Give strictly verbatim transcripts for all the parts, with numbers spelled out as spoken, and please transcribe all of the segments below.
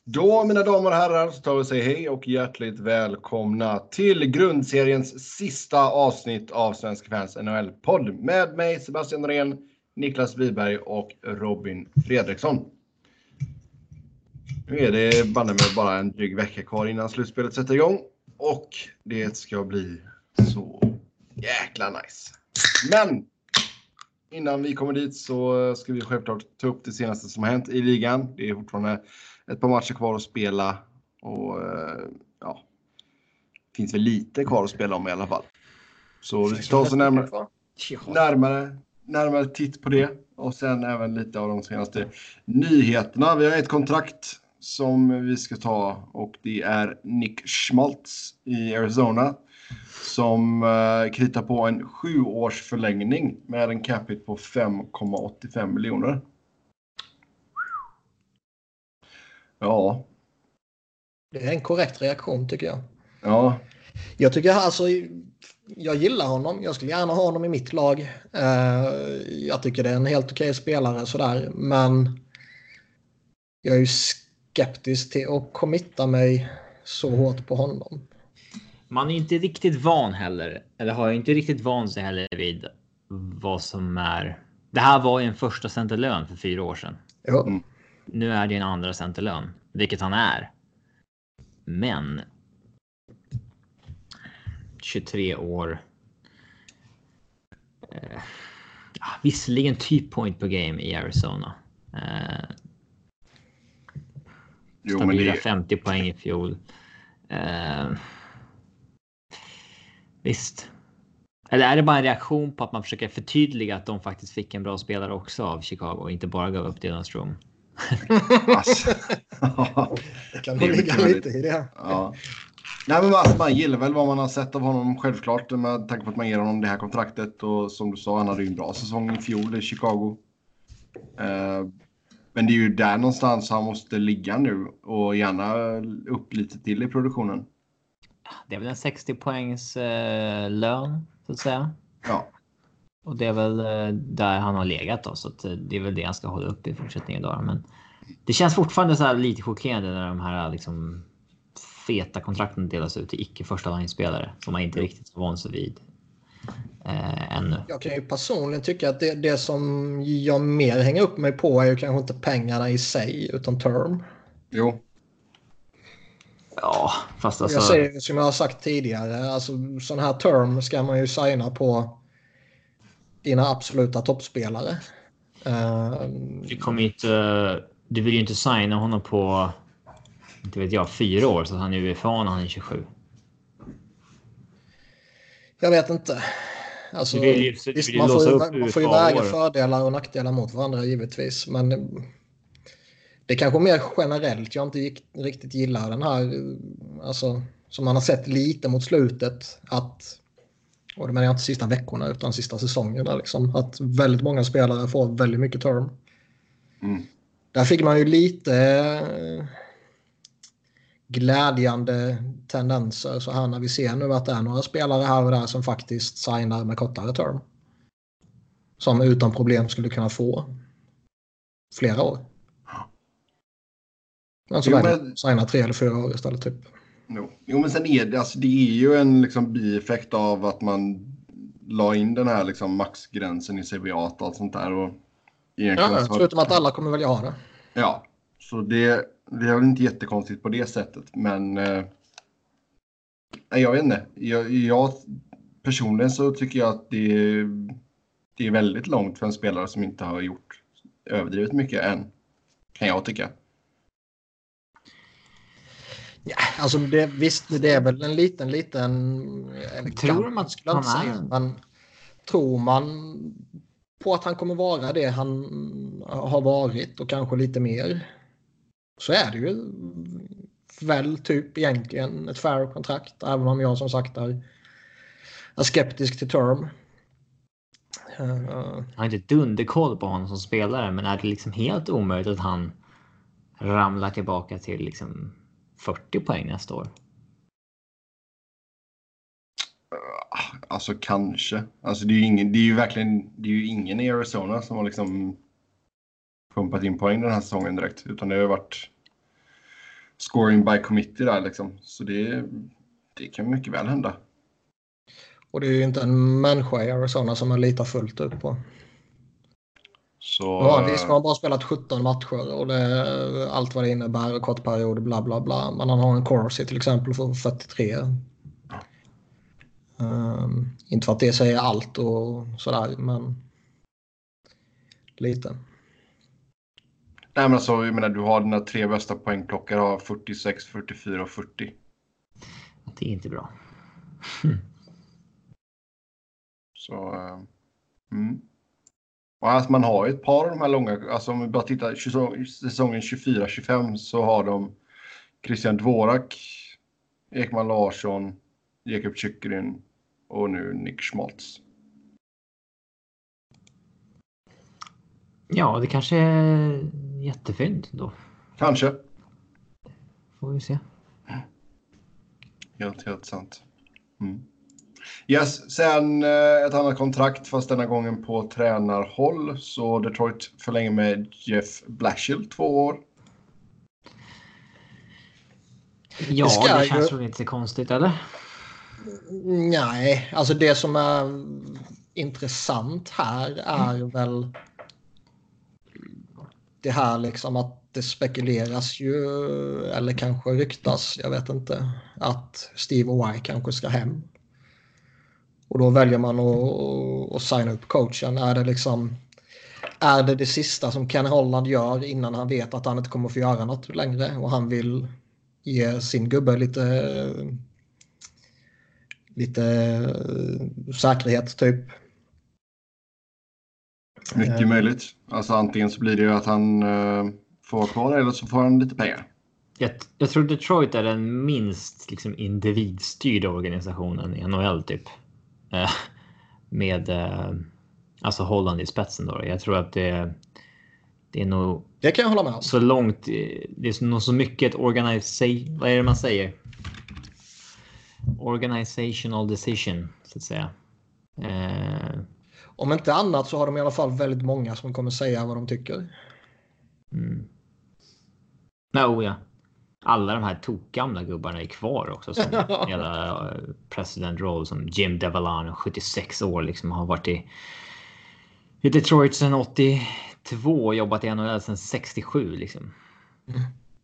Då, mina damer och herrar, så tar vi säga hej och hjärtligt välkomna till grundseriens sista avsnitt av Svenska Fans N H L-podd med mig, Sebastian Norén, Niklas Wiberg och Robin Fredriksson. Nu är det banne med bara en dryg vecka kvar innan slutspelet sätter igång och det ska bli så jäkla nice. Men innan vi kommer dit så ska vi självklart ta upp det senaste som har hänt i ligan. Det är fortfarande ett par matcher kvar att spela och ja, det finns väl lite kvar att spela om i alla fall. Så vi ska ta oss närmare, närmare, närmare titt på det och sen även lite av de senaste nyheterna. Vi har ett kontrakt som vi ska ta och det är Nick Schmaltz i Arizona som uh, kritar på en sjuårs förlängning med en capita på fem komma åttiofem miljoner. Ja. Det är en korrekt reaktion tycker jag. Ja. Jag tycker alltså, jag gillar honom. Jag skulle gärna ha honom i mitt lag. Uh, jag tycker det är en helt okej spelare sådär. Men jag är ju skeptisk till att committa mig så hårt på honom. Man är inte riktigt van heller. Eller har inte riktigt van sig heller vid vad som är. Det här var ju en första centerlön för fyra år sedan. Ja. Mm. Nu är det en andra centerlön, vilket han är. Men tjugotre år. Eh, ja, visserligen typ point per game i Arizona. Eh, jo, men det är femtio poäng i fjol. Eh, visst. Eller är det bara en reaktion på att man försöker förtydliga att de faktiskt fick en bra spelare också av Chicago och inte bara gav upp Dylan Strome? Alltså. Det kan nog ligga lite i det. Ja. Nej, men alltså, man gillar väl vad man har sett av honom självklart med tanke på att man ger honom det här kontraktet och som du sa, han hade ju en bra säsong i fjol i Chicago. Uh, men det är ju där någonstans han måste ligga nu och gärna upp lite till i produktionen. Det är väl en sextio poängs eh, lön så att säga. Ja. Och det är väl eh, där han har legat då, så att, eh, det är väl det han ska hålla upp i fortsättningen då. Men det känns fortfarande så här lite chockerande när de här liksom feta kontrakten delas ut till icke första linespelare som man inte riktigt så van sig vid eh, ännu. Jag kan ju personligen tycka att det, det som jag mer hänger upp mig på är ju kanske inte pengarna i sig utan term. Jo. Ja, fast alltså... Jag säger som jag har sagt tidigare, alltså sån här term ska man ju signa på dina absoluta toppspelare. Uh, du kommer inte, du vill ju inte signa honom på, inte vet jag, fyra år så att han är U F A när han är tjugosju. Jag vet inte. Alltså, du vill ju, du visst, vill man, får ju, upp man får ju väga fördelar och nackdelar mot varandra givetvis, men det är kanske mer generellt jag inte gick, riktigt gillar den här, alltså som man har sett lite mot slutet att, och det menar jag inte sista veckorna utan sista säsongerna liksom, att väldigt många spelare får väldigt mycket term. Mm. Där fick man ju lite eh, glädjande tendenser så här när vi ser nu att det är några spelare här och där som faktiskt signar med kortare term. Som utan problem skulle kunna få flera år. Alltså jo, men... signa tre eller fyra år istället typ. Jo, jo men sen är det, alltså, det är ju en liksom bieffekt av att man la in den här liksom maxgränsen i C B A och allt sånt där. Och ja, förutom att alla kommer välja ha det. Ja, så det, det är väl inte jättekonstigt på det sättet. Men eh, jag vet inte. Jag, jag, personligen så tycker jag att det, det är väldigt långt för en spelare som inte har gjort överdrivet mycket än. Kan jag tycka. Ja, alltså det, visst, det är väl en liten, liten... Tror man att han är? Men tror man på att han kommer vara det han har varit och kanske lite mer, så är det ju väl typ egentligen ett fair kontrakt, även om jag som sagt är, är skeptisk till term. Uh, jag har inte dunderkoll på honom som spelare, men är det liksom helt omöjligt att han ramlar tillbaka till liksom fyrtio poäng nästa år? Alltså kanske. Alltså det är ju ingen, det är ju verkligen, det är ju ingen i Arizona som har liksom pumpat in poäng den här säsongen direkt, utan det har ju varit scoring by committee där liksom. Så det, det kan mycket väl hända. Och det är ju inte en människa i Arizona som man litar fullt ut på. Så... Ja, visst, man har bara spelat sjutton matcher och det, allt vad det innebär, kort period, bla bla bla. Men han har en Corsi till exempel för fyrtiotre. Um, inte för att det säger allt och sådär, men lite. Nej, men alltså, jag menar, du har dina tre bästa poängplockare, har fyrtiosex, fyrtiofyra och fyrtio. Det är inte bra. Så, uh, mm. Och att man har ett par av de här långa, alltså om vi bara tittar säsongen tjugofyra tjugofem så har de Christian Dvorak, Ekman Larsson, Jakob Chychrun och nu Nick Schmaltz. Ja, det kanske är jättefint då. Kanske. Får vi se. Helt, helt sant. Mm. Yes, sen eh, ett annat kontrakt fast denna gången på tränarhåll. Så Detroit förlänger med Jeff Blashill två år. Ja, det, det känns ju... väl inte så konstigt, eller? Nej, alltså det som är intressant här är väl det här liksom att det spekuleras ju, eller kanske ryktas, jag vet inte, att Steve Y kanske ska hem. Och då väljer man att, att signa upp coachen. Är det liksom är det det sista som Ken Holland gör innan han vet att han inte kommer få göra något längre och han vill ge sin gubbe lite lite säkerhet typ? Mycket Mm. möjligt. Alltså antingen så blir det ju att han uh, får vara kvar eller så får han lite pengar. Jag, jag tror Detroit är den minst liksom, individstyrda organisationen i N H L typ. Eh, med eh, alltså Holland i spetsen då. Jag tror att det, det är nog... Det kan jag hålla med om. Så långt... Det är nog så mycket ett organisation... Vad är det man säger? Organizational decision, så att säga. Eh, Om inte annat så har de i alla fall väldigt många som kommer säga vad de tycker. mm. No, ja. Alla de här tokgamla gubbarna är kvar också. Som hela uh, president roll som Jim Devalano, sjuttiosex år, liksom har varit i, i Detroit sedan åttiotvå och jobbat i N H L sedan sextiosju. Liksom. Mm.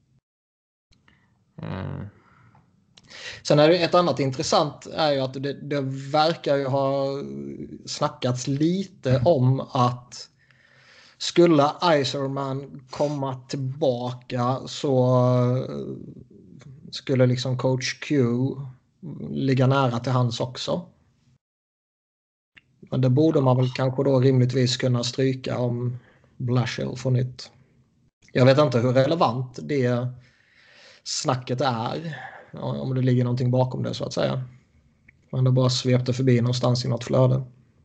Uh. Sen är det ett annat intressant är ju att det, det verkar ju ha snackats lite om att skulle Iserman komma tillbaka så skulle liksom coach Q ligga nära till hans också. Men det borde man väl kanske då rimligtvis kunna stryka om Blashill får nytt. Jag vet inte hur relevant det snacket är. Om det ligger någonting bakom det så att säga. Men det bara svepte förbi någonstans i något flöde.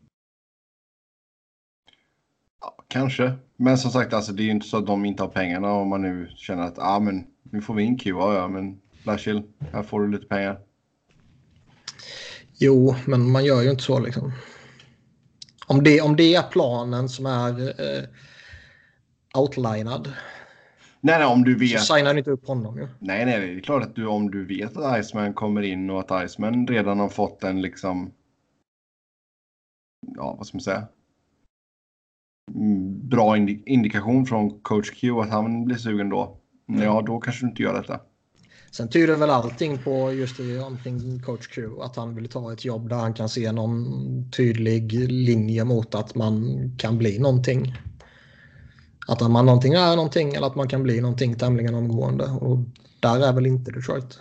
Ja, kanske. Men som sagt, alltså, det är ju inte så att de inte har pengarna om man nu känner att ah, men, nu får vi in Q. Ja, ja, men Blashill, här får du lite pengar. Jo, men man gör ju inte så liksom. Om det, om det är planen som är eh, outlinad. Nej, nej, om du vet... Så signar inte upp honom ju. Nej, nej, det är klart att du, om du vet att Iceman kommer in och att Iceman redan har fått en liksom... Ja, vad ska man säga? Bra indi- indikation från coach Q att han blir sugen då. Mm. Ja, då kanske du inte gör detta. Sen tyder väl allting på just det omkring coach Q att han vill ta ett jobb där han kan se någon tydlig linje mot att man kan bli någonting. Att man någonting är någonting eller att man kan bli någonting tämligen omgående. Och där är väl inte Detroit.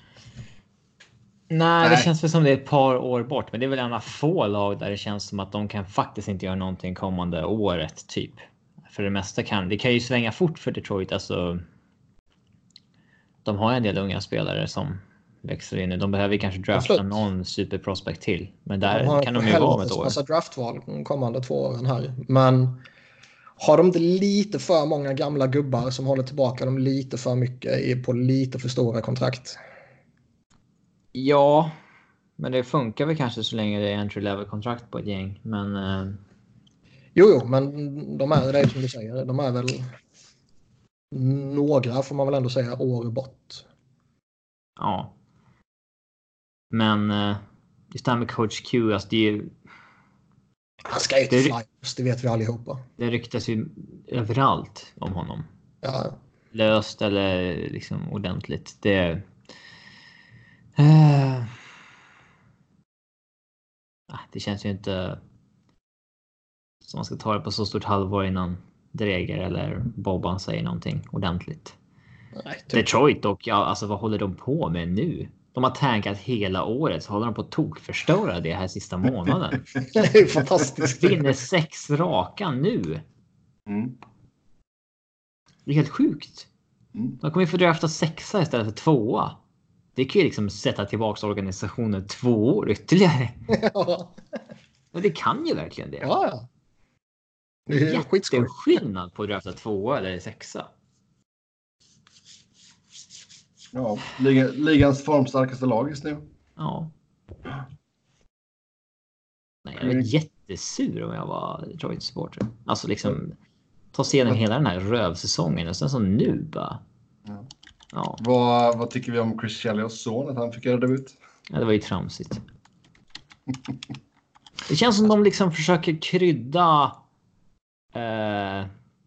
Nej, Nej, det känns väl som det är ett par år bort. Men det är väl en av få lag där det känns som att de kan faktiskt inte göra någonting kommande året typ. För det mesta kan. Det kan ju svänga fort för Detroit. Alltså, de har en del unga spelare som växer in nu. De behöver kanske drafta Absolut. någon superprospect till. Men där de kan de ju vara om ett år. Massa draftval de kommande två åren här. Men har de inte lite för många gamla gubbar som håller tillbaka dem lite för mycket på lite för stora kontrakt? Ja, men det funkar väl kanske så länge det är entry level kontrakt på ett gäng. Men eh... jo, jo, men de är det är som du säger. De är väl några får man väl ändå säga år bort. Ja. Men eh, just det här med coach Q, alltså det är ju... Han ska ju till Det- Flyers, det vet vi allihopa. Det ryktas ju överallt om honom. Ja, Löst eller liksom ordentligt. Det... Eh, ah, det känns ju inte som man ska ta det på så stort halvår innan Dreger eller Boban säger någonting ordentligt. nej, typ. Detroit och ja, alltså vad håller de på med nu? De har tankat hela året, så håller de på att tokförstöra det här sista månaden. Det är ju fantastiskt. Vinner sex raka nu. Mm. Det är helt sjukt. Mm. De kommer ju få drafta sexa istället för tvåa. Det kan ju liksom sätta tillbaka organisationen två år ytterligare. Ja, Och det kan ju verkligen det. ja. ja. Det är Det är skitskoj. skillnad på att drafta tvåa eller sexa. Ja, liga, ligans formstarkaste lag just nu. Ja. Nej, jag är jättesur om jag var Detroit-supporter. Alltså liksom ta sig igenom hela den här rövsäsongen och sen så nu bara. Ja. Ja, Vad, vad tycker vi om Chris Chelios son, att han fick göra debut? ja, det var ju tramsigt. Det känns som de liksom försöker krydda eh,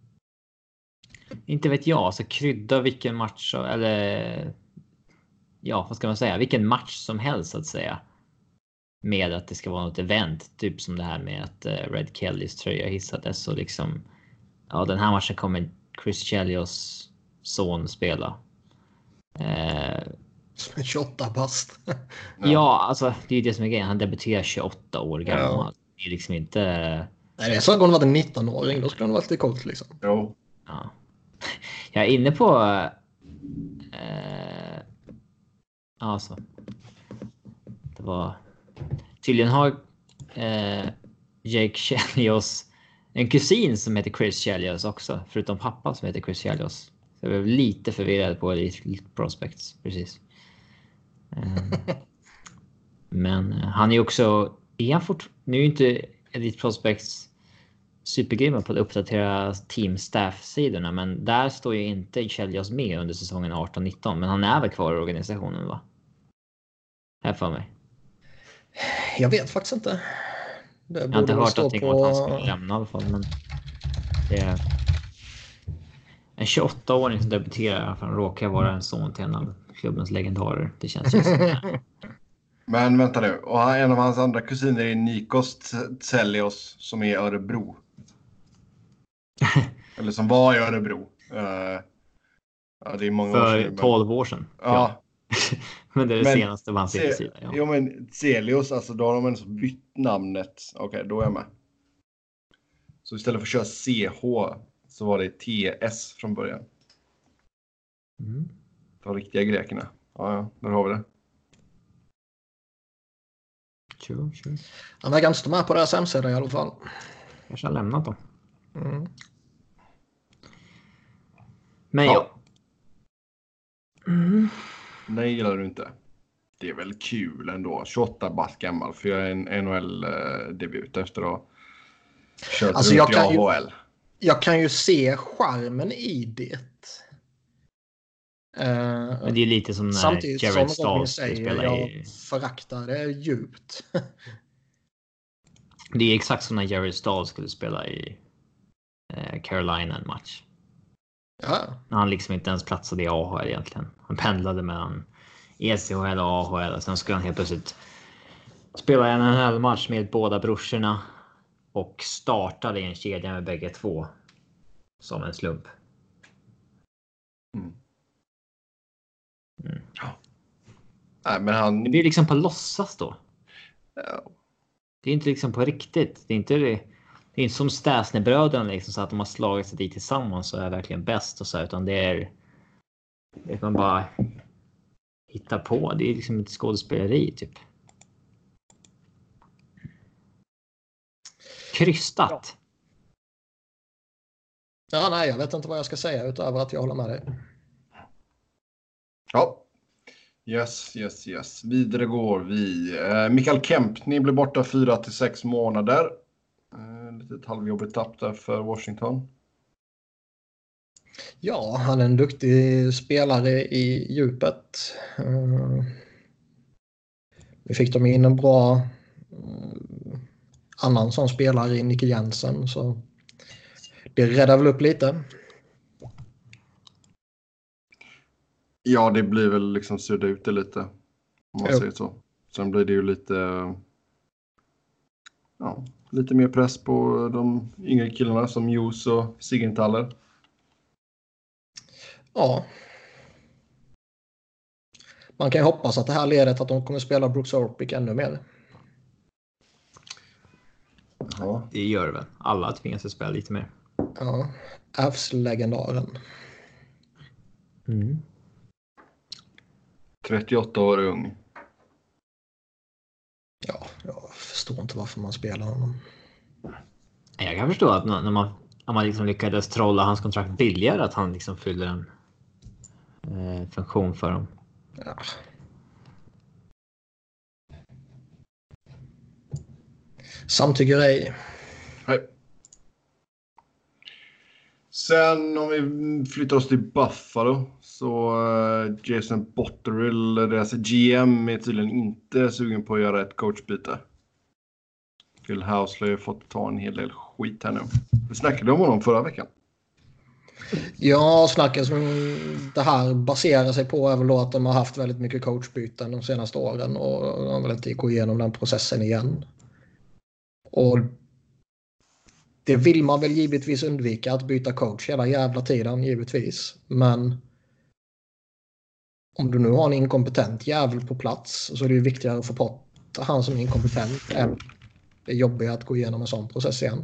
inte vet jag, alltså krydda vilken match eller ja, vad ska man säga, vilken match som helst så att säga. Med att det ska vara något event, typ som det här med att uh, Red Kellys tröja hissades och liksom ja, den här matchen kommer Chris Chelios son spela. Eh, Som en tjugoåtta bast. Ja. ja, alltså det är ju det som är grejen. Han debuterar tjugoåtta år gammal. Ja. Det är liksom inte. Nej, det är så att han var en nittonåring, då skulle han vara lite coolt liksom. Jo. Ja. Jag är inne på. Eh, alltså. Det var. Tydligen har eh, Jake Chelios en kusin som heter Chris Chelios också. Förutom pappa som heter Chris Chelios. Så jag blev lite förvirrad på Elite Prospects. Precis. Eh, men eh, han är också. Är han fort, nu är ju inte Elite Prospects supergrymma på att uppdatera team staff-sidorna. Men där står ju inte Chelios med under säsongen arton nitton. Men han är väl kvar i organisationen, va? Här för mig. Jag vet faktiskt inte. Det Jag har inte väl hört stå någonting om att han skulle lämna i alla fall. Men det är en tjugoåtta-åring som debuterar. För han råkar vara en son till en av klubbens legendarer. Det känns ju som Men vänta nu. Och en av hans andra kusiner är Nikos Tselios som är i Örebro. Eller som var i Örebro. Uh, ja, det är många år sedan. för tolv år sedan. Ja. ja. Men det är det Men senaste man ser på sidan. Ja. Jo, men Tselios, alltså då har de ens bytt namnet. Okej, okay, då är jag med. Så istället för att köra C H så var det T S från början. Mm. De riktiga grekerna. Ja, ja, där har vi det. Sure, sure. Han verkar inte stå med på deras hemsida i alla fall. Kanske har lämnat dem. Mm. Men Ja. ja. Mm. Nej, gillar du inte. Det är väl kul ändå. tjugoåtta bast gammal för jag är en N H L-debut efter att ha kört Alltså, runt jag i kan ju- A H L. Jag kan ju se charmen i det. Uh, Men det är lite som när samtidigt Jared som Robin Stahl skulle säger, spela jag i. föraktar det djupt. Det är exakt som när Jared Stahl skulle spela i eh, Carolina en match. Ja. När han liksom inte ens platsade i A H L egentligen. Han pendlade mellan E C H L och A H L och sen skulle han helt plötsligt spela en N H L-match med båda brorsorna och startade i en kedja med bägge två som en slump. Mm. Mm. Nej, men han... Det blir liksom på låtsas då. Ja. Det är inte liksom på riktigt. Det är inte det. Det är inte som Stasny-bröderna liksom, så att de har slagit sig dit tillsammans och är verkligen bäst och så, utan det är det man bara hittar på. Det är liksom ett skådespeleri typ. Krystat. Ja, nej, jag vet inte vad jag ska säga utöver att jag håller med dig. Ja. Yes, yes, yes. Vidare går vi. Uh, Mikael Kempny blir borta fyra till sex månader. Uh, lite ett halvjobbigt tapp där för Washington. Ja, han är en duktig spelare i djupet. Uh, nu fick de in en bra uh, annan som spelare i Nicke Jensen. Så det räddar väl upp lite. Ja, det blir väl liksom sudda ut det lite. Om man Jo. säger så. Sen blir det ju lite... Ja, lite mer press på de yngre killarna som Jos och Sigenthaler. Ja. Man kan ju hoppas att det här leder till att de kommer spela Brooks Orpik ännu mer. Ja. Det gör det väl. Alla tvingas att spela lite mer. Ja, Avs-legendaren. Mm. trettioåtta år ung. Ja, jag förstår inte varför man spelar honom. Jag kan förstå att när man, när man liksom lyckades trolla hans kontrakt billigare, att han liksom fyller en eh, funktion för dem. Ja. Samtycker ej. Nej. Sen om vi flyttar oss till Buffalo så uh, Jason Botterill, deras G M, är tydligen inte sugen på att göra ett coachbyte. Phil Housley har fått ta en hel del skit här nu. Vi snackade om honom förra veckan. Ja, snacket som det här baserar sig på är väl då att de har haft väldigt mycket coachbyten de senaste åren och de vill inte gå igenom den processen igen. Och det vill man väl givetvis undvika, att byta coach hela jävla tiden, givetvis. Men om du nu har en inkompetent jävel på plats så är det ju viktigare att få bort han som är inkompetent än det jobbiga att gå igenom en sån process igen.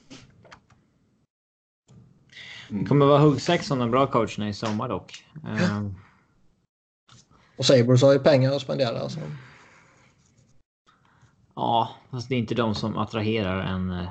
Det kommer vara huggsex som en bra coach i sommar dock. Uh... Och Sabres har ju pengar att spendera. Alltså. Ja, fast det är inte de som attraherar en uh,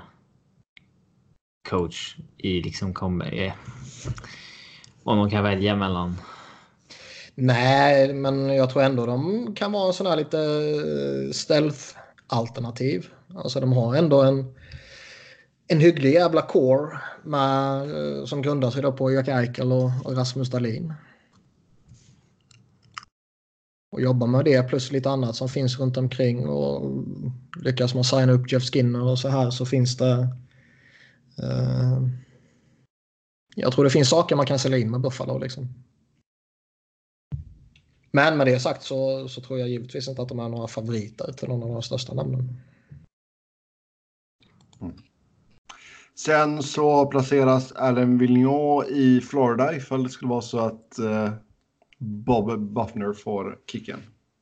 coach i liksom kommer uh, om de kan välja mellan. Nej, men jag tror ändå de kan vara en sån här lite stealth-alternativ. Alltså de har ändå en en hygglig jävla core med, som grundar sig då på Jack Eichel och, och Rasmus Dahlin. Och jobba med det plus lite annat som finns runt omkring och lyckas man signa upp Jeff Skinner och så här så finns det uh, jag tror det finns saker man kan sälja in med Buffalo liksom. Men med det sagt så, så tror jag givetvis inte att de är några favoriter till någon av de största namnen. Mm. Sen så placeras Alain Vigneault i Florida ifall det skulle vara så att uh, Bob Buffner får kicken.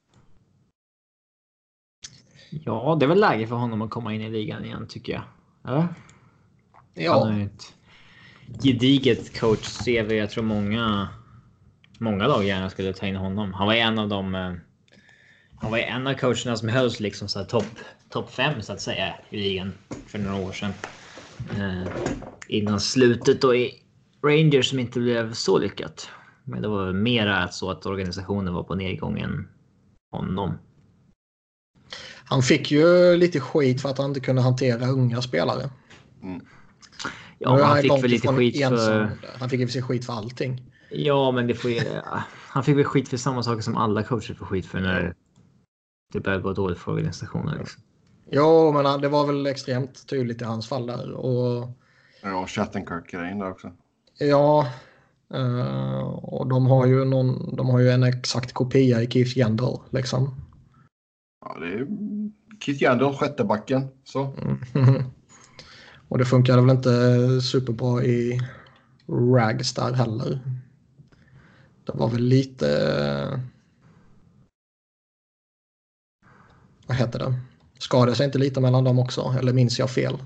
Ja, det är väl läge för honom att komma in i ligan igen tycker jag. Eller? Ja. Han har ju ett gediget coach-C V. Jag tror många många lag gärna skulle ta in honom. Han var en av dem. Eh, han var en av coacherna som hölls liksom så här topp topp fem så att säga i ligan för några år sedan. Eh, innan slutet då i Rangers som inte blev så lyckat. Men det var mera så att organisationen var på nedgång än honom. Han fick ju lite skit för att han inte kunde hantera unga spelare. Mm. Ja, men han fick väl lite skit för... Han fick ju sig skit för allting. Ja, men det får ju... Han fick väl skit för samma saker som alla coacher får skit för när det börjar gå dåligt för organisationer. Liksom. Ja, men det var väl extremt tydligt i hans fall där. Och... Ja, Shattenkirk-grejen där också. Ja, och de har ju någon, de har ju en exakt kopia i Keith Yandel, liksom. Ja, det är Keith Yandel, sjätte backen. Så. Mm. Och det funkade väl inte superbra i Rags där heller. Det var väl lite... Vad heter det? Skadade sig inte lite mellan dem också? Eller minns jag fel?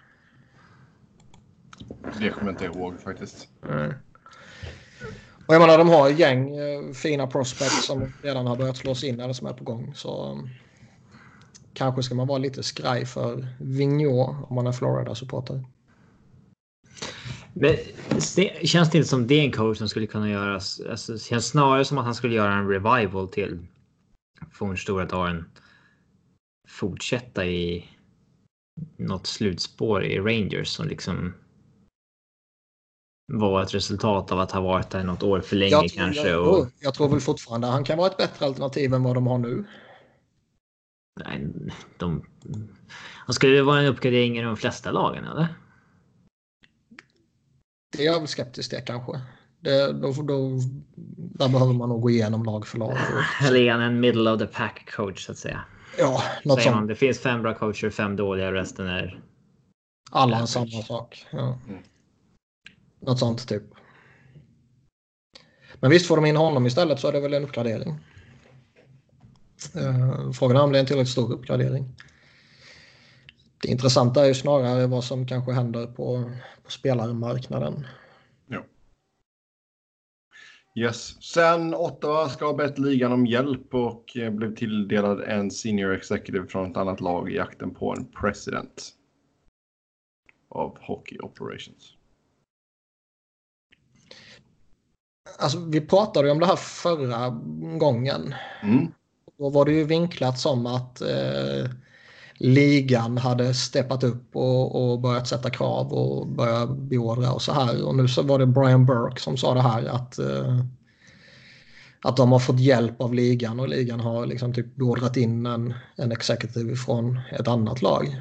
Det kommer jag inte ihåg faktiskt. Mm. Och jag menar, de har ett gäng eh, fina prospects som redan har börjat slås in eller som är på gång. Så um, kanske ska man vara lite skraj för Vigneault om man är Florida-supporter. Men det känns det inte som det är en coach som skulle kunna göra, alltså, det känns snarare som att han skulle göra en revival till fornstora dagen, fortsätta i något slutspår i Rangers som liksom var ett resultat av att ha varit där något år för länge jag tror, kanske. Jag, och... jag tror väl fortfarande han kan vara ett bättre alternativ än vad de har nu. Nej, de... de skulle det vara en uppgradering i de flesta lagen, eller? Det är jag väl skeptisk till kanske. Det, då, då, där behöver man nog gå igenom lag för lag. Eller är han en middle of the pack coach så att säga? Ja, något sånt. Man, det finns fem bra coacher, fem dåliga, resten är... Alla har samma sak. Ja. Mm. Något sånt typ. Men visst, får de in honom istället så är det väl en uppgradering. Uh, frågan är om det är en tillräckligt stor uppgradering. Det intressanta är ju snarare vad som kanske händer på, på spelarmarknaden. Ja. Yes. Sen Ottawa ska ha bett ligan om hjälp och blev tilldelad en senior executive från ett annat lag i jakten på en president av Hockey Operations. Alltså, vi pratade ju om det här förra gången. Mm. Då var det ju vinklat som att eh, ligan hade steppat upp och, och börjat sätta krav och börjat beordra och så här. Och nu så var det Brian Burke som sa det här att, eh, att de har fått hjälp av ligan och ligan har liksom typ beordrat in en, en executive från ett annat lag.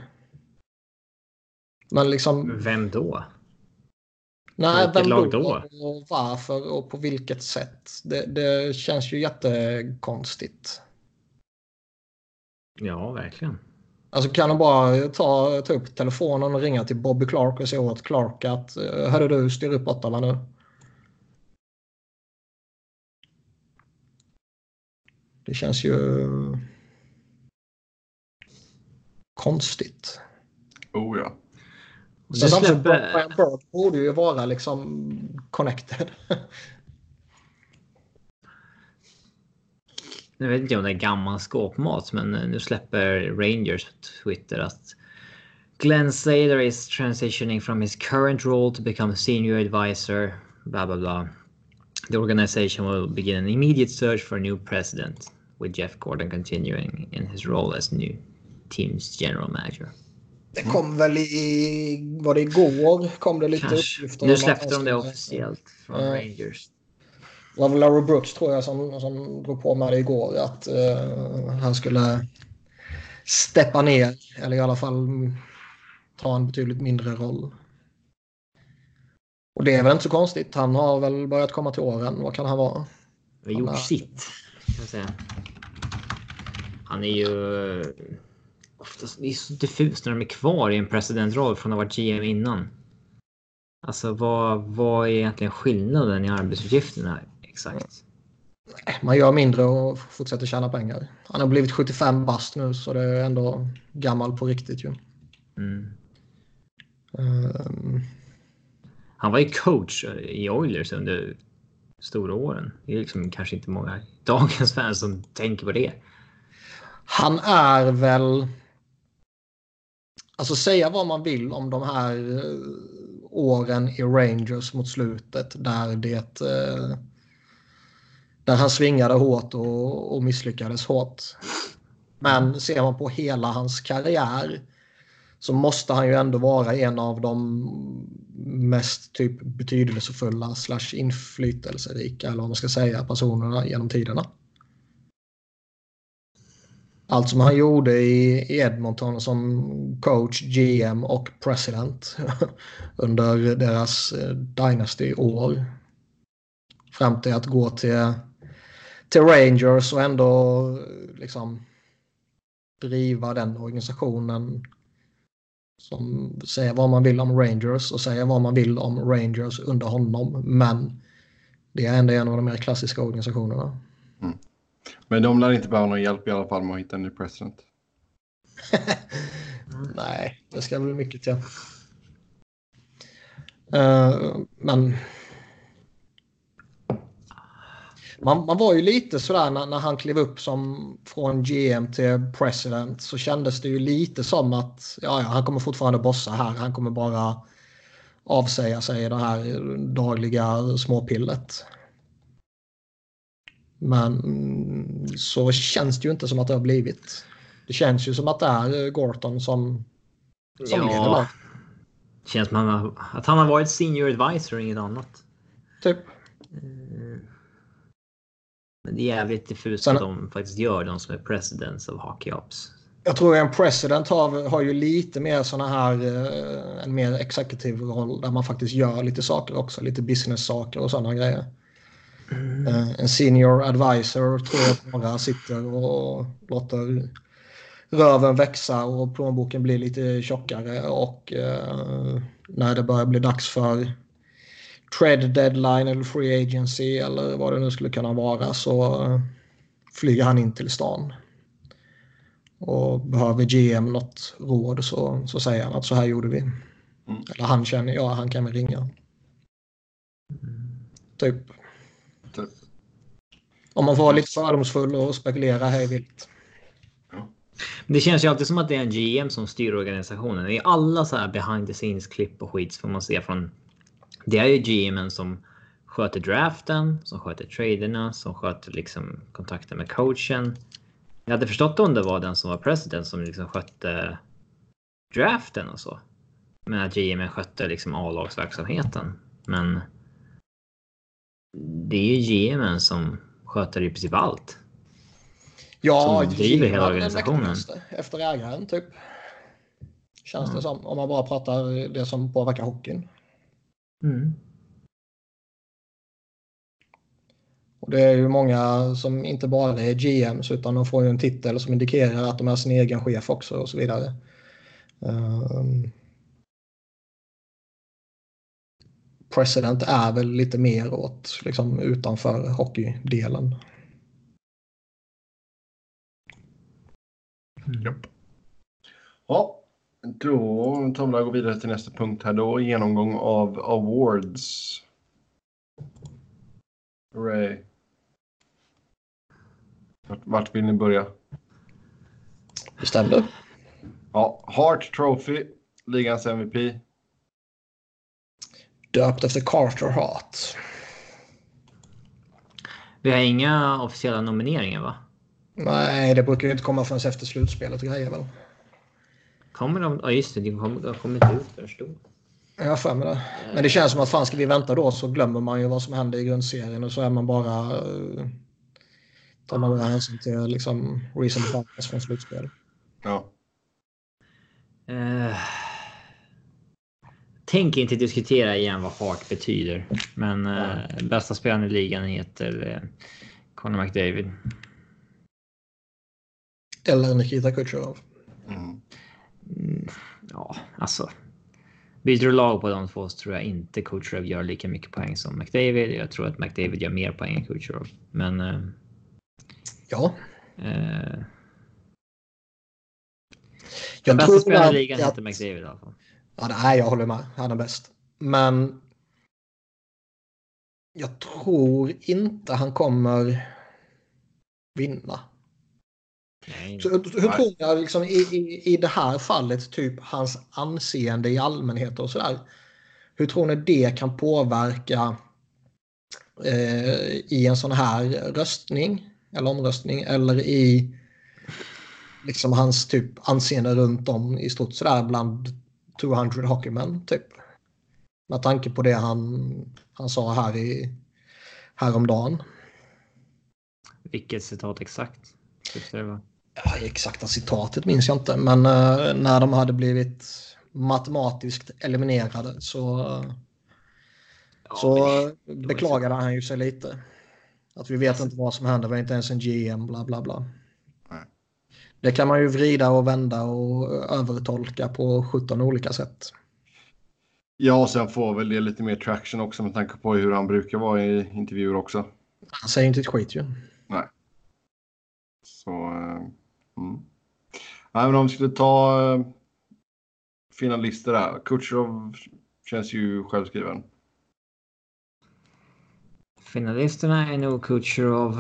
Men liksom... Vem då? Nej, vem lag då? då? Och varför och på vilket sätt? Det, det känns ju jättekonstigt. Ja, verkligen. Alltså kan de bara ta, ta upp telefonen och ringa till Bobby Clark och säga åt Clark att hörru du, styr upp Ottawa nu. Det känns ju konstigt. Oh ja. Så samtidigt Brian Burke borde ju vara liksom connected. Jag vet inte om det är gammal skåpmat, men nu släpper Rangers på Twitter att Glenn Sader is transitioning from his current role to become senior advisor, blah blah blah. The organization will begin an immediate search for a new president, with Jeff Gordon continuing in his role as new team's general manager. Det kom väl i, var det igår kom det lite Kanske. uppgifter. Nu släppte de det officiellt från ja. Rangers. Det var väl Larry Brooks tror jag som, som drog på med det igår att uh, han skulle steppa ner eller i alla fall ta en betydligt mindre roll. Och det är väl inte så konstigt. Han har väl börjat komma till åren. Vad kan han vara? Han har gjort är... sitt, kan jag säga. Han är ju... Oftast, det är så diffust när de är kvar i en presidentroll från att ha varit G M innan. Alltså vad, vad är egentligen skillnaden i arbetsuppgifterna exakt? Nej, man gör mindre och fortsätter tjäna pengar. Han har blivit sjuttiofem bast nu så det är ändå gammal på riktigt ju. Mm. Um... Han var ju coach i Oilers under stora åren. Det är liksom kanske inte många dagens fans som tänker på det. Han är väl... Alltså säga vad man vill om de här åren i Rangers mot slutet där det där han svingade hårt och, och misslyckades hårt. Men ser man på hela hans karriär så måste han ju ändå vara en av de mest typ betydelsefulla slash inflytelserika eller vad man ska säga personerna genom tiderna. Allt som han gjorde i, i Edmonton som coach, G M och president under deras Dynasty-år. Fram till att gå till, till Rangers och ändå liksom driva den organisationen som säger vad man vill om Rangers och säger vad man vill om Rangers under honom. Men det är ändå en av de mer klassiska organisationerna. Mm. Men de lär inte behöva någon hjälp i alla fall med att hitta en ny president. Nej, det ska väl mycket till. Uh, men man, man var ju lite sådär när, när han klev upp som från G M till president så kändes det ju lite som att ja, ja, han kommer fortfarande bossa här. Han kommer bara avsäga sig det här dagliga småpillet. Men så känns det ju inte som att det har blivit. Det känns ju som att det är Gorton som, som ja. leder lag. Känns som han har, att han har varit senior advisor och inget annat. Typ. Men det är jävligt diffust Sen, att de faktiskt gör, de som är presidents of hockey ops. Jag tror en president har, har ju lite mer såna här, en mer exekutiv roll där man faktiskt gör lite saker också, lite business-saker och sådana grejer. Mm. En senior advisor tror jag bara sitter och låter röven växa och plånboken blir lite tjockare, och eh, när det börjar bli dags för trade deadline eller free agency eller vad det nu skulle kunna vara, så flyger han in till stan. Och behöver G M något råd, så, så säger han att så här gjorde vi. Mm. Eller han känner, ja, han kan väl ringa. Mm. Typ. typ. Om man får vara lite fördomsfull och spekulera hej vilt. Det känns ju alltid som att det är en G M som styr organisationen. I alla så här behind the scenes klipp och skit får man se från. Det är ju G M:en som sköter draften, som sköter traderna, som sköter liksom kontakten med coachen. Jag hade förstått om det var den som var president som liksom skötte draften och så. Men att G M skötte liksom A-lagsverksamheten. Men det är ju G M som sköter i princip allt. Ja, som driver hela organisationen. Efter ägaren typ. Känns ja. det som, om man bara pratar det som påverkar hockeyn. Mm. Och det är ju många som inte bara är G Ms utan de får ju en titel som indikerar att de är sin egen chef också och så vidare. Um, president är väl lite mer åt liksom utanför hockeydelen. Mm. Yep. Ja, då tar vi gå vidare till nästa punkt här då. Genomgång av awards. Hooray. Vart, vart vill ni börja? Bestäm du. Ja, Hart Trophy, ligans M V P. Döpt efter Carter Hart. Vi har inga officiella nomineringar, va? Nej, det brukar ju inte komma förrän efter slutspelet och grejer väl. Kommer de? Ja just det, de kommer, de kommer inte ut först då. Jag för mig det. Men det känns som att fan ska vi vänta då så glömmer man ju vad som händer i grundserien och så är man bara uh, tar man bara hänsyn till liksom reason factors från slutspel. Ja. Uh, tänk inte diskutera igen vad Hart betyder. Men uh, bästa spelaren i ligan heter uh, Connor McDavid. Eller Nikita Kucherov. Mm. Mm, ja, alltså. Byter du lag på de två så tror jag inte Kucherov gör lika mycket poäng som McDavid. Jag tror att McDavid gör mer poäng än Kucherov. Men... Uh, ja. Uh, jag den tror bästa spelaren i ligan att... heter McDavid i alla fall. Ja, nej, jag håller med. Han är bäst. Men... jag tror inte han kommer vinna. Nej. Så, hur Nej. tror jag liksom, i, i, i det här fallet typ hans anseende i allmänhet och sådär. Hur tror ni det kan påverka eh, i en sån här röstning eller omröstning eller i liksom hans typ anseende runt om i stort sådär bland tvåhundra hockeymän typ. Med tanke på det han, han sa här i häromdagen. Vilket citat exakt? Det var. Ja, exakta citatet minns jag inte, men uh, när de hade blivit matematiskt eliminerade så, uh, ja, så det, det beklagade han ju sig lite. Att vi vet alltså, inte vad som händer, vi är inte ens en G M, bla bla bla. Nej. Det kan man ju vrida och vända och övertolka på sjutton olika sätt. Ja, och sen får väl det lite mer traction också med tanke på hur han brukar vara i intervjuer också. Han säger inte ett skit ju. Nej. Så... Uh... Mm. Nej, men om vi skulle ta uh, finalister där. Kucherov känns ju självskriven. Finalisterna är nog Kucherov.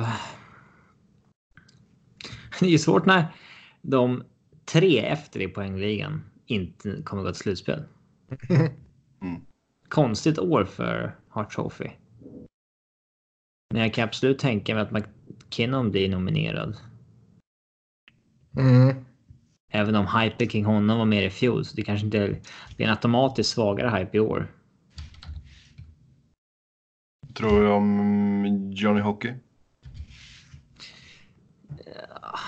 Det är ju svårt när de tre efter i poängligan inte kommer att gå till slutspel. Mm. Konstigt år för Hart Trophy. Men jag kan absolut tänka mig att McKinnon blir nominerad. Mm. Även om hype kring honom var mer i fjol, så det kanske inte blir en automatiskt svagare hype i år. Tror du om Johnny Hockey? Ja.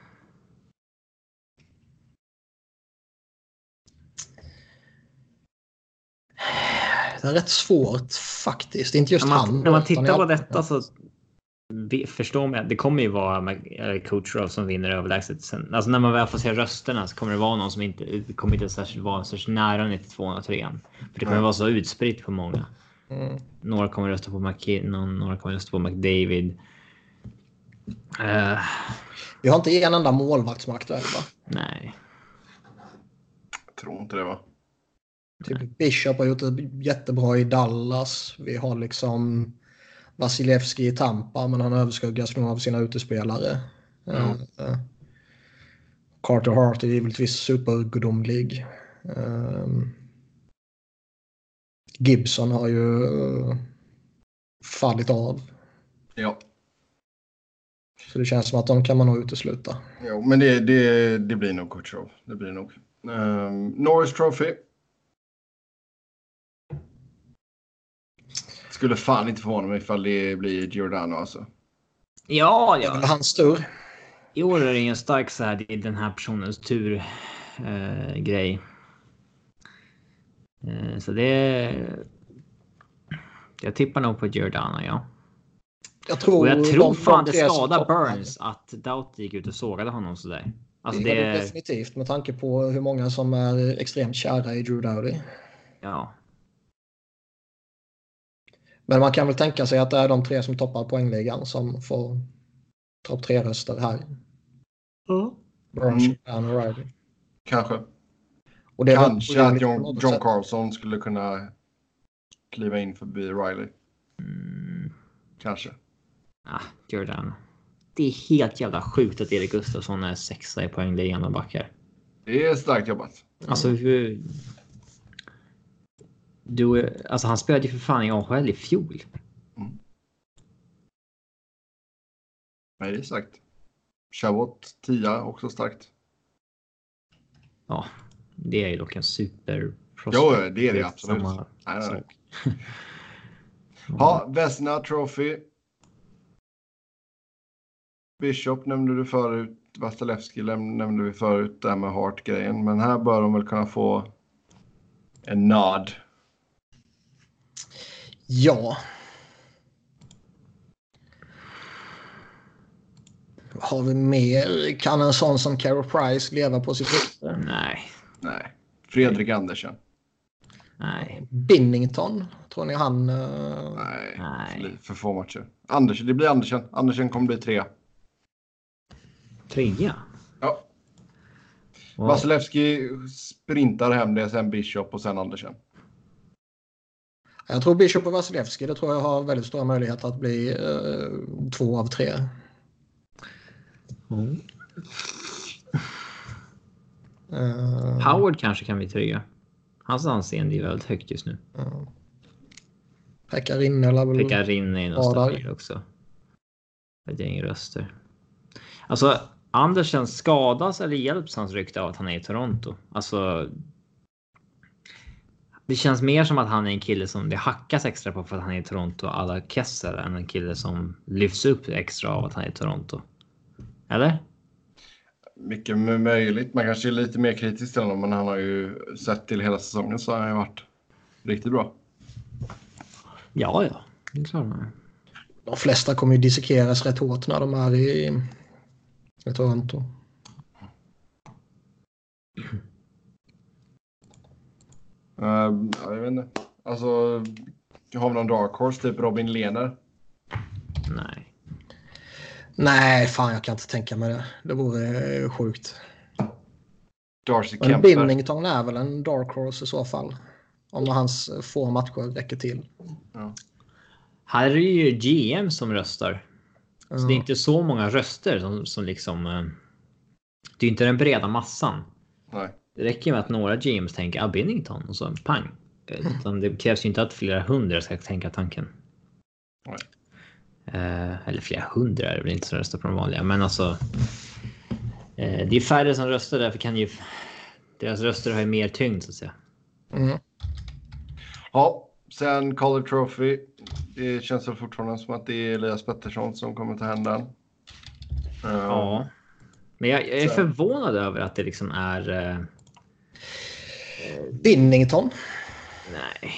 Det är rätt svårt faktiskt. Inte just När man, han. när man tittar på jag... detta så förstår man, det kommer ju vara Kucherov som vinner överlägset sen. Alltså när man väl får se rösterna så kommer det vara någon som inte det kommer inte särskilt vara särskilt nära nittiotvå och tre. För det kommer mm. vara så utspritt på många. Mm. Några kommer rösta på McKinnon, några kommer rösta på McDavid. Uh, Vi har inte en enda målvakt som är aktuell, va? Nej. Jag tror inte det, va? Typ Bishop har gjort det jättebra i Dallas. Vi har liksom Vasilevski i Tampa, men han överskuggas nog av sina utespelare. Mm. Uh, Carter Hart är givetvis supergudomlig. Uh, Gibson har ju uh, fallit av. Ja. Så det känns som att de kan man nog utesluta. Jo, men det, det, det blir nog Kucherov. Det blir nog. Um, Norris Trophy. Skulle fan inte förvåna mig ifall det blir Giordano alltså. Ja, ja. Det är hans tur. I år är det en stark så här, det är den här personens tur eh, grej. Eh, så det är... Jag tippar nog på Giordano, ja. Jag tror, och jag tror de, fan de det skadar Burns att Doughty gick ut och sågade honom sådär. Alltså det, det är definitivt med tanke på hur många som är extremt kära i Drew Doughty. Ja. Men man kan väl tänka sig att det är de tre som toppar poängligan som får topp tre röster här. Mm. Burns, mm. och Riley. Kanske. Och det Kanske att John, John Carlson skulle kunna kliva in förbi Riley. Mm. Kanske. Ah, Jordan. Det är helt jävla sjukt att Erik Gustafsson är sexa i poängligan och backar. Det är starkt jobbat. Mm. Alltså hur... Du, alltså han spelade ju för fan i A H L i fjol. Mm. Nej, det är starkt. Chavot tia också starkt. Ja, det är ju dock en super Jo, det är det absolut. Samma nej, nej. Ja, Vezina Trophy. Bishop nämnde du förut. Vasilevski nämnde vi förut där med Hart-grejen. Men här bör de väl kunna få en nod. Ja. Har vi mer? Kan en sån som Carey Price leva på sitt rykte? Nej. Nej. Fredrik Andersen. Nej. Binnington. Tror ni han... Uh... Nej. Nej. För få matcher. Andersen, det blir Andersen. Andersen kommer bli tre. Trea? Ja. Wow. Vasilevski sprintar hem det, sen Bishop och sen Andersen. Jag tror Bishop och Vasilevski, det tror jag har väldigt stora möjligheter att bli uh, två av tre. Mm. Uh, Howard kanske kan bli trygga. Hans anseende är väldigt högt just nu. Uh. Pekkarin eller Pekkarin är någon stabil också. Ett gäng röster. Alltså Andersen skadas eller hjälps hans rykte av att han är i Toronto? Alltså det känns mer som att han är en kille som det hackas extra på för att han är i Toronto alla Kessel än en kille som lyfts upp extra av att han är i Toronto. Eller? Mycket möjligt. Man kanske är lite mer kritisk till honom, men han har ju sett till hela säsongen så har han ju varit riktigt bra. Ja, ja. Det är klart. De flesta kommer ju dissekeras rätt hårt när de är i, i Toronto. Uh, jag vet inte. Alltså, har vi någon dark horse typ Robin Lehner? Nej. Nej, fan jag kan inte tänka mig det. Det vore sjukt. Darcy Men Kemper. Binnington är väl en dark horse i så fall. Om hans få matcher räcker till. Ja. Här är det ju G M som röstar. Ja. Så det är inte så många röster som, som liksom... Det är inte den breda massan. Nej. Det räcker med att några G Ms tänker ah, Binnington och så pang. Utan det krävs ju inte att flera hundra ska tänka tanken. Nej. Eh, eller flera hundra är det väl inte som röstar på de vanliga. Men alltså... Eh, det är färre som röstar, därför kan ju deras röster ha mer tyngd så att säga. Mm. Ja, sen Calder Trophy. Det känns väl fortfarande som att det är Elias Pettersson som kommer ta hem den. Um, Ja. Men jag, jag är så. förvånad över att det liksom är... Eh... Binnington. Nej.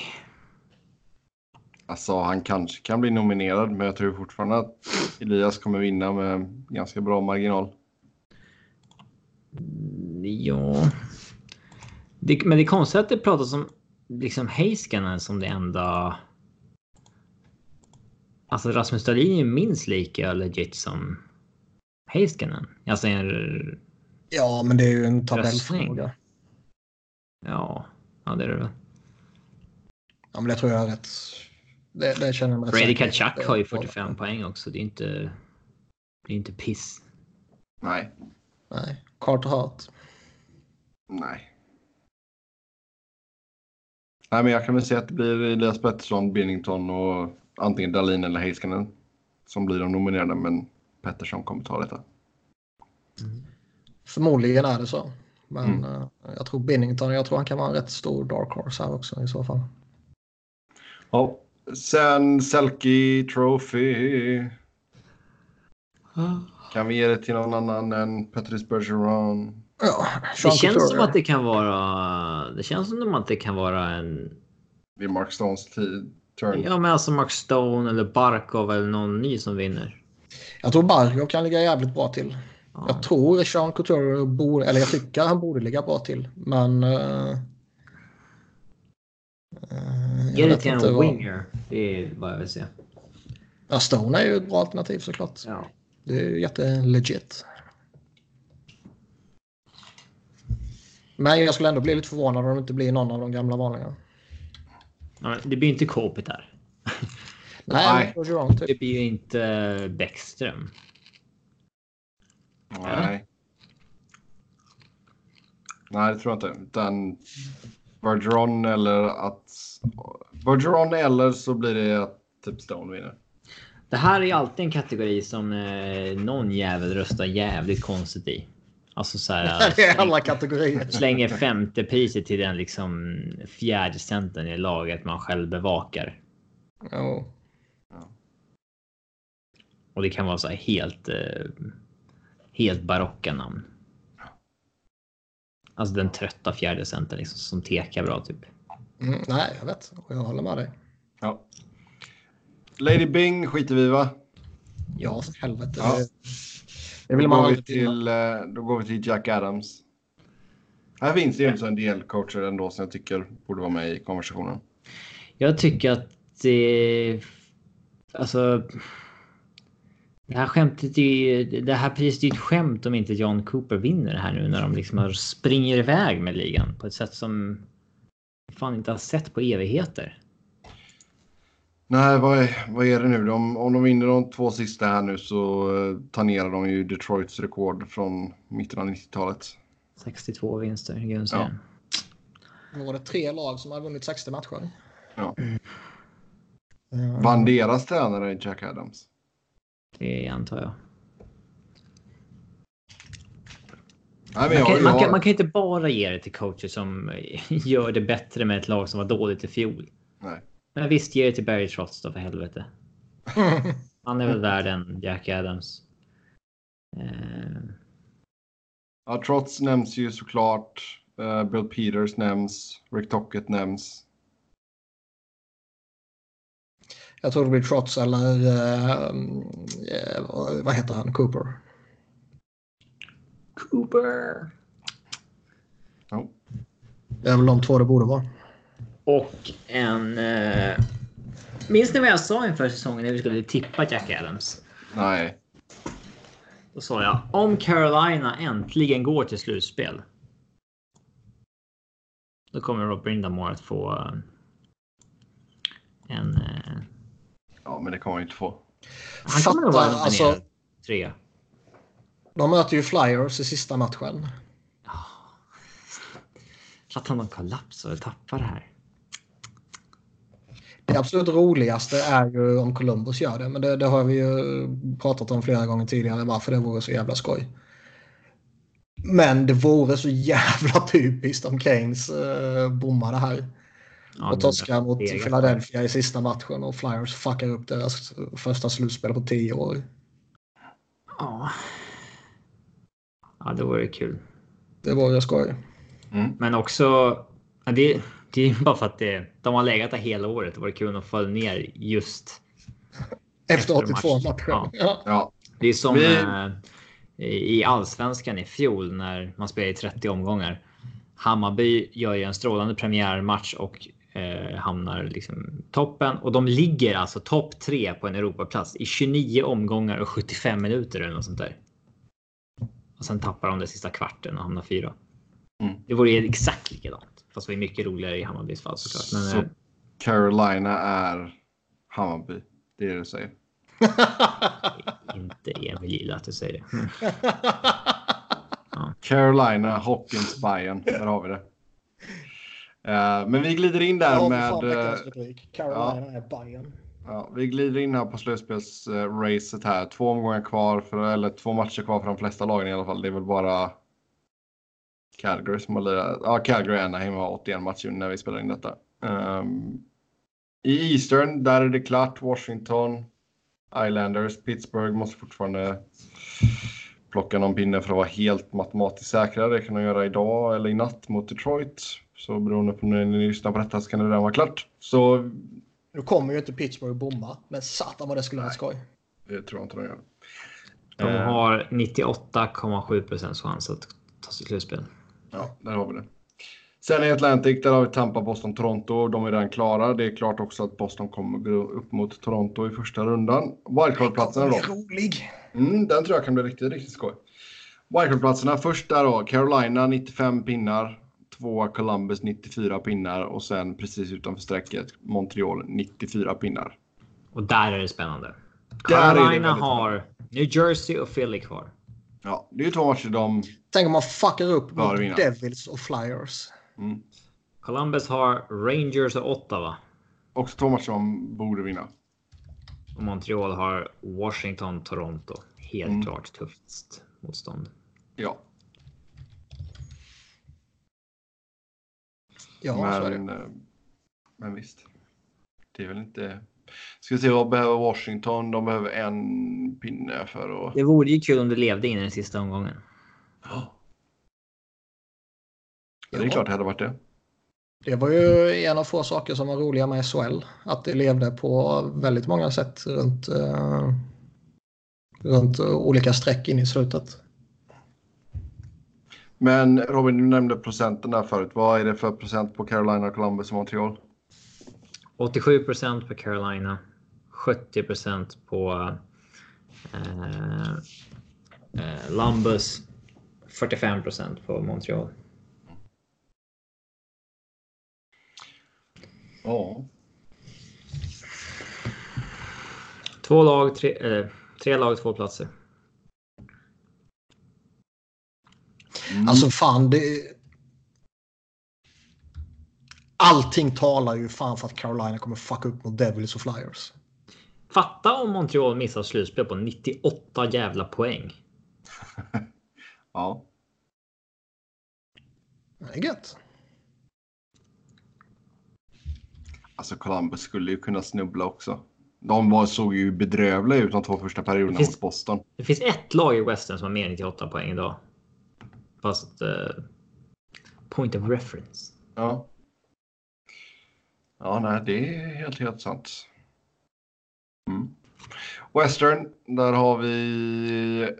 Alltså han kanske kan bli nominerad, men jag tror fortfarande att Elias kommer vinna med ganska bra marginal. Ja. Det, men det är konstigt att det pratas om liksom Heiskanen som det enda... Alltså Rasmus Dahlin är minst lika legit som Heiskanen. Alltså en... Ja, men det är ju en tabellfråga. Ja, ja det är det väl. Ja, men det tror jag är rätt. Det, det känner jag mig Brady Tkachuk har ju fyrtiofem poäng också. Det är inte, det är inte piss. Nej. Nej, Carter Hart. Nej. Nej, men jag kan väl säga att det blir Elias Pettersson, Binnington och antingen Dahlin eller Heiskanen som blir de nominerade, men Pettersson kommer ta detta. Mm. Förmodligen är det så. Men mm. uh, jag tror Binnington, jag tror han kan vara en rätt stor dark horse här också i så fall. Ja, sen Selke Trophy. Kan vi ge det till någon annan än Patrice Bergeron? Ja, det känns Couture. Som att det kan vara det känns som att det kan vara en det är Mark Stones turn. Ja, men alltså Mark Stone eller Barkov eller någon ny som vinner. Jag tror Barkov kan ligga jävligt bra till. Ja. Jag tror Sean Couture borde, eller jag tycker han borde ligga bra till, men uh, uh, ge det till en winger. Det är vad jag vill säga. Ja, Stone är ju ett bra alternativ såklart. Ja. Det är ju jättelegit. Men jag skulle ändå bli lite förvånad om det inte blir någon av de gamla vanliga. Ja, det blir inte Kopitar. Nej, Nej. Wrong, typ. Det blir ju inte Bäckström. Nej. Nej, det tror jag inte. Utan Bergeron eller att Bergeron eller så blir det att typ Stone vinner. Det här är alltid en kategori som eh, någon jävel röstar jävligt konstigt i. Alltså så här, det är alla kategorier. Slänger femte priset till den liksom fjärde centern i laget man själv bevakar. Oh. Och det kan vara så här helt eh, helt barocka namn. Alltså den trötta fjärde centern liksom, som tekar bra typ. Mm, nej, jag vet. Jag håller med dig. Ja. Lady Bing skiter vi va? Ja, för helvete. Ja. Det, det vill man då, går vi till, då går vi till Jack Adams. Här finns det ju en del coacher ändå som jag tycker borde vara med i konversationen. Jag tycker att det... Alltså... Det här skämtet är ju, det här priset är ett skämt om inte John Cooper vinner det här nu när de liksom springer iväg med ligan på ett sätt som fan inte har sett på evigheter. Nej, vad är, vad är det nu? De, om de vinner de två sista här nu så uh, tangerar de ju Detroits rekord från mitten av nittiotalet. sextiotvå vinster i grundserien. Ja. Nu var det tre lag som har vunnit sextio matcher. Ja. Mm. Vann deras tränare Jack Adams? Det antar jag. Nej, man, jag, kan, jag... Man, kan, man kan inte bara ge det till coacher som gör det bättre med ett lag som var dåligt i fjol. Nej. Men visst, ge det till Barry Trotz då för helvete. Han är väl värd en Jack Adams. Uh... Ja, Trotz nämns ju såklart. Uh, Bill Peters nämns. Rick Tocchet nämns. Jag tror det blir Trotz eller uh, uh, vad heter han? Cooper. Cooper. Ja. Det är väl de två det borde vara. Och en... Uh, minns ni vad jag sa inför säsongen när vi skulle tippa Jack Adams? Nej. Då sa jag, om Carolina äntligen går till slutspel. Då kommer Rob Brindamore att få uh, en... Uh, ja, men det kommer han inte få. Han kommer nog vara nominerad alltså, tre. De möter ju Flyers i sista matchen. Att han har kollaps och tappar det här. Det absolut roligaste är ju om Columbus gör det. Men det, det har vi ju pratat om flera gånger tidigare. Varför det vore så jävla skoj. Men det vore så jävla typiskt om Keynes eh, bommade här. Ja, och torskar mot det är Philadelphia i sista matchen och Flyers fuckar upp deras första slutspel på tio år. Ja. Ja, det vore kul. Det var jag skoj. Mm. Men också, ja, det, det är bara för att det, de har legat där hela året. Det var kul att följa ner just efter åttiotvå match. matcher. Ja. Ja. Ja. Det är som Vi... eh, i allsvenskan i fjol när man spelar i trettio omgångar. Hammarby gör ju en strålande premiärmatch och eh, hamnar liksom toppen. Och de ligger alltså topp tre på en Europaplats i tjugonio omgångar och sjuttiofem minuter eller något sånt där. Och sen tappar de den sista kvarten och hamnar fyra. Mm. Det vore ju exakt likadant. Fast det är mycket roligare i Hammarbys fall såklart. Men, Så eh, Carolina är Hammarby. Det är det du säger. inte Emil gillar att du säger det. Mm. Carolina, Hawkins, Bayern. Där har vi det. Uh, men vi glider in där Ja, med... fan, veckans Uh, rubrik. Carolina är Bayern. ja, vi glider in här på slutspelsracet här. Två omgångar kvar, för, eller två matcher kvar för de flesta lagen i alla fall. Det är väl bara Calgary som har lirat. Ja, Calgary och Anaheim har åttioen matcher när vi spelar in detta. Um, I Eastern, där är det klart. Washington, Islanders, Pittsburgh måste fortfarande plocka någon pinne för att vara helt matematiskt säkra. Det kan de göra idag eller i natt mot Detroit. Så beroende på när ni lyssnar på detta så kan det redan vara klart. Så... Nu kommer ju inte Pittsburgh bomma, men satan vad det skulle vara skoj. Det tror jag inte de gör. De har nittioåtta komma sju procent chans att ta sig slutspel. Ja, där har vi det. Sen i Atlantic, där har vi Tampa, Boston, Toronto. De är redan klara. Det är klart också att Boston kommer gå upp mot Toronto i första rundan. Wildcard-platserna då. Rolig. Mm, den tror jag kan bli riktigt, riktigt skoj. Wildcard-platserna, först där då. Carolina nittiofem pinnar. Tvåa Columbus nittiofyra pinnar. Och sen precis utanför strecket Montreal nittiofyra pinnar. Och där är det spännande. Där är det Carolina väldigt har New Jersey och Philly kvar. Ja, det är ju två matcher de... Tänk om man fuckar upp Bör mot vinna. Devils och Flyers. Mm. Columbus har Rangers och Ottawa. Också två matcher de borde vinna. Och Montreal har Washington, Toronto. Helt Mm. klart tufft motstånd. Ja. Ja, så är Men, det. eh, men visst. Det är väl inte... Ska vi se, vad behöver Washington? De behöver en pinne för att... Det vore ju kul om du levde in i den sista omgången. Ja. Det är Ja. klart det hade varit det. Det var ju en av få saker som var roliga med S H L. Att det levde på väldigt många sätt runt, uh, runt olika streck in i slutet. Men Robin, du nämnde procenten där förut. Vad är det för procent på Carolina, Columbus och Montreal? åttiosju procent på Carolina. sjuttio procent på eh, eh, Columbus. fyrtiofem procent på Montreal. Ja. Två lag, tre, eh, tre lag, två platser. Mm. Alltså fan, det... Allting talar ju fan för att Carolina kommer fucka upp mot Devils och Flyers. Fatta om Montreal missar slutspel på nittioåtta jävla poäng. Ja. Det är gött. Alltså Columbus skulle ju kunna snubbla också. De var, såg ju bedrövliga ut de två första perioderna Det finns- mot Boston. Det finns ett lag i Western som har mer än nittioåtta poäng idag. Fast eh, point of reference. Ja. Ja, nej, det är helt, helt sant. Mm. Western, där har vi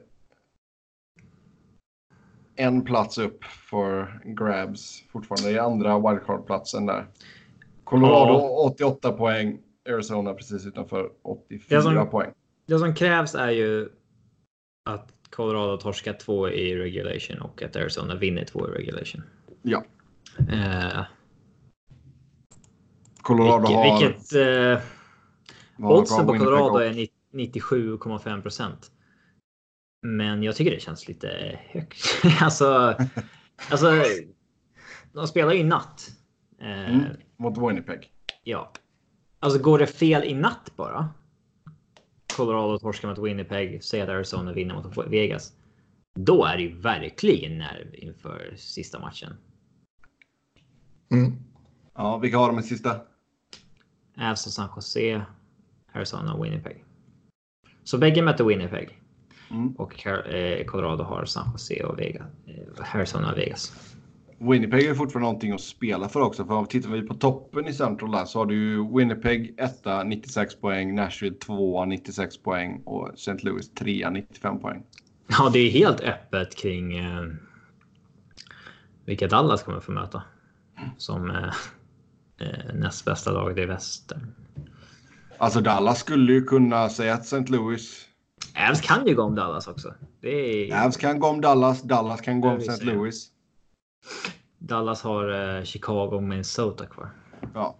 en plats upp för grabs fortfarande i andra wildcard-platsen där. Colorado Ja. åttioåtta poäng, Arizona precis utanför åttiofyra Det som- poäng. Det som krävs är ju att Colorado torskar två i regulation och att Arizona vinner två i regulation. Ja, Eh, Colorado vilket har... vilket eh, har oddsen på Winnipeg Colorado och- är nitt- nittiosju komma fem procent. Men jag tycker det känns lite högt. alltså, alltså, de spelar ju i natt. Eh, Mm, mot Winnipeg. Ja. Alltså går det fel i natt bara. Colorado torskar mot Winnipeg, säger att Arizona vinner mot Vegas. då är det ju verkligen nerv inför sista matchen. Mm. Ja, vilka har de i sista? Avs och San Jose, Arizona och Winnipeg. Så bägge möter Winnipeg. Mm. Och Colorado har San Jose och Vegas. Arizona och Vegas. Winnipeg är fortfarande någonting att spela för också. För om tittar vi på toppen i Central där så har du ju Winnipeg etta nittiosex poäng, Nashville tvåa nittiosex poäng och Saint Louis trea nittiofem poäng. Ja, det är helt öppet kring eh, vilka Dallas kommer få möta. Som eh, eh, näst bästa laget i västern. Alltså Dallas skulle ju kunna säga att Saint Louis... Avs kan ju gå om Dallas också. Det är... Avs kan gå om Dallas, Dallas kan gå om Saint Louis. Dallas har eh, Chicago och Minnesota kvar. Ja.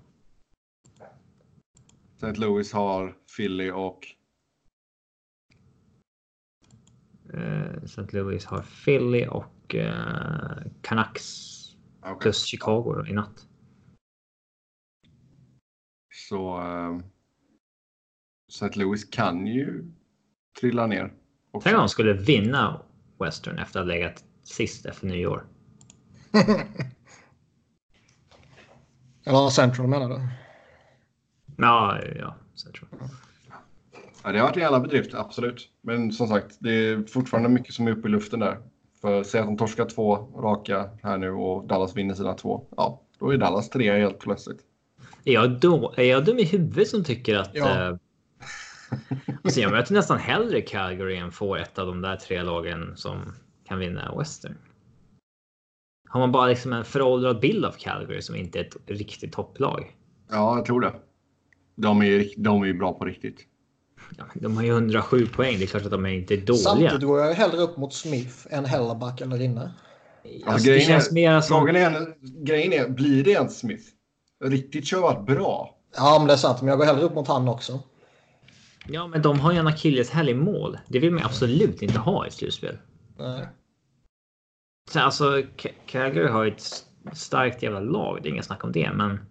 Saint Louis har Philly och... Eh, Saint Louis har Philly och eh, Canucks. Okay. Plus Chicago då, i natt. Så eh, Saint Louis kan ju trilla ner. Tänk om de skulle vinna Western efter att ha legat sist efter nyår. Eller Central menar du? Ja, ja, Central. Ja, det har varit en jävla bedrift, absolut. Men som sagt, det är fortfarande mycket som är uppe i luften där. För säg att de torskar två raka här nu och Dallas vinner sina två. Ja, då är Dallas tre helt plötsligt. Är jag, dum, är jag dum i huvudet som tycker att... Ja. Eh, alltså jag möter nästan hellre Calgary än får ett av de där tre lagen som kan vinna Western. Har man bara liksom en föråldrad bild av Calgary som inte är ett riktigt topplag? Ja, jag tror det. De är, de är bra på riktigt. Ja, de har ju hundrasju poäng. Det är klart att de är inte dåliga. Samtidigt går jag hellre upp mot Smith än Hellerback eller Rinne. Alltså, det känns är, mer som... Frågan är, grejen är, blir det en Smith? Riktigt kör varit bra. Ja, men det är sant. Men jag går hellre upp mot han också. Ja, men de har ju en akilleshäl i mål. Det vill man absolut inte ha i ett slutspel. Nej. Så alltså, Calgary har ett starkt jävla lag. Det är inga snack om det, men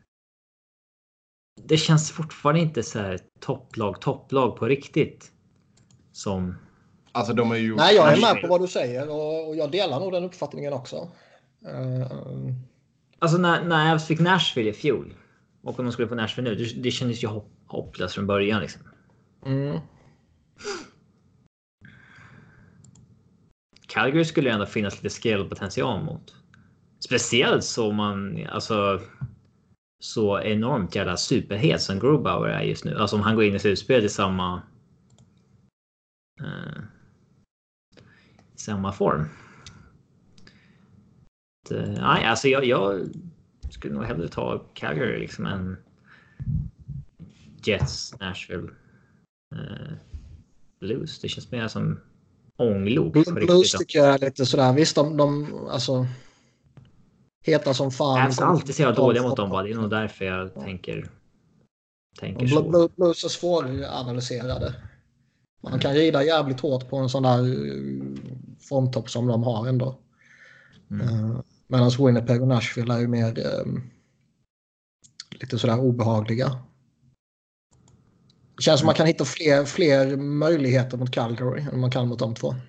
det känns fortfarande inte så här topplag, topplag på riktigt. Som... Alltså de är ju... Nej, jag är med på vad du säger och jag delar nog den uppfattningen också. Uh... Alltså när, när Avs fick Nashville i fjol och om de skulle få Nashville nu, det, det kändes ju hopp, hopplöst från början liksom. Mm. Calgary skulle ändå finnas lite scale-potential mot. Speciellt så man, alltså så enormt jävla superhet som Grubauer är just nu. Alltså om han går in i slutspel i samma eh, samma form. Det, nej, alltså jag, jag skulle nog hellre ta Calgary liksom än Jets, Nashville, eh, Blues. Det känns mer som ånglok. Blues tycker jag är lite sådär. Visst, de, de alltså heta som fan. Jag ska alltid säga dåliga mot dem bara. Det är nog därför jag ja. tänker tänker Bl- så. Bl- Blues är svåranalyserade. Man mm. kan rida jävligt hårt på en sån där formtopp som de har ändå. Mm. Uh, medan Winnipeg och Nashville är ju mer um, lite sådär obehagliga. Det känns som man kan hitta fler, fler möjligheter mot Calgary än man kan mot de två.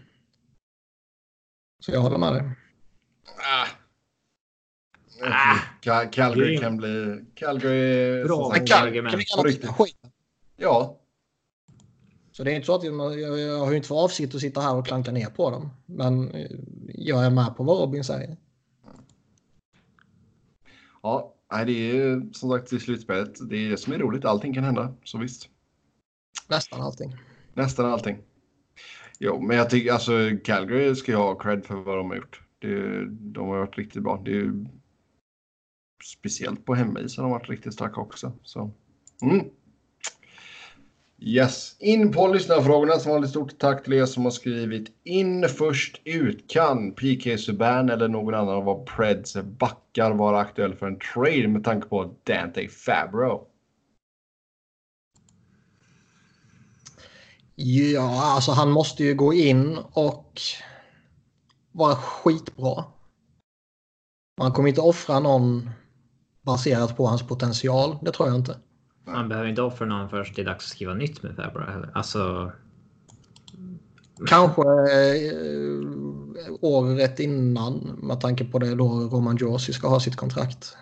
Så jag håller med dig. Ah. Ah. Cal- Calgary kan bli... Calgary... Bra kan, kan vi gärna riktigt skit. Ja. Så det är inte så att jag, jag, jag har ju inte för avsikt att sitta här och klanka ner på dem. Men jag är med på vad Robin säger. Ja, det är som sagt i slutspelet. Det är det som är roligt. Allting kan hända, så visst. Nästan allting. Nästan allting. Jo, men jag tycker alltså Calgary ska jag ha cred för vad de har gjort. Det, de har varit riktigt bra. Det är ju speciellt på hemmis har de varit riktigt starka också. Så. Mm. Yes. In på lyssnarfrågorna som var ett stort tack till er som har skrivit in först ut. Kan P K Subban eller någon annan av vad Preds backar vara aktuell för en trade med tanke på Dante Fabro? Ja, alltså han måste ju gå in och vara skitbra. Man kommer inte offra någon baserat på hans potential, det tror jag inte. Man behöver inte offra någon först, det är dags att skriva nytt med Fabro heller. Alltså Kanske eh, året innan med tanke på det då Roman Josi ska ha sitt kontrakt.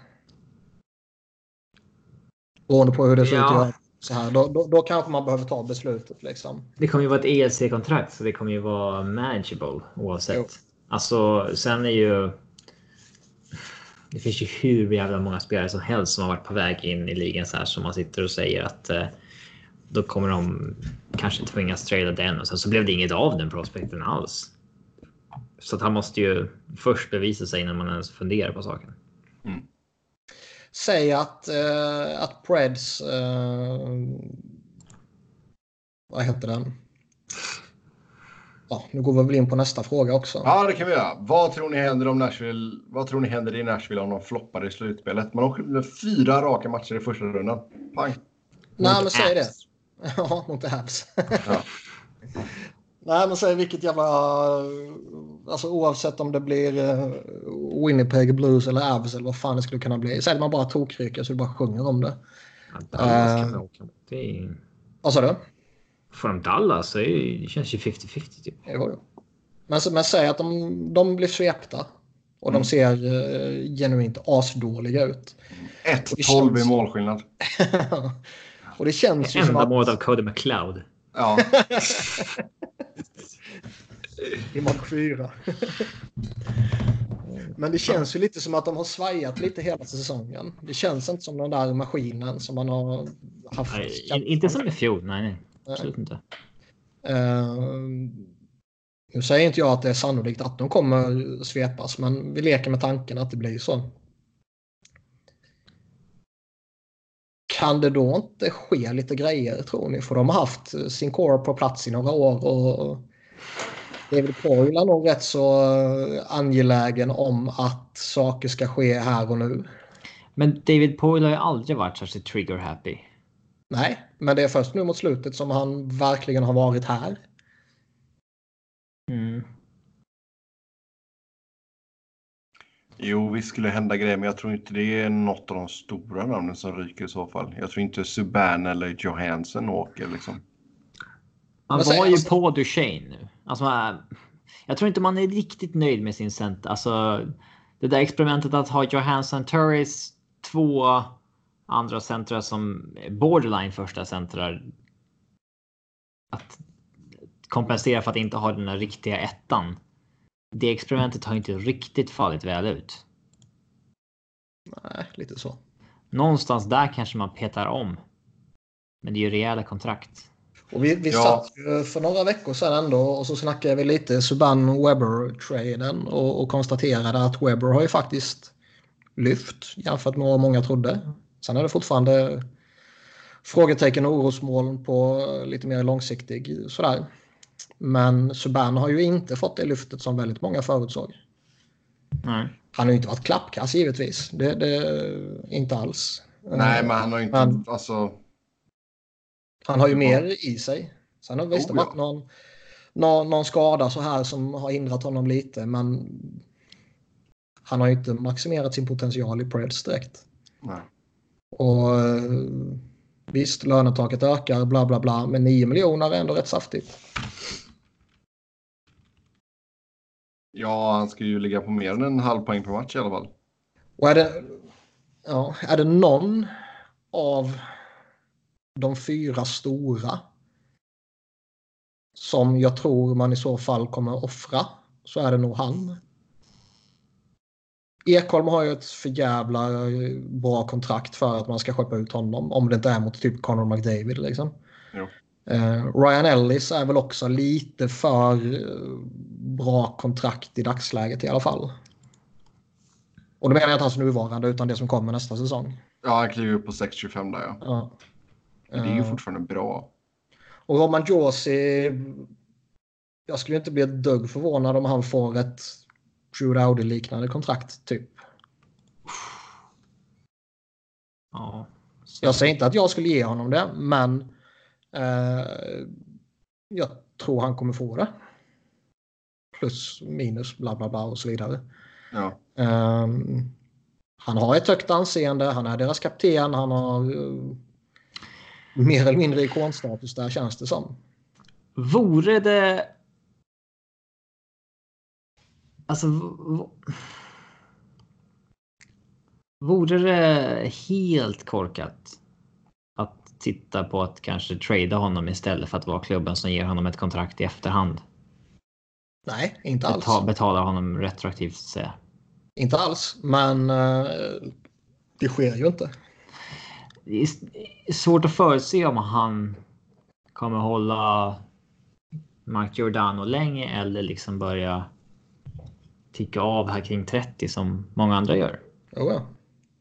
Beroende på hur det ser Ja. ut så här. Då, då, då kanske man behöver ta beslutet liksom. Det kommer ju vara ett E L C-kontrakt så det kommer ju vara manageable oavsett. Jo. Alltså sen är ju det finns ju hur jävla många spelare som helst som har varit på väg in i ligan så här som man sitter och säger att eh, då kommer de kanske tvingas trada den och så, så blev det inget av den prospekten alls. Så att han måste ju först bevisa sig innan man ens funderar på saken. Mm. Säg att, eh, att Preds eh, vad heter den? Ja, nu går vi väl in på nästa fråga också. Ja, det kan vi göra. Vad tror ni händer om Nashville? Vad tror ni händer i Nashville om de floppar i slutspelet? Man åker med fyra raka matcher i första rundan. Pang. Nej, men säg det. Ja, mot Habs. Ja. Nej, men säg vilket jävla... Alltså oavsett om det blir uh, Winnipeg Blues eller Avs eller vad fan det skulle kunna bli. Säg man bara tokrycker så du bara sjunger om det. Ja, Dallas kan uh, åka. Det är... Vad sa du? För Dallas så är det, det känns ju femtio femtio typ. Jo, jo. Men, men säg att de, de blir svepta. Och mm. de ser uh, genuint asdåliga ut. ett tolv känns... i målskillnad. Och det känns ju enda som att... målet av Cody McLeod. Ja. I match fyra. Men det känns ju lite som att de har svajat lite hela säsongen. Det känns inte som den där maskinen som man har haft. Nej, inte som i fjol, nej, nej. Absolut inte. Uh, nu säger inte jag att det är sannolikt att de kommer svepas, men vi leker med tanken att det blir så. Kan det då inte ske lite grejer, tror ni? För de har haft sin core på plats i några år och David Poyle är nog rätt så angelägen om att saker ska ske här och nu. Men David Poyle har ju aldrig varit särskilt trigger happy. Nej, men det är först nu mot slutet som han verkligen har varit här. Mm. Jo, visst skulle hända grejer, men jag tror inte det är något av de stora namnen som ryker i så fall. Jag tror inte Subban eller Johansson åker liksom. Han var ju på Duchene nu. Alltså, jag tror inte man är riktigt nöjd med sin center. Alltså, det där experimentet att ha Johansson, Turris, två andra centrar som borderline första centrar. Att kompensera för att inte ha den där riktiga ettan. Det experimentet har inte riktigt fallit väl ut. Nej, lite så. Någonstans där kanske man petar om. Men det är ju rejäla kontrakt. Och vi, vi ja. satt för några veckor sedan ändå och så snackade vi lite Subban-Weber-traden och, och konstaterade att Weber har ju faktiskt lyft jämfört med vad många trodde. Sen är det fortfarande frågetecken och orosmoln på lite mer långsiktig sådär. Men Subban har ju inte fått det lyftet som väldigt många förutsåg. Nej. Han har ju inte varit klappkass givetvis. Det, det inte alls. Nej, men han har ju inte... Men, alltså... Han har ju mer i sig. Sen har det visst oh, varit ja. någon, någon, någon skada så här som har hindrat honom lite. Men han har ju inte maximerat sin potential i Preds direkt. Nej. Och visst, lönetaket ökar, bla bla bla. Men nio miljoner är ändå rätt saftigt. Ja, han ska ju ligga på mer än en halv poäng per match i alla fall. Och är det, ja, är det någon av de fyra stora som jag tror man i så fall kommer offra, så är det nog han. Ekholm har ju ett för jävla bra kontrakt för att man ska skeppa ut honom, om det inte är mot typ Connor McDavid liksom. Jo. Uh, Ryan Ellis är väl också lite för uh, bra kontrakt i dagsläget i alla fall. Och då menar jag inte hans nuvarande utan det som kommer nästa säsong. Ja, han kliver upp på sex tjugofem där, ja. ja. Men det är ju fortfarande bra. Och Roman Josi, jag skulle inte bli ett dugg förvånad om han får ett Drew Doughty-liknande kontrakt typ. Ja. Jag säger inte att jag skulle ge honom det, men eh, jag tror han kommer få det. Plus, minus, bla bla bla och så vidare. Ja. Um, han har ett högt anseende, han är deras kapten, han har uh, mer eller mindre ikonstatus där, känns det som. Vore det Alltså, v- v- vore det helt korkat att titta på att kanske trada honom istället för att vara klubben som ger honom ett kontrakt i efterhand? Nej, inte alls. Beta- betala honom retroaktivt så att säga. Inte alls, men uh, det sker ju inte. Det är svårt att förutse om han kommer hålla Mark Giordano länge eller liksom börja ticka av här kring trettio som många andra gör. Oh, ja.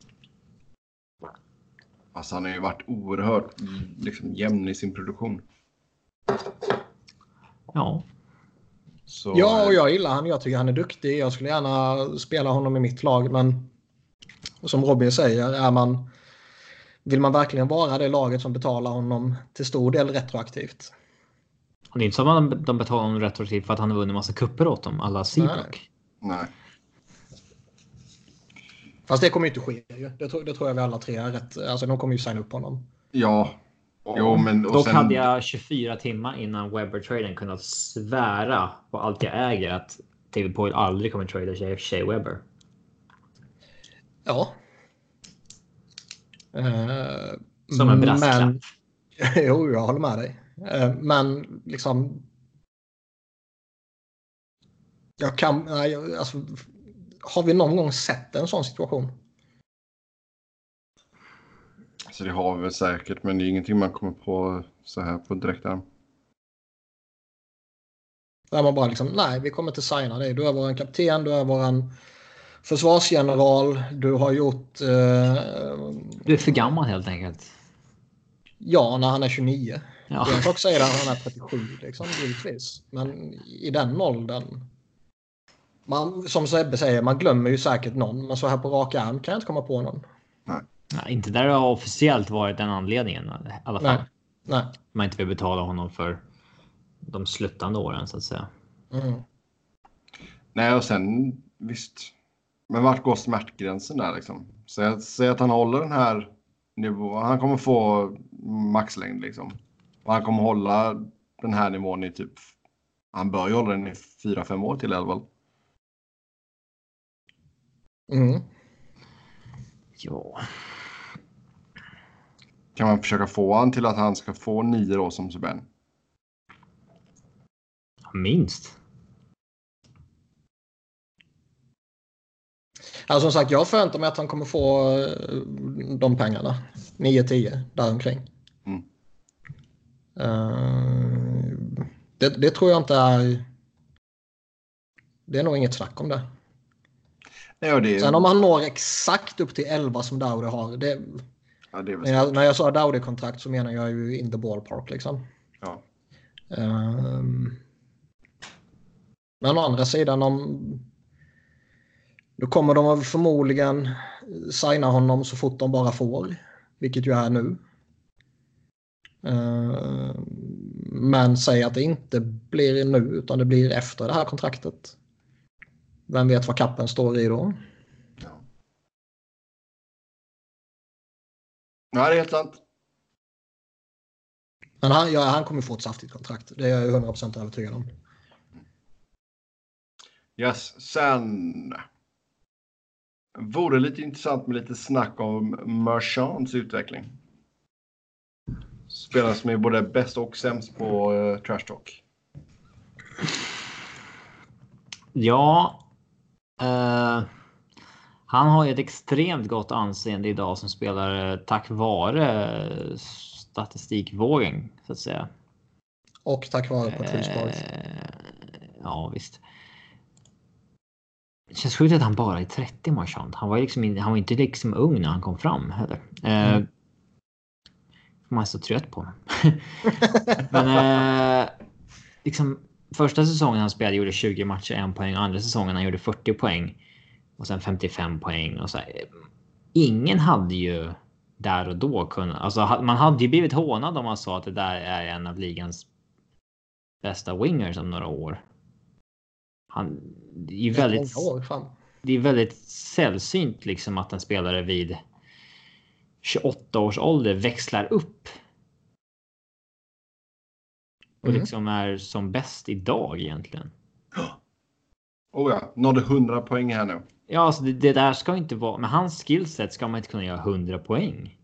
Alltså han har ju varit oerhört liksom, jämn i sin produktion. Ja. Så, Ja, och jag gillar han. Jag tycker han är duktig. Jag skulle gärna spela honom i mitt lag, men som Robin säger, är man, vill man verkligen vara det laget som betalar honom till stor del retroaktivt? Det är inte som att de betalar honom retroaktivt för att han har vunnit massa kupper åt dem, alla Seabrook. Nej. Fast det kommer ju inte ske. Det tror, det tror jag vi alla tre är rätt. Alltså de kommer ju signa upp honom. Ja. Jo, men, och Dock sen... hade jag tjugofyra timmar innan Webber-traden kunnat svära på allt jag äger att David Poyle aldrig kommer trada Shea, Shea Webber. Ja. Uh, Som en brasklapp. Men... jo, jag håller med dig. Uh, men liksom... Jag kan... Nej, alltså... Har vi någon gång sett en sån situation? Så det har vi väl säkert, men det är ingenting man kommer på så här på direktarm. Där man bara liksom, nej, vi kommer inte signa dig. Du är våran kapten, du är våran försvarsgeneral. Du har gjort... Uh... Du är för gammal helt enkelt. Ja, när han är tjugonio. Ja. Det är en sak att säga att han är trettiosju, liksom, givetvis. Men i den åldern... Man, som Sebbe säger, man glömmer ju säkert någon. Men så här på raka arm kan jag inte komma på någon. Nej. Nej, inte där det har officiellt varit den anledningen i alla fall. Nej. Nej. Man inte vill betala honom för de slutande åren så att säga. Mm. Nej, och sen visst. Men vart går smärtgränsen där liksom? Säg, säg att han håller den här nivån. Han kommer få maxlängd liksom. Och han kommer hålla den här nivån i typ... Han bör ju hålla den i fyra fem år till i alla fall. Mm. Ja. Kan man försöka få han till att han ska få nio år som Subban? Minst. Alltså som sagt, jag förväntar mig att han kommer få de pengarna. nio tio, däromkring. Mm. Uh, det, det tror jag inte är... Det är nog inget snack om det. Ja, det är... Sen om han når exakt upp till elva som Dowdy har. Det... Ja, det är väl när, jag, när jag sa Dowdy-kontrakt så menar jag ju in the ballpark liksom. Ja. Um... Men å andra sidan om... Då kommer de förmodligen signa honom så fort de bara får. Vilket ju är nu. Uh, men säg att det inte blir nu utan det blir efter det här kontraktet. Vem vet vad kappen står i då? Ja, ja det är helt sant. Men han, ja, han kommer få ett saftigt kontrakt. Det är jag hundra procent övertygad om. Yes, sen... Vore lite intressant med lite snack om Marchands utveckling. Spelare som är både bäst och sämst på uh, trash talk. Ja. Uh, han har ju ett extremt gott anseende idag som spelare tack vare statistikvågen så att säga. Och tack vare Patrice uh, Ja, visst. Det känns sjukt att han bara är trettio Marchand. Han var liksom in, han var inte liksom ung när han kom fram heller. Mm. Uh, man är så trött på honom. Men uh, liksom första säsongen han spelade gjorde tjugo matcher, en poäng. Andra säsongen han gjorde fyrtio poäng. Och sen femtiofem poäng. Och så här. Ingen hade ju där och då kunnat... Alltså man hade ju blivit hånad om man sa att det där är en av ligans bästa wingers om några år. Han, det är ju väldigt... Det är väldigt sällsynt liksom att en spelare vid tjugoåtta års ålder växlar upp. Och liksom är som bäst idag egentligen. Oh ja, nådde hundra poäng här nu. Ja, alltså det, det där ska inte vara... Med hans skillset ska man inte kunna göra hundra poäng.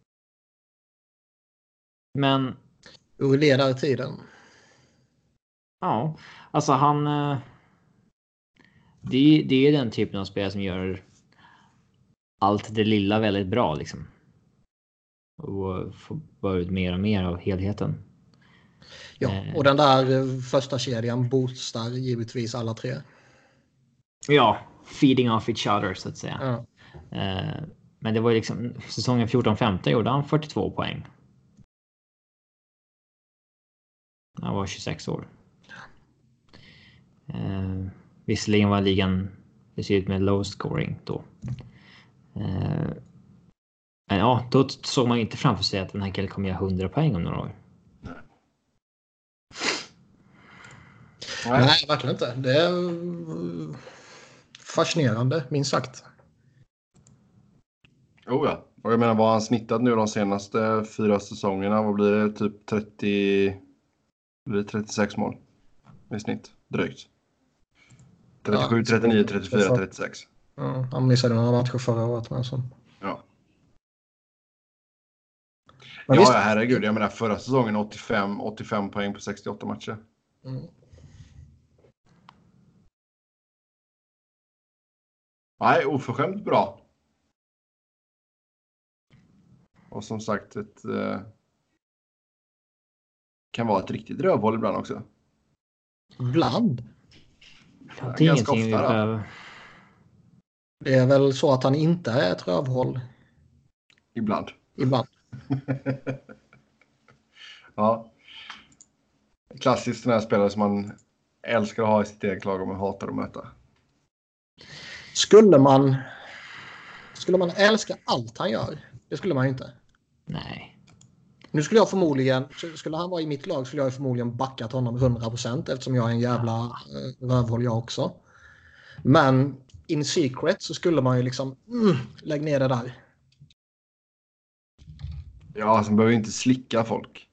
Men... Ur ledartiden. Ja, alltså han... eh, Det, det är den typen av spel som gör allt det lilla väldigt bra liksom. Och får bara ut mer och mer av helheten. Ja, Eh. och den där eh, första kedjan boostar givetvis alla tre. Ja, feeding off each other så att säga. Ja. Eh, men det var ju liksom säsongen fjorton femton gjorde han fyrtiotvå poäng. Han var tjugosex år. Eh, visserligen var ligan det ser ut med low scoring då. Eh, men ja, då såg man inte framför sig att den här killen kommer göra hundra poäng om några år. Nej. Nej, verkligen inte. Det är eh, fascinerande, minst sagt. Oh ja. Och jag menar, vad har han snittat nu de senaste fyra säsongerna? Vad blir det? Typ trettio... Blir det trettiosex mål i snitt? Drygt. trettiosju, trettionio, trettiofyra, trettiosex. Ja, han missade några matcher förra året. Men så. Ja. Men Ja, visst, ja, herregud. Jag menar, förra säsongen åttiofem, åttiofem poäng på sextioåtta matcher. mm. Nej, oförskämt bra. Och som sagt, ett... Eh, kan vara ett riktigt rövhål ibland också. Ibland. Ja, det är ganska ingenting vi ofta, då. behöver. Det är väl så att han inte är ett rövhål Ibland. ibland. Ja. Klassiskt sådana här spelare som man älskar att ha i sitt eget lag och man hatar att möta. Skulle man skulle man älska allt han gör? Det skulle man ju inte. Nej. Nu skulle jag förmodligen, skulle han vara i mitt lag skulle jag förmodligen backat honom hundra procent eftersom jag är en jävla eh, rövhål jag också. Men in secret så skulle man ju liksom mm, lägg ner det där. Ja, alltså man behöver inte slicka folk.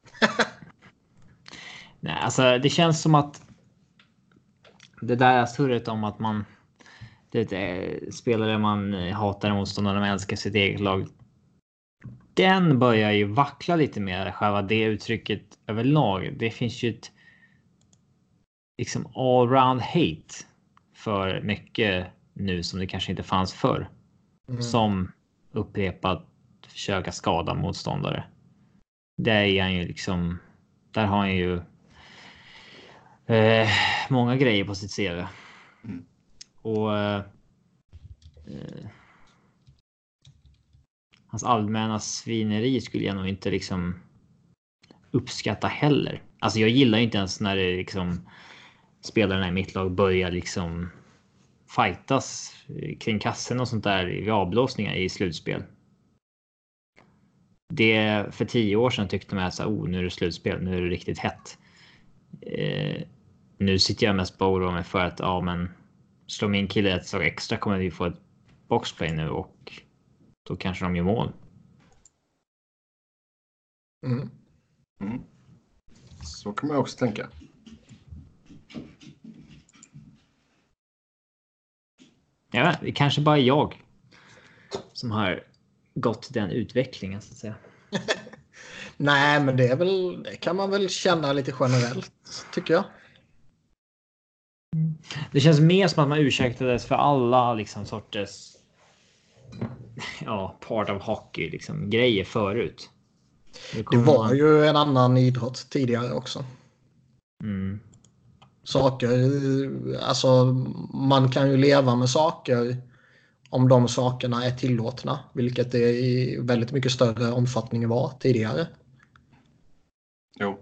Nej, alltså det känns som att det där är surret om att man det är spelare man hatar motståndare, man älskar sitt eget lag. Den börjar ju vackla lite mer, själva det uttrycket överlag. Det finns ju ett liksom all-round hate för mycket nu som det kanske inte fanns förr. Mm. Som upprepat försöka skada motståndare. Det är han ju liksom, där har han ju eh, många grejer på sitt C V. Mm. Och eh, eh, hans allmänna svineri skulle jag nog inte liksom uppskatta heller. Alltså jag gillar inte ens när det liksom spelarna i mitt lag börjar liksom fightas kring kassen och sånt där vid avblåsningar i slutspel. Det för tio år sedan tyckte man att så, oh, nu är det slutspel, nu är det riktigt hett. Eh, nu sitter jag mest på oro mig för att ja, men slår min kille ett slag extra kommer vi få ett boxplay nu och då kanske de gör mål. Mm. Mm. Så kan man också tänka. Ja, det kanske bara är jag som har gått den utvecklingen så att säga. Nej, men det är väl det kan man väl känna lite generellt tycker jag. Det känns mer som att man ursäktades för alla liksom sorters ja, part of hockey liksom grejer förut. Det, Det var man... ju en annan idrott tidigare också. Mm. Saker, alltså man kan ju leva med saker om de sakerna är tillåtna, vilket det i väldigt mycket större omfattning var tidigare. Jo.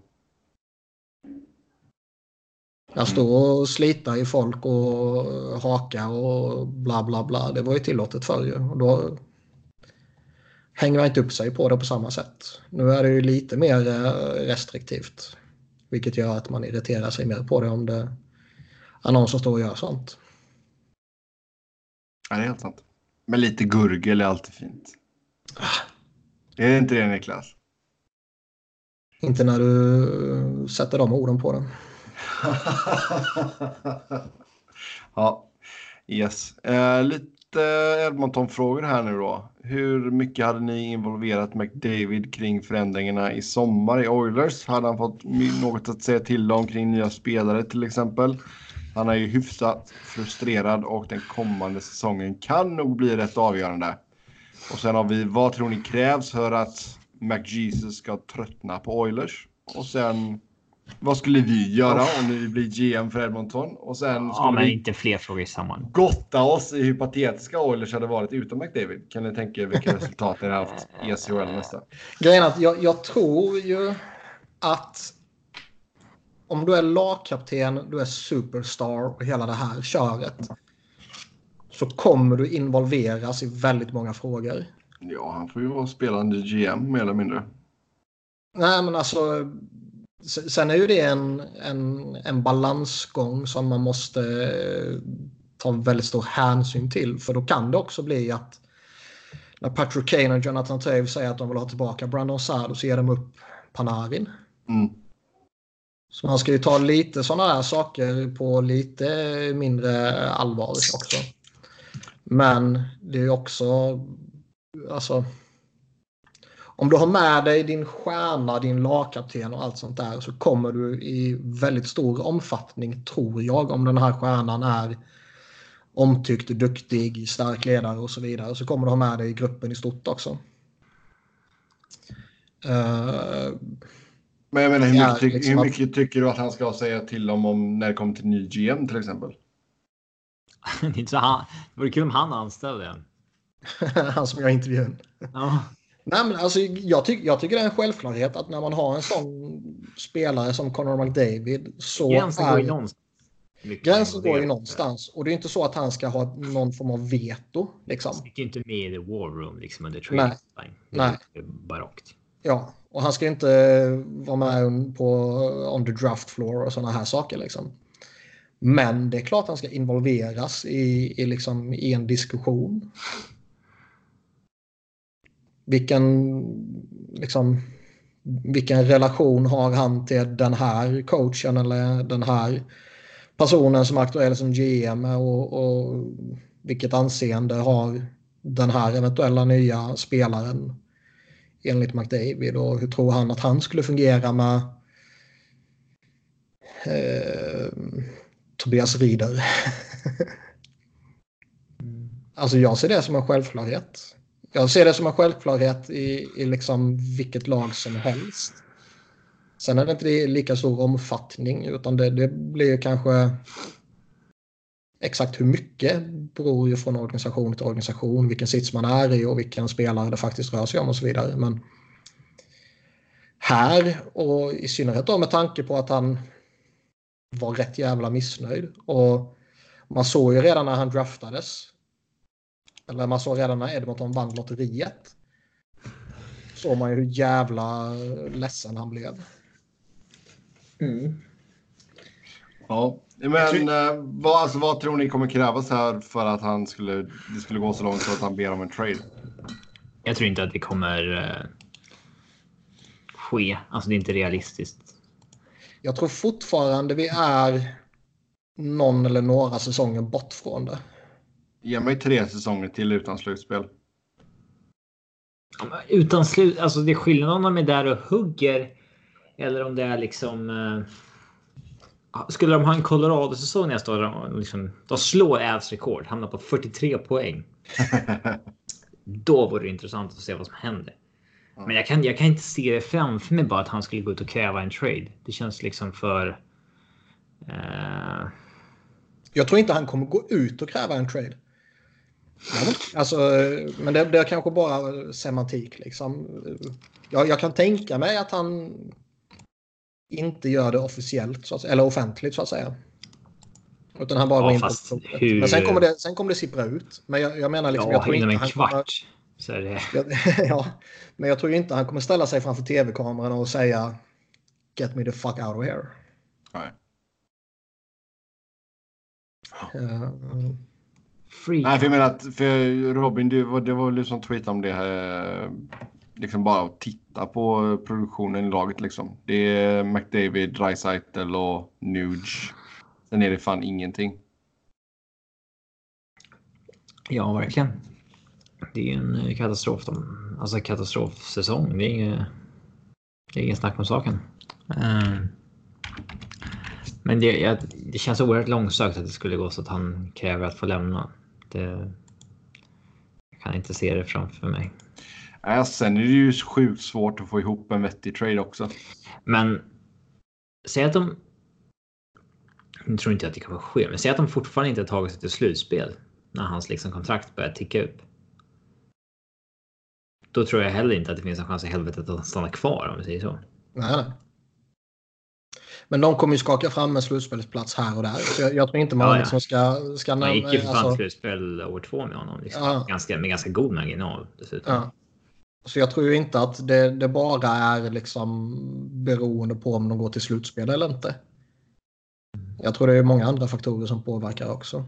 Jag står och slita i folk och haka och bla bla bla. Det var ju tillåtet förr ju. Och då hänger man inte upp sig på det på samma sätt. Nu är det ju lite mer restriktivt. Vilket gör att man irriterar sig mer på det om det är någon som står och gör sånt. Ja, det är helt sant. Men lite gurgel är alltid fint. Är det inte det, Niklas? Inte när du sätter de orden på den. Ja, yes. Eh, lite Edmonton-frågor här nu då. Hur mycket hade ni involverat McDavid kring förändringarna i sommar i Oilers? Hade han fått något att säga till om kring nya spelare till exempel? Han är ju hyfsat frustrerad och den kommande säsongen kan nog bli rätt avgörande. Och sen har vi, vad tror ni krävs för att McJesus ska tröttna på Oilers? Och sen, vad skulle vi göra om ni blir G M för Edmonton? Och sen skulle ja, men vi inte fler frågor i samman. gotta oss i hur patetiska Oilers hade varit utan McDavid. Kan ni tänka er vilka resultat ni har haft i S H L nästa? Grejen är att jag, jag tror ju att om du är lagkapten, du är superstar och hela det här köret, så kommer du involveras i väldigt många frågor. Ja, han får ju vara spelande G M mer eller mindre. Nej, men alltså sen är ju det en, en, en balansgång som man måste ta väldigt stor hänsyn till. För då kan det också bli att när Patrick Kane och Jonathan Toews säger att de vill ha tillbaka Brandon Saad, så ger de upp Panarin. Mm. Så man ska ju ta lite sådana här saker på lite mindre allvar också. Men det är ju också, alltså, om du har med dig din stjärna, din lagkapten och allt sånt där, så kommer du i väldigt stor omfattning, tror jag, om den här stjärnan är omtyckt, duktig, stark ledare och så vidare, så kommer du ha med dig gruppen i stort också. Uh, Men jag menar, hur mycket, ty- liksom hur mycket tycker du att han ska säga till om, om när det kommer till ny G M till exempel? Det är inte så han, det vore kul om han anställde en. Han som jag intervjuade. Ja. Nej, men alltså, jag, ty- jag tycker det är en självklarhet att när man har en sån spelare som Connor McDavid, så gränsen är... går ju någonstans. Gränsen går ju någonstans. Och det är inte så att han ska ha någon form av veto. Liksom. Han sticker inte med i the war room liksom under Nej. trade. Nej. Det är barockt. Ja, och han ska inte vara med på on the draft floor och sådana här saker. Liksom. Men det är klart att han ska involveras i, i, liksom, i en diskussion. Vilken, liksom, vilken relation har han till den här coachen eller den här personen som är aktuell som G M, och, och vilket anseende har den här eventuella nya spelaren enligt McDavid, och hur tror han att han skulle fungera med eh, Tobias Rieder. Alltså jag ser det som en självklarhet. Jag ser det som en självklarhet i, i liksom vilket lag som helst. Sen är det inte lika stor omfattning, utan det, det blir ju kanske exakt hur mycket beror ju från organisation till organisation, vilken sits man är i och vilken spelare det faktiskt rör sig om och så vidare. Men här, och i synnerhet då med tanke på att han var rätt jävla missnöjd, och man såg ju redan när han draftades, eller man såg redan när Edmonton vann lotteriet, såg man ju hur jävla ledsen han blev. Mm. Ja, men tror... eh, vad, alltså, vad tror ni kommer krävas här för att han skulle, det skulle gå så långt så att han ber om en trade? Jag tror inte att det kommer eh, ske. Alltså det är inte realistiskt. Jag tror fortfarande vi är någon eller några säsonger bort från det. Ge mig tre säsonger till utan slutspel. Utan slut, alltså det är skillnad om de är där och hugger, eller om det är liksom eh, skulle de ha en Colorado-säsong nästa år, liksom, då slår Avs rekord, hamnar på fyrtiotre poäng. Då vore det intressant att se vad som händer. Men jag kan, jag kan inte se det framför mig bara att han skulle gå ut och kräva en trade. Det känns liksom för eh... Jag tror inte han kommer gå ut och kräva en trade. Alltså, men det, det är kanske bara semantik liksom. Jag, jag kan tänka mig att han inte gör det officiellt så att, eller offentligt så att säga. Utan han bara ja, går in fast på hur... Men sen kommer det sen kommer det sippra ut. Men jag, jag menar liksom ja, jag tror inom inte en han kvart. Kommer, så är det. ja, men jag tror inte han kommer ställa sig framför tv-kameran och säga get me the fuck out of here. Nej. Uh, Free. Nej, för jag menar att för Robin, det var, det var liksom tweet om det här, liksom bara att titta på produktionen i laget liksom. Det är McDavid, Draisaitl och Nuge. Sen är det fan ingenting. Ja, verkligen. Det är ju en katastrof. Alltså katastrofsäsong. Det är inget, det är ingen snack om saken. Um, men det, jag, det känns oerhört långsökt att det skulle gå så att han kräver att få lämna. Det, jag kan inte se det framför mig. Äh, sen är det ju sjukt svårt att få ihop en vettig trade också. Men säg att de... Jag tror inte att det kan ske. Men säg att de fortfarande inte har tagit sig till slutspel. När hans liksom kontrakt börjar ticka upp. Då tror jag heller inte att det finns en chans i helvetet att stanna kvar, om vi säger så. Nej, nej. Men de kommer ju skaka fram en slutspelsplats här och där. Så jag, jag tror inte man ja, ja. liksom ska... ska man gick ju för alltså... slutspel år två med honom. Liksom. Ja. Ganska, med ganska god marginal dessutom. Ja. Så jag tror ju inte att det, det bara är liksom beroende på om de går till slutspel eller inte. Jag tror det är många andra faktorer som påverkar också.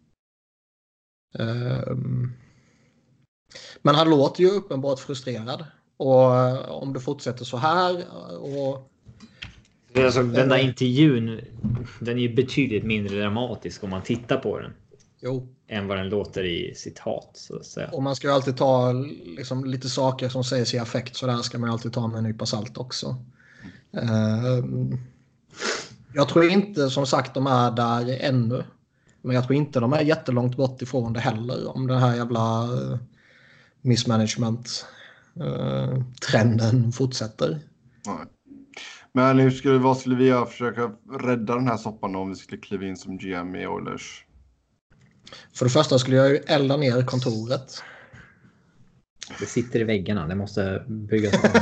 Um... Men han låter ju uppenbart frustrerad. Och om det fortsätter så här och... Alltså, den där intervjun, den är ju betydligt mindre dramatisk om man tittar på den. Jo. Än vad den låter i citat, så att säga. Och man ska ju alltid ta liksom, lite saker som sägs i affekt, så där ska man alltid ta med en nypa salt också. Uh, jag tror inte, som sagt, de är där ännu. Men jag tror inte de är jättelångt bort ifrån det heller. Om den här jävla uh, missmanagement uh, trenden fortsätter. Nej. Men hur skulle, vad skulle vi göra? Försöka rädda den här soppan om vi skulle kliva in som G M i Oilers? För det första skulle jag ju elda ner kontoret. Det sitter i väggarna. Det måste byggas om.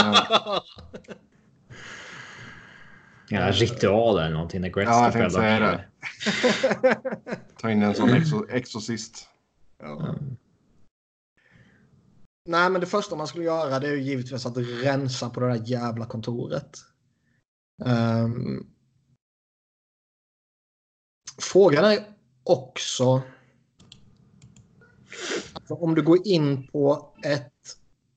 Ja, ritual eller någonting. När Gretzky ja, jag tänkte säga det. Ta in en sån exo- exorcist. Ja. Mm. Nej, men det första man skulle göra, det är ju givetvis att rensa på det där jävla kontoret. Um, frågan är också alltså, om du går in på ett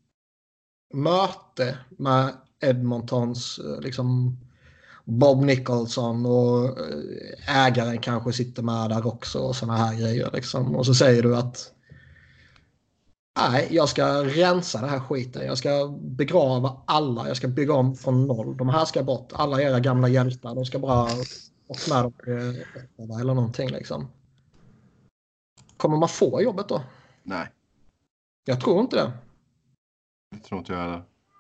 möte med Edmontons liksom Bob Nicholson och ägaren kanske sitter med där också och såna här grejer liksom. Och så säger du att nej, jag ska rensa det här skiten. Jag ska begrava alla. Jag ska bygga om från noll. De här ska bort. Alla era gamla hjältar. De ska bara bort med dem eller någonting liksom. Kommer man få jobbet då? Nej. Jag tror inte det. Jag tror inte jag heller.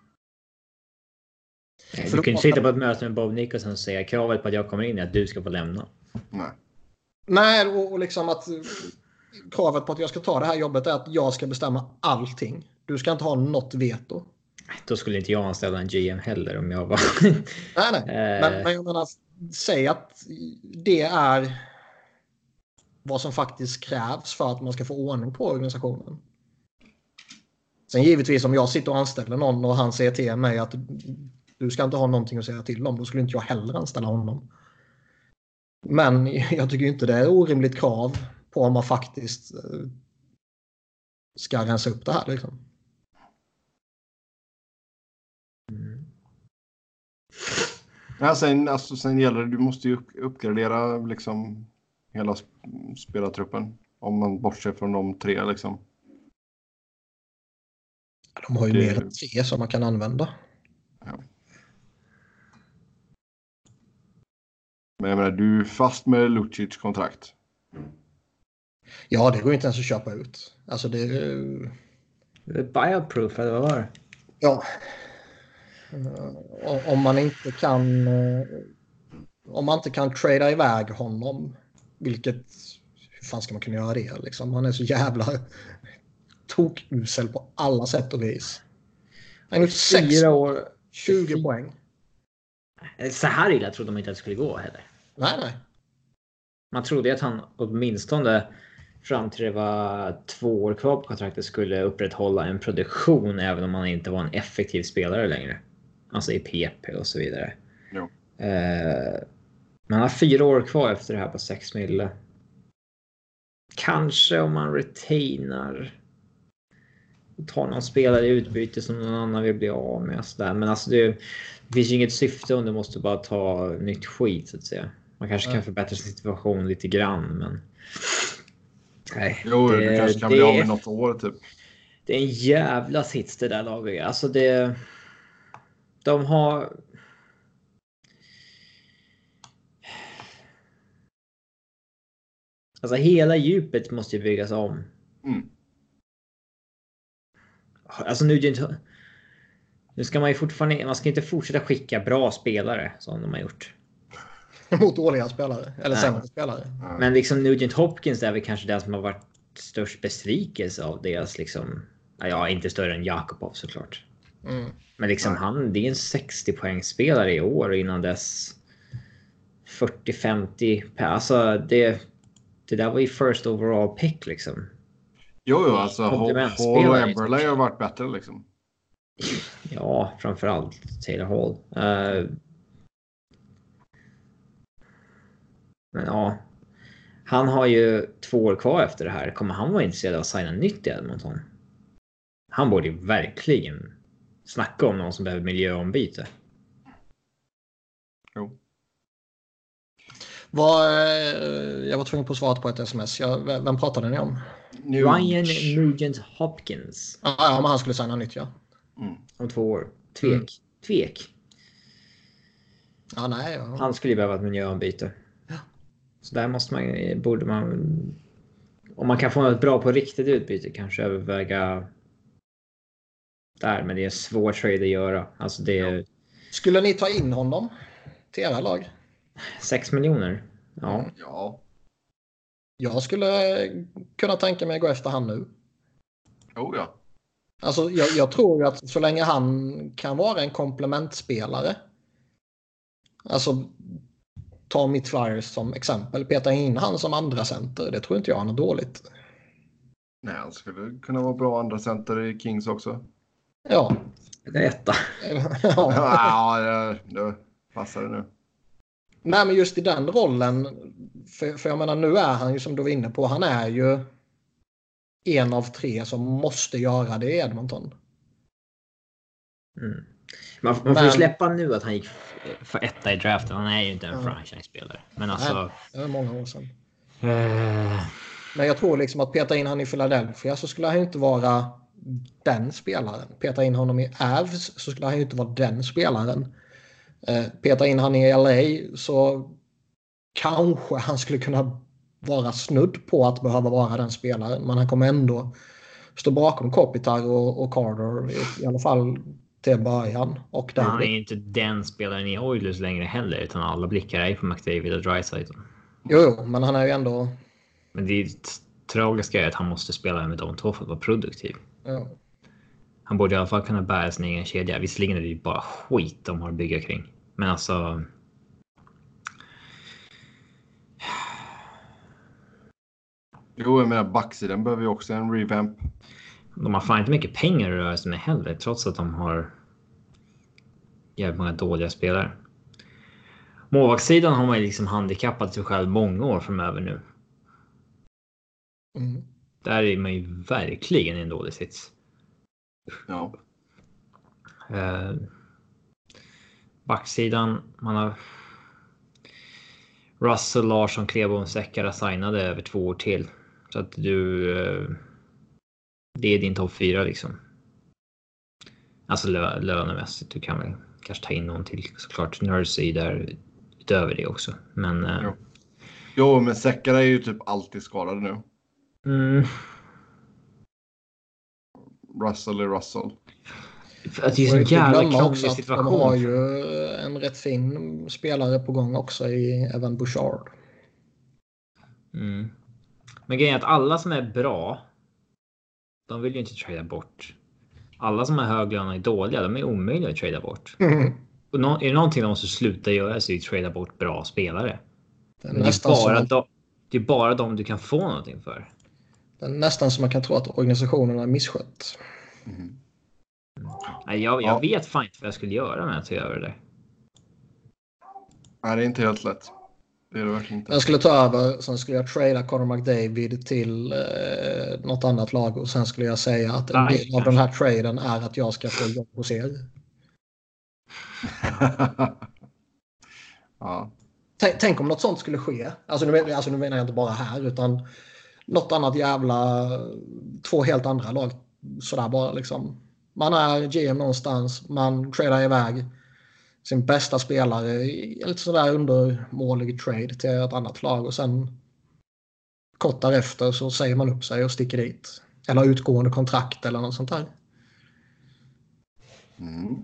Du kan inte sitta på ett möte med Bob Nicholson och säga kravet på att jag kommer in är att du ska få lämna. Nej. Nej, och, och liksom att kravet på att jag ska ta det här jobbet är att jag ska bestämma allting. Du ska inte ha något veto. Då skulle inte jag anställa en G M heller om jag var... nej, nej. Men, men jag menar, säg att det är vad som faktiskt krävs för att man ska få ordning på organisationen. Sen givetvis om jag sitter och anställer någon och han säger till mig att du ska inte ha någonting att säga till om, då skulle inte jag heller anställa honom. Men jag tycker inte det är orimligt krav på om man faktiskt ska rensa upp det här liksom. Mm. Ja, sen, alltså, sen gäller det, du måste ju uppgradera liksom hela spelartruppen om man bortser från de tre liksom. De har ju det... mer än tre som man kan använda. Ja. Men jag menar, du är fast med Lucic kontrakt. Ja, det går inte ens att köpa ut. Alltså det är... Buyout proof, eller vad var det? Ja. Om man inte kan... Om man inte kan trada iväg honom, vilket... Hur fan ska man kunna göra det? Liksom? Han är så jävla tokusel på alla sätt och vis. Han är sex år, tjugo poäng. Så här illa trodde de inte att det skulle gå heller. Nej, nej. Man trodde att han åtminstone fram till det var två år kvar på kontraktet skulle upprätthålla en produktion även om han inte var en effektiv spelare längre. Alltså i P P och så vidare. Jo. Eh, man har fyra år kvar efter det här på sex mille. Kanske om man retainar och tar någon spelare i utbyte som någon annan vill bli av med. Så där. Men alltså det, det finns ju inget syfte om du måste bara ta nytt skit så att säga. Man kanske kan förbättra sin situation lite grann, men Nej, Jo, det, du kanske kan det bli av med är, något år typ. det är en jävla sits det där laget. Alltså det... De har... Alltså hela djupet måste ju byggas om. Mm. Alltså nu... Nu ska man ju fortfarande... Man ska inte fortsätta skicka bra spelare som de har gjort. Mot dåliga spelare. Eller Nej. sämre spelare. Mm. Men liksom Nugent Hopkins är väl kanske den som har varit störst besvikelse av deras liksom... Ja, inte större än Jakubov såklart. Mm. Men liksom Nej. han, det är en sextio poängspelare i år och innan dess fyrtio femtio. Alltså det, det där var ju first overall pick liksom. Jo, jo, alltså Hall Komplementspelare och i Eberle stort har varit bättre liksom. Ja, framförallt Taylor Hall. Uh, men ja, han har ju två år kvar efter det här. Kommer han vara intresserad av att signa nytt i Edmonton? Han borde ju verkligen snacka om någon som behöver miljöombyte. Jo. Var, jag var tvungen på att svara på ett sms. Jag, vem pratade ni om? Nu... Ryan Nugent Hopkins. Ah, ja, men han skulle signa nytt, ja. Mm. Om två år. Tvek. Mm. Tvek. Ja, nej. Ja. Han skulle ju behöva ett miljöombyte. Ja. Så där måste man, borde man... Om man kan få något bra på riktigt utbyte kanske överväga där. Men det är en svår trade att göra. Alltså det är... Ja. Skulle ni ta in honom till era lag? Sex miljoner. Ja. Ja. Jag skulle kunna tänka mig att gå efter han nu. Jo, ja. Alltså, jag, jag tror att så länge han kan vara en komplementspelare. Alltså, ta mitt Flyers som exempel. Peta in han som andra center. Det tror inte jag han är dåligt. Nej, han skulle kunna vara bra andra center i Kings också. Ja. Det är etta. Ja. Ja, det, det passar det nu. Nej, men just i den rollen. För, för jag menar, nu är han ju som du var inne på. Han är ju en av tre som måste göra det i Edmonton. Mm. Man, man får Men- ju släppa nu att han gick för etta i draften. Han är ju inte en Ja. franchise-spelare. Men alltså... Det var många år sedan. Eh, Men jag tror liksom att peta in han i Philadelphia så skulle han ju inte vara den spelaren. Peta in honom i Avs så skulle han ju inte vara den spelaren. Eh, peta in han i L A så kanske han skulle kunna vara snudd på att behöva vara den spelaren. Men han kommer ändå stå bakom Kopitar och, och Carter i, i alla fall till början. Och han är David. ju inte den spelaren i Oilers längre heller. Utan alla blickar är på McDavid och Draisaitl. Jo, jo, men han är ju ändå... Men det tragiska är att han måste spela med de två för att vara produktiv. Ja. Han borde i alla fall kunna bära sin egen kedja. Visserligen är det ju bara skit de har att bygga kring. Men alltså... Jo, jag menar backsidan behöver ju också en revamp. De har fan inte mycket pengar att röra sig med heller. Trots att de har jävligt många dåliga spelare. Målvaktssidan har man ju liksom handikappat sig själv många år framöver nu. Mm. Där är man ju verkligen i en dålig sits. Ja. Eh, backsidan, man har Russell, Larsson, Klebom, Säckara signade över två år till. Så att du eh, det är din topp fyra liksom. Alltså lö- lönemässigt. Du kan väl kanske ta in någon till såklart. Nursey där utöver det också. Men eh, Jo. Jo, men Säckare är ju typ alltid skadade nu. mm, Russell är Russell. för att det är Och så inte jävla glömma också krånglig att situation. de har ju en rätt fin spelare på gång också i Evan Bouchard. Mm. Men grejen är att alla som är bra, de vill ju inte trada bort. Alla som är höglöna är dåliga, de är omöjliga att trada bort. Mm. Och no- är det någonting de måste sluta göra så är det att trada bort bra spelare. Det är, Men det, är nästan som bara att, de, det är bara de du kan få någonting för. det är nästan som man kan tro att organisationen är misskött. Mm. Nej, jag, jag Ja. vet fan inte vad jag skulle göra med att göra det där. Nej, det är inte helt lätt. Det är det verkligen inte. Jag skulle ta över, sen skulle jag trada Connor McDavid till eh, något annat lag och sen skulle jag säga att en Nej, del av den här traden är att jag ska få jobb hos er. Ja. Tänk, tänk om något sånt skulle ske. Alltså nu, men- alltså nu menar jag inte bara här utan något annat jävla, två helt andra lag. Sådär bara liksom. Man är G M någonstans, man tradar iväg sin bästa spelare i lite sådär undermålig trade till ett annat lag och sen kort därefter så säger man upp sig och sticker dit. Eller utgående kontrakt eller något sånt där. Mm.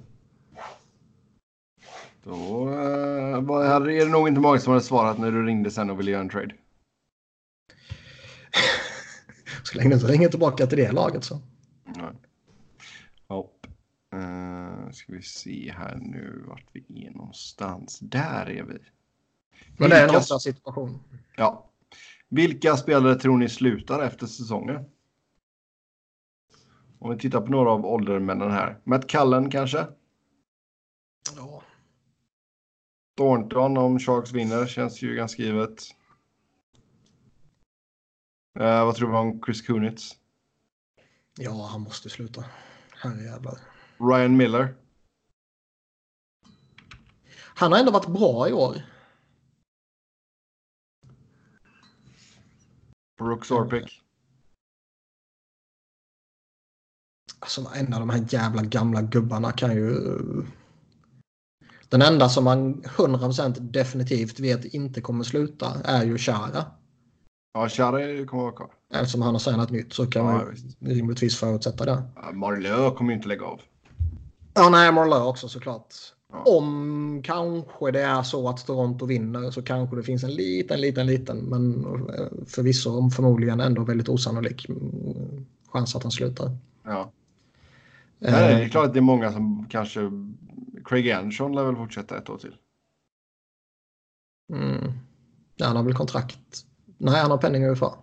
Då uh, var det nog inte många som hade svarat när du ringde sen och ville göra en trade. Så länge du inte ringer tillbaka till det laget så. Nej. Hopp. Uh, ska vi se här nu vart vi är någonstans. Där är vi. Men det är en ofta situation. Ja. Vilka spelare tror ni slutar efter säsongen? Om vi tittar på några av åldermännen här. Matt Cullen kanske? Ja. Thornton om Sharks vinner känns ju ganska givet. Uh, vad tror vi om Chris Kunitz? Ja, han måste sluta. Herrejävlar. Ryan Miller? Han har ändå varit bra i år. Brooks Orpik? Alltså en av de här jävla gamla gubbarna kan ju... Den enda som man hundra procent definitivt vet inte kommer sluta är ju Chara. Ja, Chara kommer vara kvar. Eftersom han har signat nytt så kan ja, man rimligtvis förutsätta det. Ja, Marleau kommer ju inte lägga av. Ja, nej, Marleau också såklart. Ja. Om kanske det är så att Toronto vinner så kanske det finns en liten, liten, liten men förvisso förmodligen ändå väldigt osannolik chans att han slutar. Ja. Nej, det är klart att det är många som kanske... Craig Anderson lär väl fortsätta ett år till. Mm. Ja, han har väl kontrakt. Nej, han har penning U F A.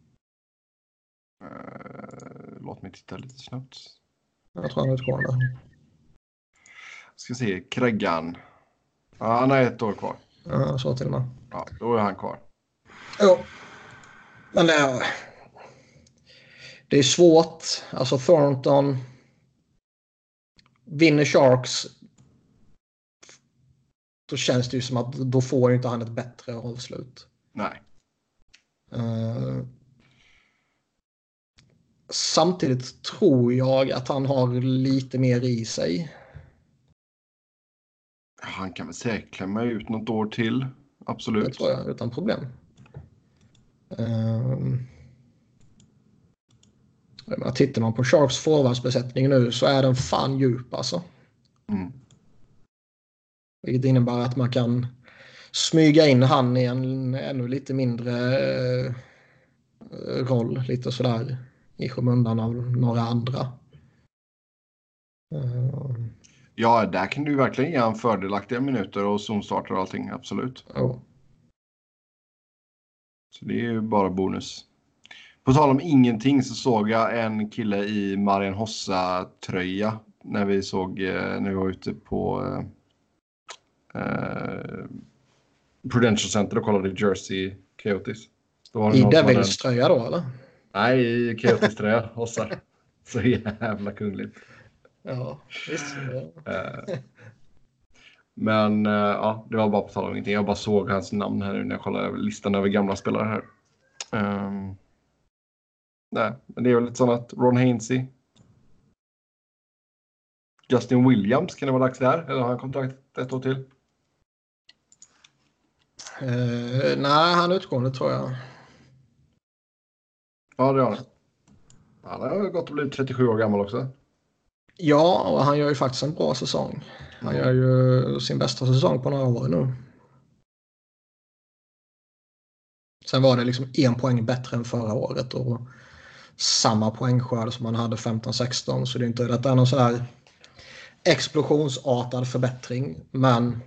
Uh, låt mig titta lite snabbt. Jag tror han är utgående. Ska se, Craiggan. Ja, han har ett år kvar. Ja, så till och med. Ja, då är han kvar. Ja. Men det är... Det är svårt. Alltså Thornton... Vinner Sharks... Då känns det ju som att då får ju inte han ett bättre avslut. Nej. Uh, samtidigt tror jag att han har lite mer i sig. Han kan väl säkert klämma ut något år till. Absolut. Det tror jag, utan problem. Uh, men tittar man på Sharks forwardsbesättning nu så är den fan djup alltså. Mm. Vilket innebär att man kan smyga in han i en ännu lite mindre uh, roll. Lite sådär i skymundan av några andra. Uh, Ja, där kan du verkligen ge en fördelaktiga minuter och zonstarter och allting, absolut. oh. Så det är ju bara bonus. På tal om ingenting så såg jag en kille i Marian Hossa-tröja när vi såg, när vi var ute på eh, Prudential Center och kollade Jersey Coyotes. I Devils-tröja då, eller? Nej, i Coyotes-tröja, Hossa. Så jävla kungligt. Ja, visst. Ja. Men ja, det var bara på tal om ingenting. Jag bara såg hans namn här nu när jag kollade listan över gamla spelare här. Um, nej, men det är väl lite sånt att Ron Hainsey. Justin Williams, kan det vara dags där? Eller har han kontrakt ett år till? Uh, nej, han är utgående tror jag. Ja, det har han. Han har gått och blivit trettiosju år gammal också. Ja, och han gör ju faktiskt en bra säsong. Han gör ju sin bästa säsong på några år nu. Sen var det liksom en poäng bättre än förra året och samma poängskörd som han hade femton sexton. Så det är inte att det är någon sån här explosionsartad förbättring. Men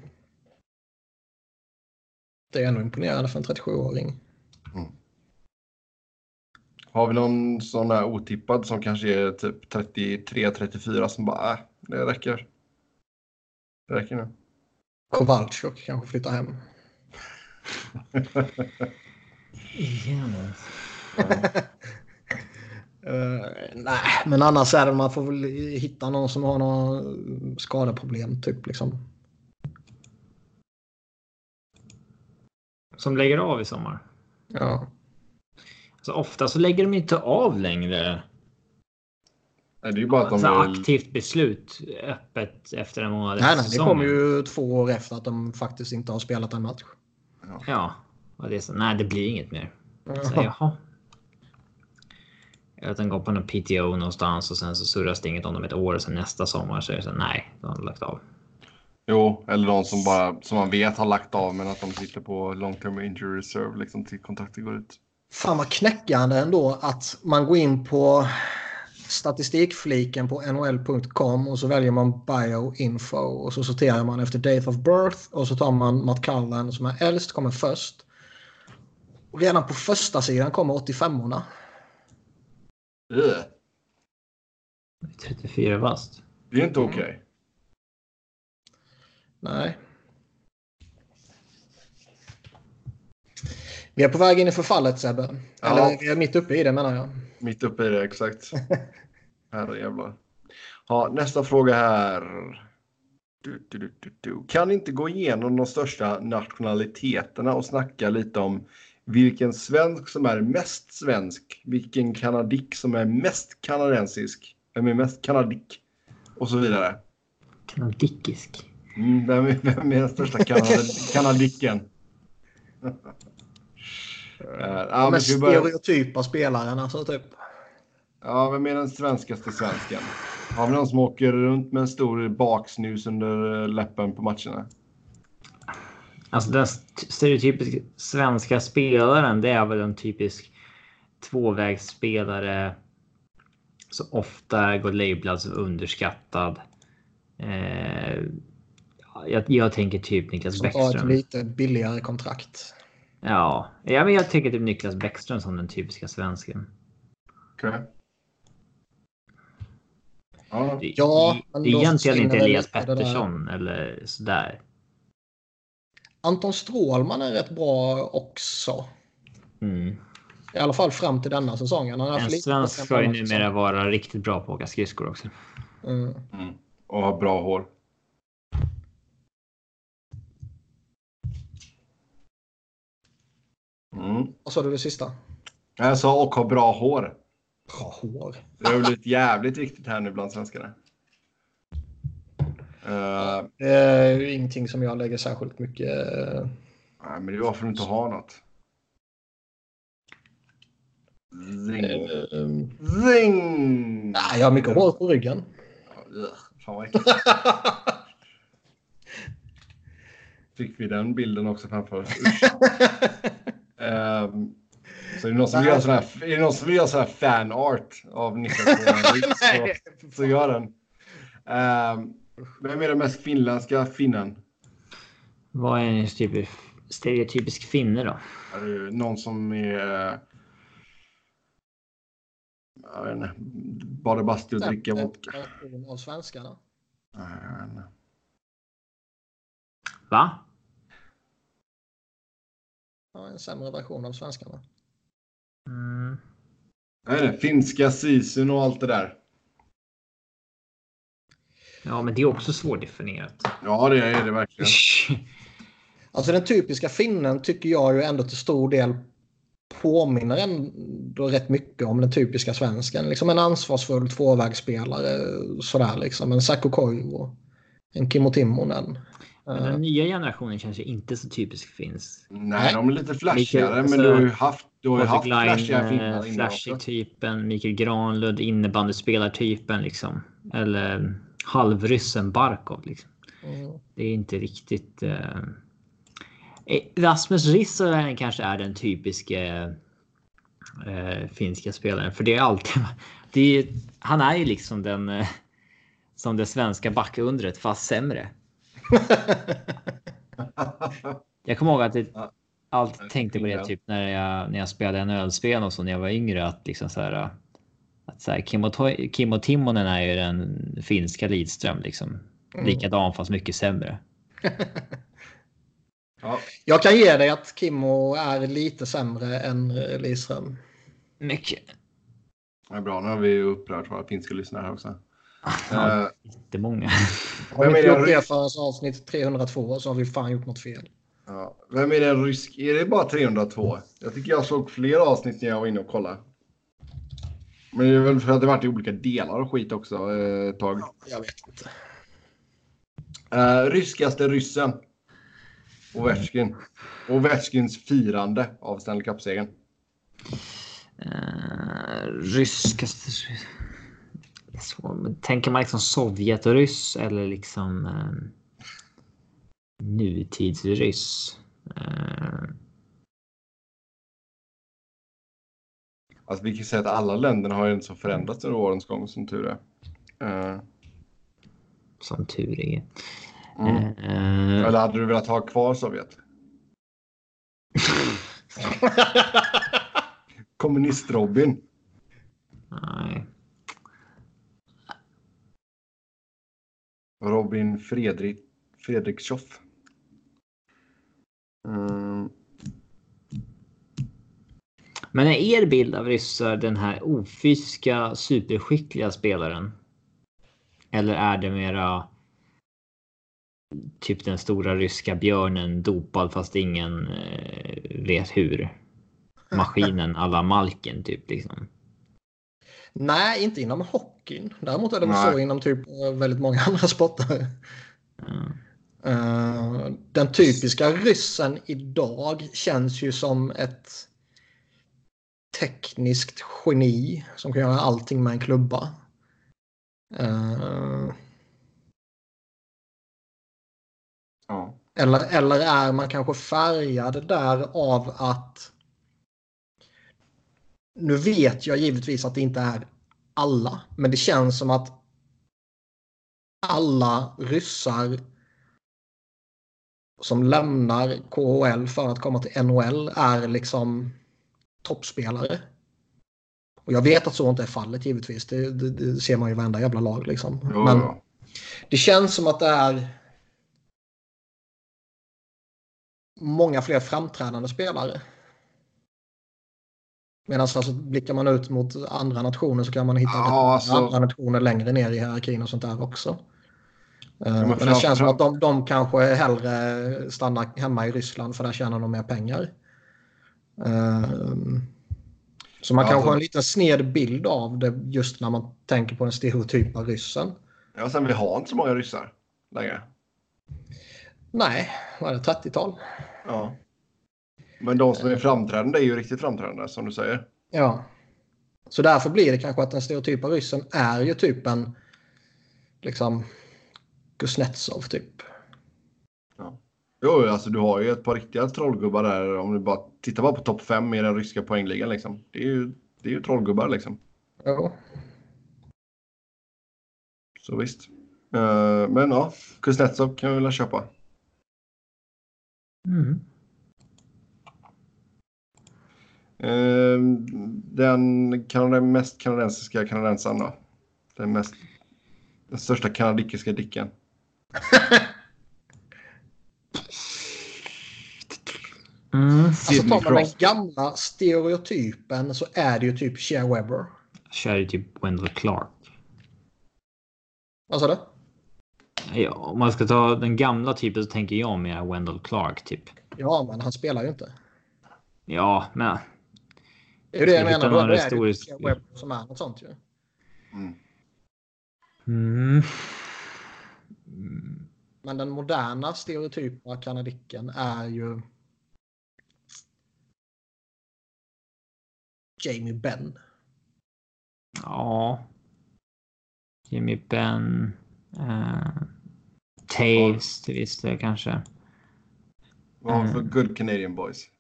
det är ändå imponerande för en trettiosjuåring. Mm. Har vi någon sån här otippad som kanske är typ trettiotre trettiofyra som bara, äh, det räcker. Det räcker nu. Kowalczyk kanske flyttar hem. Igen. uh, nej, men annars är det man får väl hitta någon som har några skadeproblem typ liksom. Som lägger av i sommar. Ja. Så ofta så lägger de inte av längre. Nej, det är ju bara att de alltså, är... aktivt beslut öppet efter en månad. Nej, nej, det kommer ju två år efter att de faktiskt inte har spelat en match. Ja, ja och det är så, nej, det blir inget mer. Så, jaha. Jag vet att den går på någon P T O någonstans och sen så surras det inget om dem ett år och sen nästa sommar så är det så nej, de har lagt av. Jo, eller de som bara som man vet har lagt av men att de sitter på long term injury reserve liksom till kontraktet går ut. Fan vad knäckande ändå att man går in på statistikfliken på N H L punkt com och så väljer man bioinfo och så sorterar man efter date of birth och så tar man Matt Cullen som är äldst, kommer först. Och redan på första sidan kommer åttiofem-orna. Yeah. trettiofyra bast. Det är inte okej. Okay. Nej. Vi är på väg in i förfallet, Sebbe. Ja. Eller vi är mitt uppe i det, menar jag. Mitt uppe i det, exakt. Herre jävlar. Ja, nästa fråga här. Du, du, du, du, du. Kan inte gå igenom de största nationaliteterna och snacka lite om vilken svensk som är mest svensk, vilken kanadick som är mest kanadensisk, vem är mest kanadick och så vidare. Kanadickisk. Mm, vem, är, vem är den största kanad- kanadicken? uh, ja, mest stereotypa spelaren, alltså typ. Ja, vem är den svenskaste svensken? Har vi någon som åker runt med en stor baksnus under läppen på matcherna? Alltså den stereotypiska svenska spelaren, det är väl en typisk tvåvägsspelare som ofta går lablad som underskattad. Eh, jag, jag tänker typ Niklas som Bäckström. Som tar ett lite billigare kontrakt. Ja, ja men jag tänker typ Niklas Bäckström som den typiska svensken. Okej. Okay. Ja, det, ja, det, det är egentligen inte Elias Pettersson eller sådär. Anton Strålman är rätt bra också. Mm. I alla fall fram till denna säsongen. Han har en svensk ska ju numera vara riktigt bra på att åka skridskor också. Mm. Mm. Och ha bra hår. Mm. Och så är det det sista. Jag sa och ha bra hår. Bra hår. Det har blivit jävligt viktigt här nu bland svenskarna. Uh, det är ingenting som jag lägger särskilt mycket. Nej, men det är varför du inte har något. Zing. Uh, Zing! Nej, jag har mycket hår på ryggen. Uh, fan vad äckligt. Fick vi den bilden också framför oss. um, så är det någon som vill göra sån här, är det någon som vill göra sån här fanart av Niklas så, så gör den. Um, Vem är den mest finländska finnen? Vad är en typisk, stereotypisk finne då? Är det någon som är... Jag vet inte. Bara bastu och dricka vodka. Av svenskarna. Nej, jag vet inte. Va? Ja, en sämre version av svenskarna. Mm. Jag vet inte. Finska sisun och allt det där. Ja, men det är också svårdefinierat. Ja, det är det verkligen. Alltså den typiska finnen tycker jag ju ändå till stor del påminner ändå rätt mycket om den typiska svensken. Liksom en ansvarsfull tvåvägsspelare sådär liksom. En Sakko Koivu, en Kimmo Timonen. Men den nya generationen kanske inte så typisk finns. Nej, de är lite flashigare, Mikael, men du har ju haft, du har ju haft Line, flashiga finnar innan flashig typen, Mikael Granlund, innebandyspelartypen liksom. Eller halvryssen Barkov liksom. Mm. Det är inte riktigt... Uh... Rasmus Rissanen kanske är den typiska uh, finska spelaren. För det är alltid... Det är, han är ju liksom den... Uh, som det svenska backundret, fast sämre. Jag kommer ihåg att jag alltid tänkte på det typ när jag, när jag spelade en ölspel och så när jag var yngre. Att liksom så här... Att så här, Kimmo, Kimmo Timonen är ju den finska Lidström liksom. Mm. Likadan fast mycket sämre. Ja. Jag kan ge dig att Kimmo är lite sämre än Lidström. Mycket. Det är bra, nu har vi upprört våra finska lyssnare här också. Ja, uh, jättemånga. Har vi inte gjort det för avsnitt trehundratvå så har vi fan gjort något fel. Ja. Vem är den rysk? Är det bara trehundratvå? Jag tycker jag såg flera avsnitt när jag var inne och kollade. Men det är väl för att det varit i olika delar och skit också eh, ett tag. Ja, jag vet inte. Uh, ryskaste ryssen. Ovechkin. Ovechkins firande av Stanley Cup-segern. Uh, ryskaste... Så, tänker man liksom Sovjetryss eller liksom uh, nutidsryss? Uh... Alltså vi kan säga att alla länderna har ju inte så förändrats under årens gång som tur är. Uh... Som tur är. Mm. Uh... Eller hade du velat ha kvar Sovjet? Kommunist-Robin. Nej. Robin Fredrik Fredrikshoff. Mm. Men är er bild av ryssar den här ofysiska superskickliga spelaren? Eller är det mera typ den stora ryska björnen dopad fast ingen eh, vet hur? Maskinen alla Malkin typ liksom. Nej, inte inom hockeyn. Däremot är det väl Nej. så inom typ väldigt många andra sporter. Mm. Uh, den typiska ryssen idag känns ju som ett tekniskt geni som kan göra allting med en klubba. Uh, Ja. eller, eller är man kanske färgad där av att nu vet jag givetvis att det inte är alla, men det känns som att alla ryssar som lämnar K H L för att komma till N H L är liksom toppspelare. Och jag vet att så inte är fallet givetvis. Det, det, det ser man ju i varenda jävla lag liksom. Jo, Men ja. det känns som att det är många fler framträdande spelare. Medan alltså, blickar man ut mot andra nationer så kan man hitta Ja, alltså- andra nationer längre ner i hierarkin och sånt där också. Uh, men, men det fram- känns som fram- att de, de kanske hellre stannar hemma i Ryssland för där tjänar de mer pengar. Uh, så man Ja, kanske alltså- har en liten sned bild av det just när man tänker på den stereotypa ryssen. Ja, sen vi har inte så många ryssar längre. Nej, vad är det? trettiotal? Ja. Men de som är framträdande är ju riktigt framträdande som du säger. Ja. Så därför blir det kanske att den stereotypa ryssen är ju typ en liksom Kuznetsov typ. Ja. Jo, alltså du har ju ett par riktiga trollgubbar där. Om du bara tittar bara på topp fem i den ryska poängligan liksom. Det är ju, det är ju trollgubbar liksom. Ja. Så visst. Uh, men ja, Kuznetsov kan vi vilja köpa. Mm. Uh, den kanad- mest kanadensiska kanadensaren då. Den mest den största kanadikiska dicken. Mm. Alltså Sidney tar man den Crosby. gamla stereotypen så är det ju typ Shea Weber. Kör ju typ Wendell Clark. Vad sa du? Ja, om man ska ta den gamla typen så tänker jag mer Wendell Clark typ. Ja, men han spelar ju inte. Ja, men Det är ju det jag Utan menar. Då någon är det historisk- Shea Weber som är något sånt ju. Mm. mm. Mm. Men den moderna stereotypa kanadicken är ju Jamie Benn. Ja. Jimmy Benn. Uh, Taves till viss del kanske. Vad har vi för Mm. good Canadian boys?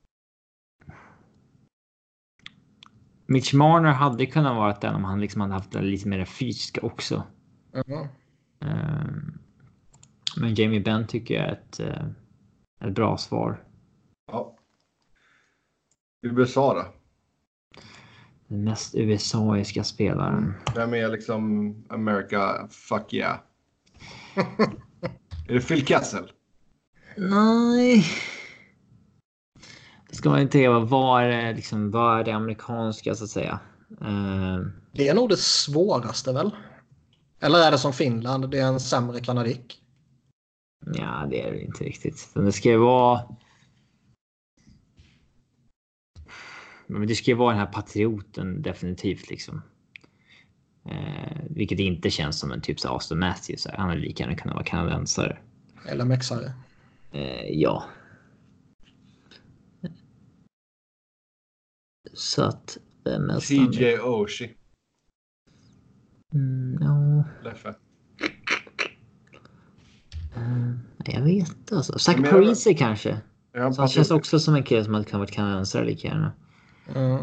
Mitch Marner hade kunnat vara den om han liksom hade haft det lite mer fysiska också. Mhm. Uh, men Jamie Benn tycker jag är ett, uh, ett bra svar. Ja. U S A då? Den mest U S A-iska spelaren. Vem är liksom America fuck yeah? Är det Phil Kessel? Nej. Det ska man inte vara. Vad är det, liksom, vad är det amerikanska så att säga? Uh, Det är nog det svåraste väl? Eller är det som Finland? Det är en sämre kanadick. Ja, det är det inte riktigt. Det ska ju vara... Men det ska ju vara den här patrioten definitivt liksom. Eh, vilket inte känns som en typ så Austin Matthews. Han hade lika gärna kunnat vara kanadensare. Eller mexare. Eh, ja. Så att det är mest... T J Oshie. Mm, ja. Leffe. Mm, jag vet alltså. Zach Men- Parise kanske. Ja, Så han känns också som en kille som hade kunnat vara kanadensare lika gärna. Mm.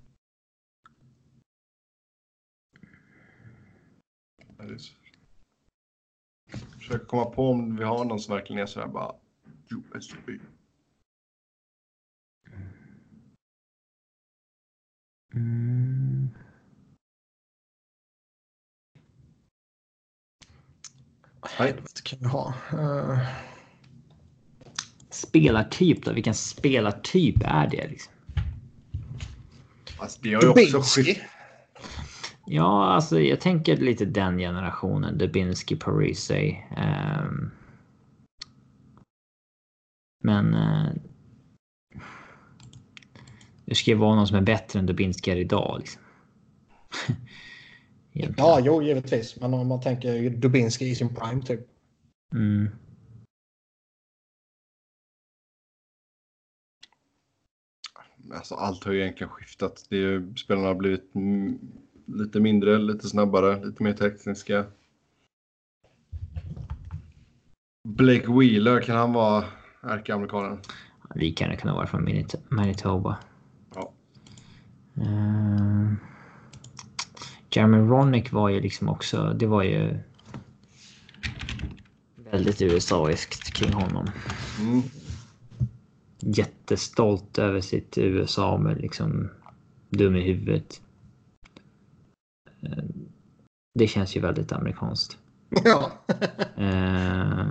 Försöker komma på om vi har någon som verkligen är sådär bara U S A. Mm. Helvete kan vi ha. Uh... Spelartyp då? Vilken spelartyp är det liksom? Alltså, det har ju också skift. Ja, alltså jag tänker lite den generationen. Dubinsky, Parise. Um, men uh, det ska ju vara någon som är bättre än Dubinsky är idag. Liksom. Ja, jo, givetvis. Men om man tänker Dubinsky i sin prime typ. Mm. Alltså, allt har ju egentligen skiftat. Det är ju, spelarna har blivit mm, lite mindre, lite snabbare, lite mer tekniska. Blake Wheeler, kan han vara ärkeamerikanen? Lika gärna kunna vara från Manit- Manitoba. Ja. Uh, Jeremy Roenick var ju liksom också, det var ju väldigt U S A-iskt kring honom. Mm. Jättestolt över sitt U S A med liksom dum i huvudet. Uh, det känns ju väldigt amerikanskt. Ja. uh,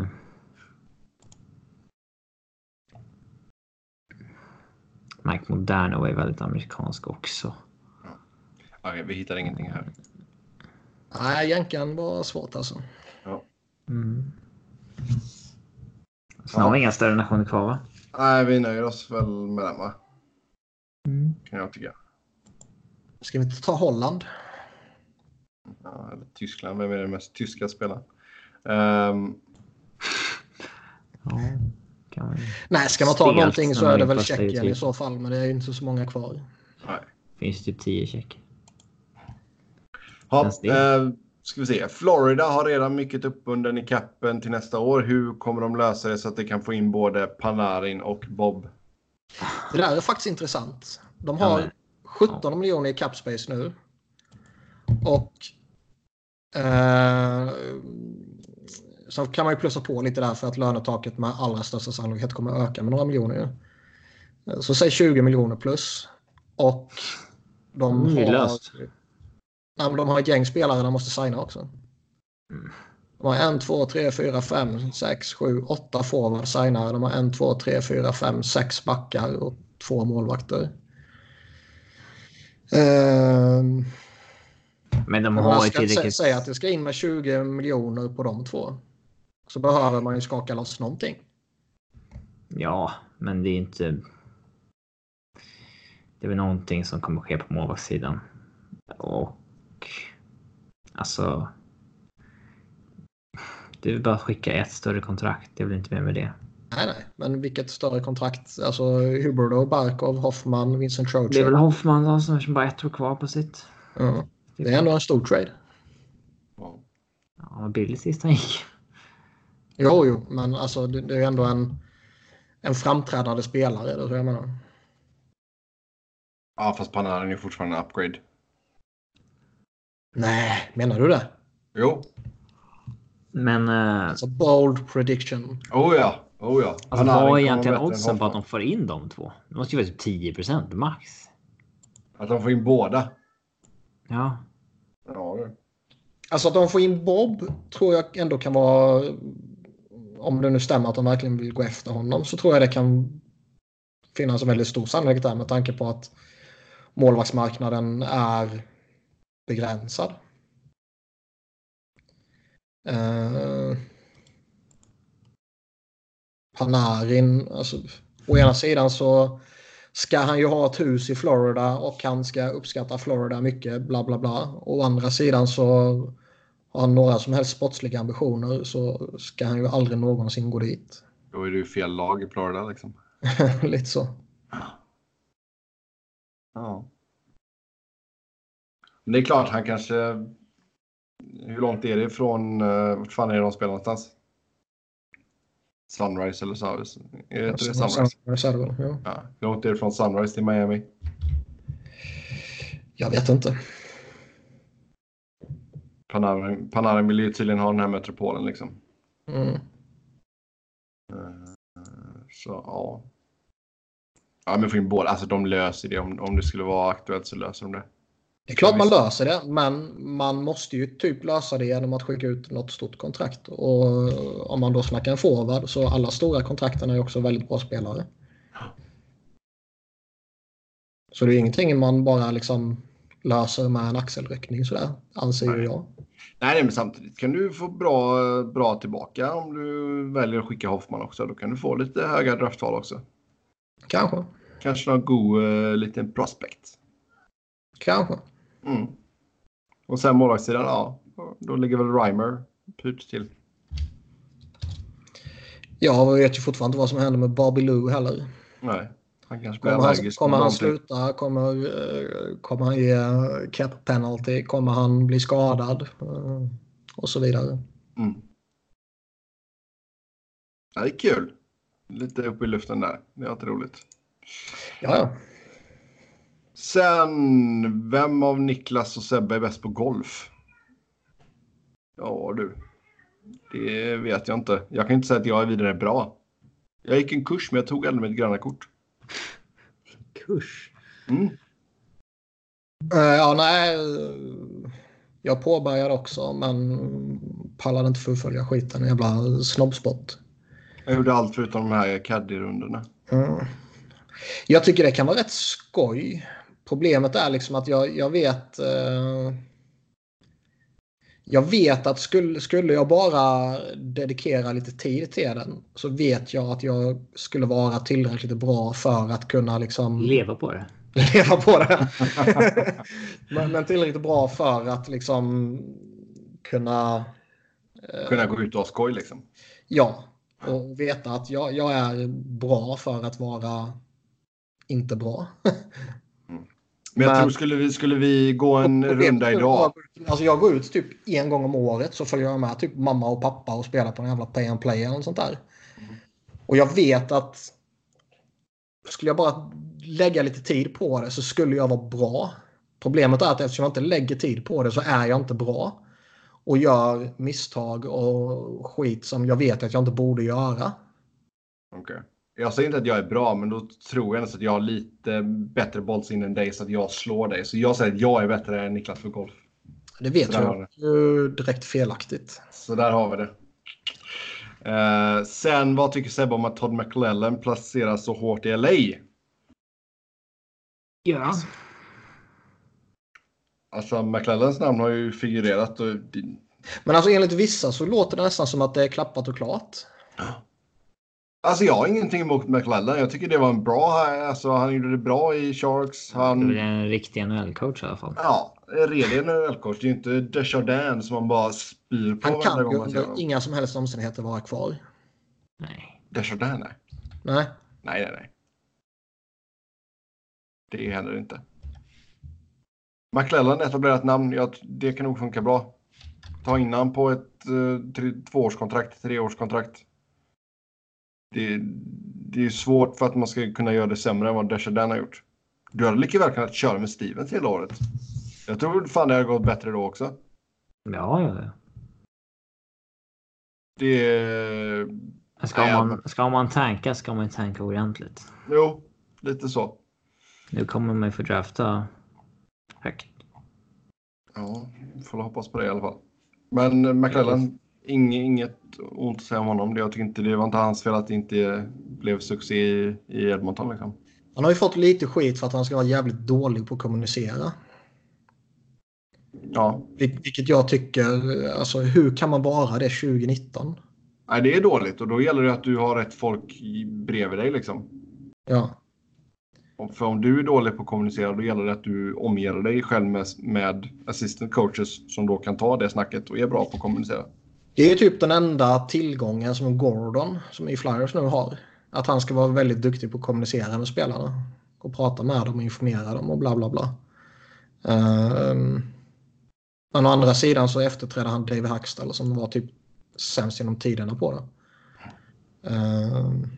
Mike Modano är väldigt amerikansk också. Okej, vi hittar ingenting här. Nej, jänkan var svårt alltså. Ja. Mm. Så ja. Har vi inga större nationer kvar, va? Nej, vi nöjer oss väl med den, va? Mm. Kan jag tycka. Ska vi inte ta Holland? Ja, eller Tyskland. Vem är den mest tyska spelaren? Um... Ja, kan man... Nej, ska man ta Stelt, någonting så är det väl Tjeckien Tjeckien i så fall. Men det är ju inte så många kvar. Nej. Finns typ tio Tjeck. Ja, eh, ska vi se. Florida har redan mycket uppbunden i kappen till nästa år. Hur kommer de lösa det så att de kan få in både Panarin och Bob? Det där är faktiskt intressant. De har ja, sjutton ja. miljoner i capspace nu. Och eh, så kan man ju plussa på lite där för att lönetaket med allra största sannolikhet kommer att öka med några miljoner. Så säg tjugo miljoner plus. Och de mm, har... Nej, men de har ett gäng spelare de måste signa också. Mm. De har en, två, tre, fyra, fem, sex, sju, åtta forward signare. De har en, två, tre, fyra, fem, sex backar och två målvakter. Um, men de har ju tillräckligt... Säga att det ska in med tjugo miljoner på de två. Så behöver man ju skaka loss någonting. Ja, men det är inte... Det är väl någonting som kommer ske på målvaktssidan. Och alltså det är bara att skicka ett större kontrakt. Det är väl inte mer med det. Nej, nej. Men vilket större kontrakt? Alltså Huberdeau, Barkov, Hoffman, Vincent Trocheck. Det är väl Hoffman då, som har bara ett år kvar på sitt. Ja. Det är ändå en stor trade. Ja, ja billigt sist han gick. Jo, jo. Men alltså det, det är ändå en en framträdande spelare. Det tror jag menar. Ja, fast Panarin är fortfarande en upgrade. Nej, menar du det? Jo. Men... Uh... Alltså bold prediction. Oh ja, oh ja. Alltså vad är egentligen oddsen på att de får in de två? Det måste ju vara typ tio procent max. Att de får in båda? Ja. Ja, det. Alltså att de får in Bob tror jag ändå kan vara... Om det nu stämmer att de verkligen vill gå efter honom så tror jag det kan finnas en väldigt stor sannolikhet där med tanke på att målvaktsmarknaden är begränsad. Uh, Panarin, alltså, å ena sidan så ska han ju ha ett hus i Florida och han ska uppskatta Florida mycket, bla bla bla. Å andra sidan så har han några som helst sportsliga ambitioner så ska han ju aldrig någonsin gå dit. Då är det ju fel lag i Florida liksom. Lite så. Ja. Men det är klart, han kanske... Hur långt är det ifrån... Uh, vart fan är det de spelar någonstans? Sunrise eller så? Är det inte det Sunrise? Sunrise är det väl, ja. Ja. Hur långt är det från Sunrise till Miami? Jag vet inte. Panarin, Panarin vill ju tydligen ha den här metropolen liksom. Mm. Uh, så ja. Ja, men för en båda. Alltså de löser det. Om, om det skulle vara aktuellt så löser de det. Det är klart man löser det, men man måste ju typ lösa det genom att skicka ut något stort kontrakt. Och om man då snackar en forward så alla stora kontrakten är ju också väldigt bra spelare. Så det är ingenting man bara liksom löser med en axelryckning sådär, anser ju jag. Nej, men samtidigt kan du få bra, bra tillbaka om du väljer att skicka Hoffman också. Då kan du få lite höga draftval också. Kanske. Kanske någon god uh, liten prospect. Kanske. Mm. Och sen målvaktssidan, ja. Då ligger väl Reimer pyrt till. Ja, vi vet ju fortfarande inte vad som händer med Bobby Lou heller. Nej, han kanske blir kommer allergisk. Han, kommer han sluta? Kommer, kommer han ge cap penalty? Kommer han bli skadad? Och så vidare. Mm. Ja, det är kul. Lite upp i luften där. Det är alltid roligt. Ja, ja. Sen, vem av Niklas och Sebbe är bäst på golf? Ja, du. Det vet jag inte. Jag kan inte säga att jag är vidare bra. Jag gick en kurs, men jag tog aldrig mitt gröna kort. Kurs? Mm. Uh, ja, nej. Jag påbörjade också, men pallade inte fullfölja skiten. En jävla snobbspott. Jag gjorde allt förutom de här caddy-rundorna. Mm. Jag tycker det kan vara rätt skoj. Problemet är liksom att jag, jag vet... Uh, jag vet att skulle, skulle jag bara dedikera lite tid till den så vet jag att jag skulle vara tillräckligt bra för att kunna liksom... Leva på det. Leva på det. men, men tillräckligt bra för att liksom kunna... Uh, kunna gå ut och ha skoj liksom. Ja. Och veta att jag, jag är bra för att vara inte bra. mm. Men jag men, tror skulle vi, skulle vi gå en runda idag. Alltså jag går ut typ en gång om året så följer jag med typ mamma och pappa och spelar på en jävla play and play eller sånt där. Mm. Och jag vet att skulle jag bara lägga lite tid på det så skulle jag vara bra. Problemet är att eftersom jag inte lägger tid på det så är jag inte bra. Och gör misstag och skit som jag vet att jag inte borde göra. Okej. Okay. Jag säger inte att jag är bra, men då tror jag nästan att jag har lite bättre bollsinne än dig så att jag slår dig. Så jag säger att jag är bättre än Niklas för golf. Det vet jag ju direkt felaktigt. Så där har vi det. Eh, sen, vad tycker Sebbe om att Todd McLellan placeras så hårt i L A? Ja. Alltså McLellans namn har ju figurerat. Och... Men alltså enligt vissa så låter det nästan som att det är klappat och klart. Alltså jag har ingenting emot McLellan. Jag tycker det var en bra, alltså han gjorde det bra i Sharks. Han... Det är en riktig N H L-coach i alla fall. Ja, en redig N H L-coach. Det är inte Desjardins som man bara spyr på. Han kan ju under inga som helst omständigheter vara kvar. Nej. Desjardins, nej. Nej. Nej, nej, nej. Det händer inte. McLellan etablerat namn. Ja, det kan nog funka bra. Ta in han på ett uh, tre, tvåårskontrakt, treårskontrakt. Det, det är svårt för att man ska kunna göra det sämre än vad Desjardins har gjort. Du hade lika väl kunnat köra med Stevens hela året. Jag tror fan det hade gått bättre då också. Ja, ja, ja. Det... Ska, Nej, man, ska man tanka ska man tanka ordentligt. Jo, lite så. Nu kommer man få drafta högt. Ja, får hoppas på det i alla fall. Men McLellan, inget, inget ont att säga om honom. Jag tycker inte det var inte hans fel att det inte blev succé i, i Edmonton liksom. Han har ju fått lite skit för att han ska vara jävligt dålig på att kommunicera. Ja. Vil- vilket jag tycker, alltså hur kan man vara det tjugonitton? Nej, det är dåligt och då gäller det att du har rätt folk bredvid dig liksom. Ja. För om du är dålig på att kommunicera, då gäller det att du omger dig själv med, med assistant coaches som då kan ta det snacket och är bra på att kommunicera. Det är ju typ den enda tillgången som Gordon, som i Flyers nu har. Att han ska vara väldigt duktig på att kommunicera med spelarna. Och prata med dem och informera dem och bla bla bla. Um, men å andra sidan så efterträdde han David Hackstall som var typ sämst genom tiderna på det. Um,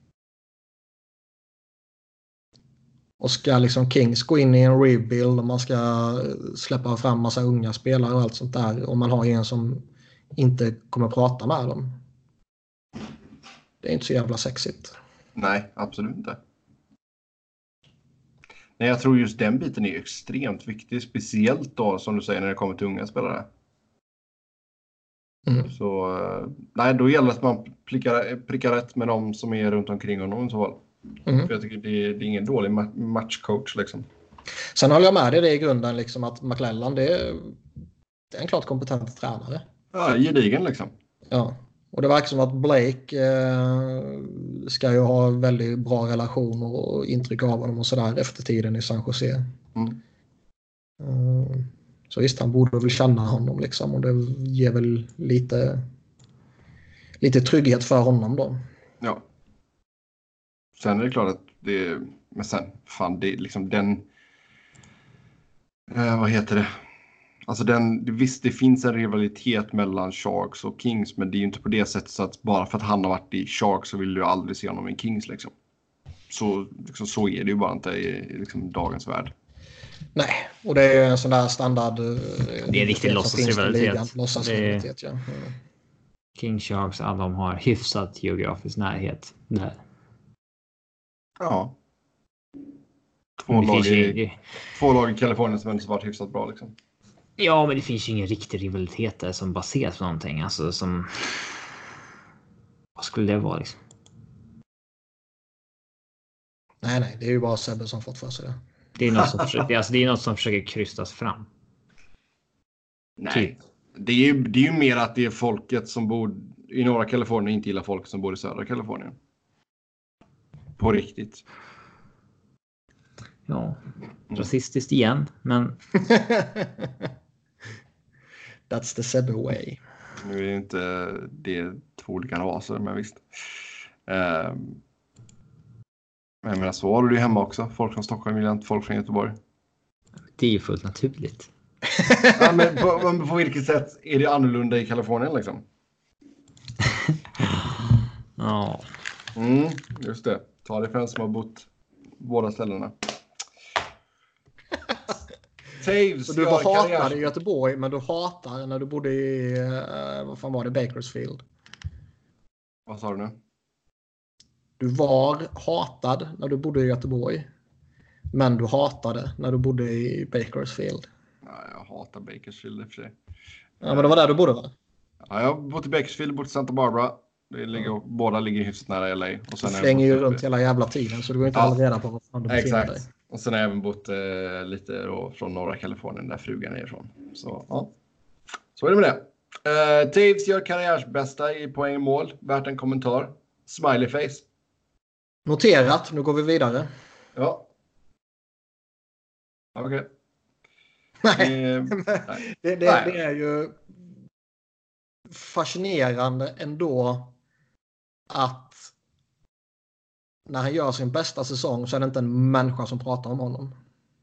och ska liksom Kings gå in i en rebuild och man ska släppa fram massa unga spelare och allt sånt där. Och man har en som inte kommer prata med dem. Det är inte så jävla sexigt. Nej, absolut inte. Nej, jag tror just den biten är extremt viktig. Speciellt då, som du säger, när det kommer till unga spelare. Mm. Så, nej, då gäller det att man prickar, prickar rätt med dem som är runt omkring honom i så fall. Mm. För jag tycker det är, det är ingen dålig matchcoach liksom. Sen håller jag med dig det i grunden liksom att McLellan det är, det är en klart kompetent tränare. Ja, gedigen liksom. Ja, och det verkar som att Blake eh, ska ju ha väldigt bra relationer och intryck av honom och sådär efter tiden i San Jose. Mm. Uh, så visst, han borde väl känna honom liksom och det ger väl lite lite trygghet för honom då. Ja. Sen är det klart att det, men sen, fan, det är liksom den, eh, vad heter det? Alltså den, visst, det finns en rivalitet mellan Sharks och Kings, men det är ju inte på det sättet så att bara för att han har varit i Sharks så vill du aldrig se honom i Kings liksom. Så, liksom, så är det ju bara inte i, i liksom, dagens värld. Nej, och det är ju en sån där standard. Det är en riktig låtsasrivalitet. Låtsasrivalitet, ja. Mm. King Sharks, alla de har hyfsat geografisk närhet där. Ja. Två lag, i, ju... två lag i Kalifornien som ändå varit hyfsat bra liksom. Ja, men det finns ju ingen riktig rivalitet där som baseras på någonting. Alltså som... Vad skulle det vara liksom? Nej, nej, det är ju bara Sebbe som fått för sig det. Det är något som försöker, alltså det är något som försöker krystas fram. Nej, typ. det är ju det är ju mer att det är folket som bor i norra Kalifornien inte gillar folk som bor i södra Kalifornien. På riktigt. Ja, rasistiskt igen, men... That's the Sebbe way. Nu är det inte det två olika raser, men visst. Um, men jag menar, så har du det hemma också. Folk från Stockholm vill inte folk från Göteborg. Det är ju fullt naturligt. Ja, men på, på vilket sätt är det annorlunda i Kalifornien liksom? Ja. Mm, just det. Ta det för en som har bott båda ställena. Taves, så du var hatad i Göteborg, men du hatar när du bodde i, uh, vad fan var det, Bakersfield? Vad sa du nu? Du var hatad när du bodde i Göteborg, men du hatade när du bodde i Bakersfield. Ja, jag hatar Bakersfield i och för sig. Ja, men det var där du bodde, va? Ja, jag har bott i Bakersfield, bott i Santa Barbara. Det ligger, ja. Båda ligger hyfsat nära L A. Och sen du flänger ju runt hela jävla tiden, så du går inte ja. hålla reda på vad fan du befinner dig. Och sen har jag även bott eh, lite då, från norra Kalifornien där frugan är ifrån. Så, ja. Så är det med det. Uh, Taves gör karriärsbästa i poäng och mål. Värt en kommentar. Smiley face. Noterat. Nu går vi vidare. Ja. Okej. Okay. Nej. Eh, nej. Det, det, nej. Det är ju fascinerande ändå att när han gör sin bästa säsong så är det inte en människa som pratar om honom.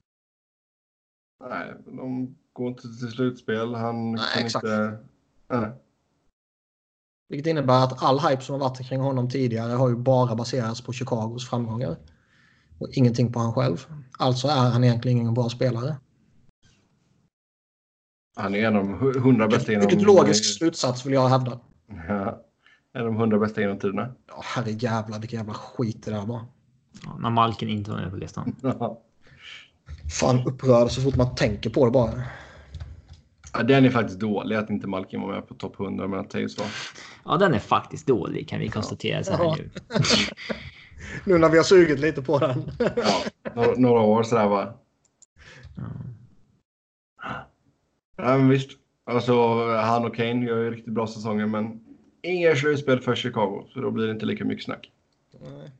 Nej, de går inte till slutspel. Han nej, kan exakt. inte... Nej. Vilket innebär att all hype som har varit kring honom tidigare har ju bara baserats på Chicagos framgångar. Och ingenting på han själv. Alltså är han egentligen ingen bra spelare. Han är en av de hundra bästa inom... Vilket logisk slutsats vill jag hävda. Ja. En av de hundra bästa genom tiderna. Ja, herre jävla, vilken jävla skit det där var. Ja, när Malkin inte var med på listan. Ja. Fan, upprörd så fort man tänker på det bara. Ja, den är faktiskt dålig att inte Malkin var med på topp hundra, men att Taves var. Ja, den är faktiskt dålig, kan vi konstatera så här ja. nu. Nu när vi har sugit lite på den. Ja, några, några år sådär va. Ja. Ja, men visst. Alltså, han och Kane gör ju riktigt bra säsonger, men Inga slutspel för Chicago, så då blir det inte lika mycket snack. Nej.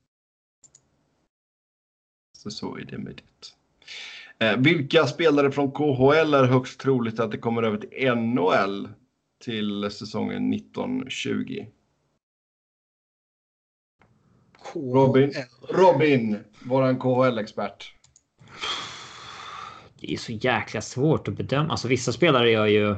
Så så är det med det. Eh, vilka spelare från K H L är högst troligt att det kommer över till N H L till säsongen nitton tjugo? Robin, Robin, våran K H L-expert. Det är så jäkla svårt att bedöma. Alltså vissa spelare gör ju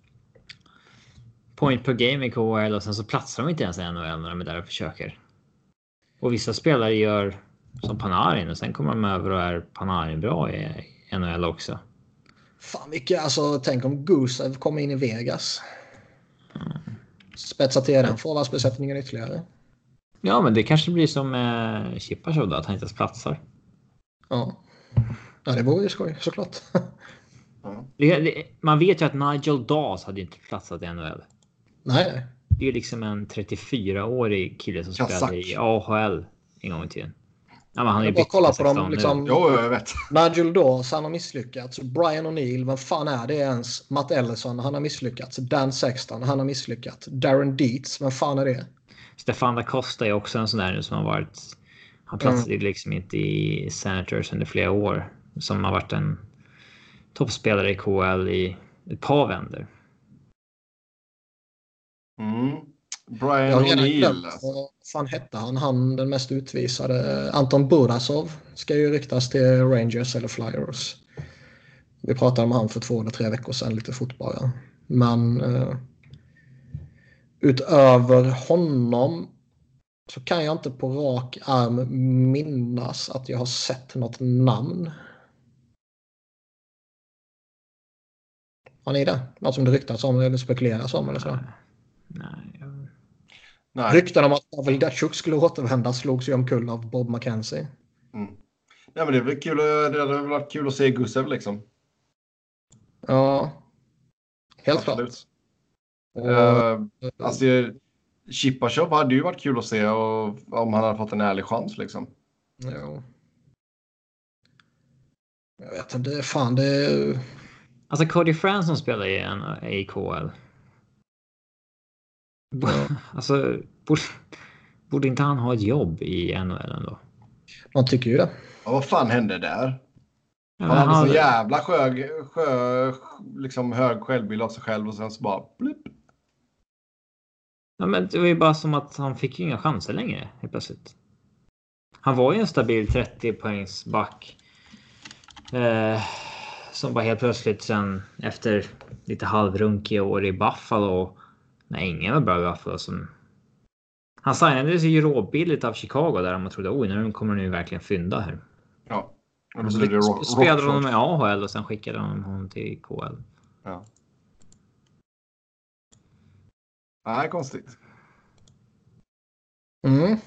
point per game i K H L och sen så platsar de inte ens i N H L när de är där och försöker. Och vissa spelare gör som Panarin och sen kommer de över och är Panarin bra i N H L också. Fan vilka, alltså tänk om Gusev kommer in i Vegas. Mm. Spetsa till den forwardsbesättningen ytterligare. Ja, men det kanske blir som eh, Chippachov då, att han inte ens platsar. Ja. Ja, det vore ju skoj, såklart. Ja. Det, det, man vet ju att Nigel Dawes hade inte platsat i N H L. Nej. Det är liksom en trettiofyra-årig kille som Kazak. spelade i A H L en gång i tiden. Ja, men han är jag bara kolla på dem liksom. Jo, jag vet. Nigel Dawes, han har misslyckats. Brian O'Neill, vem fan är det ens? Matt Ellison, han har misslyckats. Dan Sexton, han har misslyckats. Darren Dietz, vem fan är det? Stefan da Costa är också en sån där nu som har varit... Han platsade mm. liksom inte i Senators under flera år. Som har varit en toppspelare i K H L i ett par vänder. Mm. Brian O'Neill. Vad fan hette han? Han den mest utvisade. Anton Burasov ska ju ryktas till Rangers eller Flyers. Vi pratade om han för två eller tre veckor sedan lite fort bara. Men uh, utöver honom så kan jag inte på rak arm minnas att jag har sett något namn. Har ni det? Något som det ryktas om eller spekuleras om eller så? Nej. Nej. Rykten om att Pavel Datsyuk skulle återvända slogs ju omkull av Bob McKenzie. Mm. Nej, men det är väl kul, det hade varit kul att se Gusev liksom. Ja. Helt Absolut. klart. Uh, alltså Chippachov hade ju varit kul att se och, om han hade fått en ärlig chans liksom. Ja. Jag vet inte, det är fan det är... Alltså Cody Franson spelar i en i K H L. Ja. Alltså borde, borde inte han ha ett jobb i N H L ändå? Man tycker ju det. Ja, vad fan hände där? Ja, han hade han... så jävla skö, skö, liksom hög självbild av sig själv och sen så bara blipp. Ja, men det var ju bara som att han fick ju inga chanser längre helt plötsligt. Han var ju en stabil trettio poängs back. Eh, som bara helt plötsligt sen efter lite halvrunkiga år i Buffalo. Nej, ingen var bra i Buffalo som... Han signades ju råbilligt av Chicago där man trodde oj, nu kommer nu verkligen fynda här. Ja. Och då det rock, spelade de med A H L och sen skickade de honom till K H L. Ja. Nej, konstigt. Mm.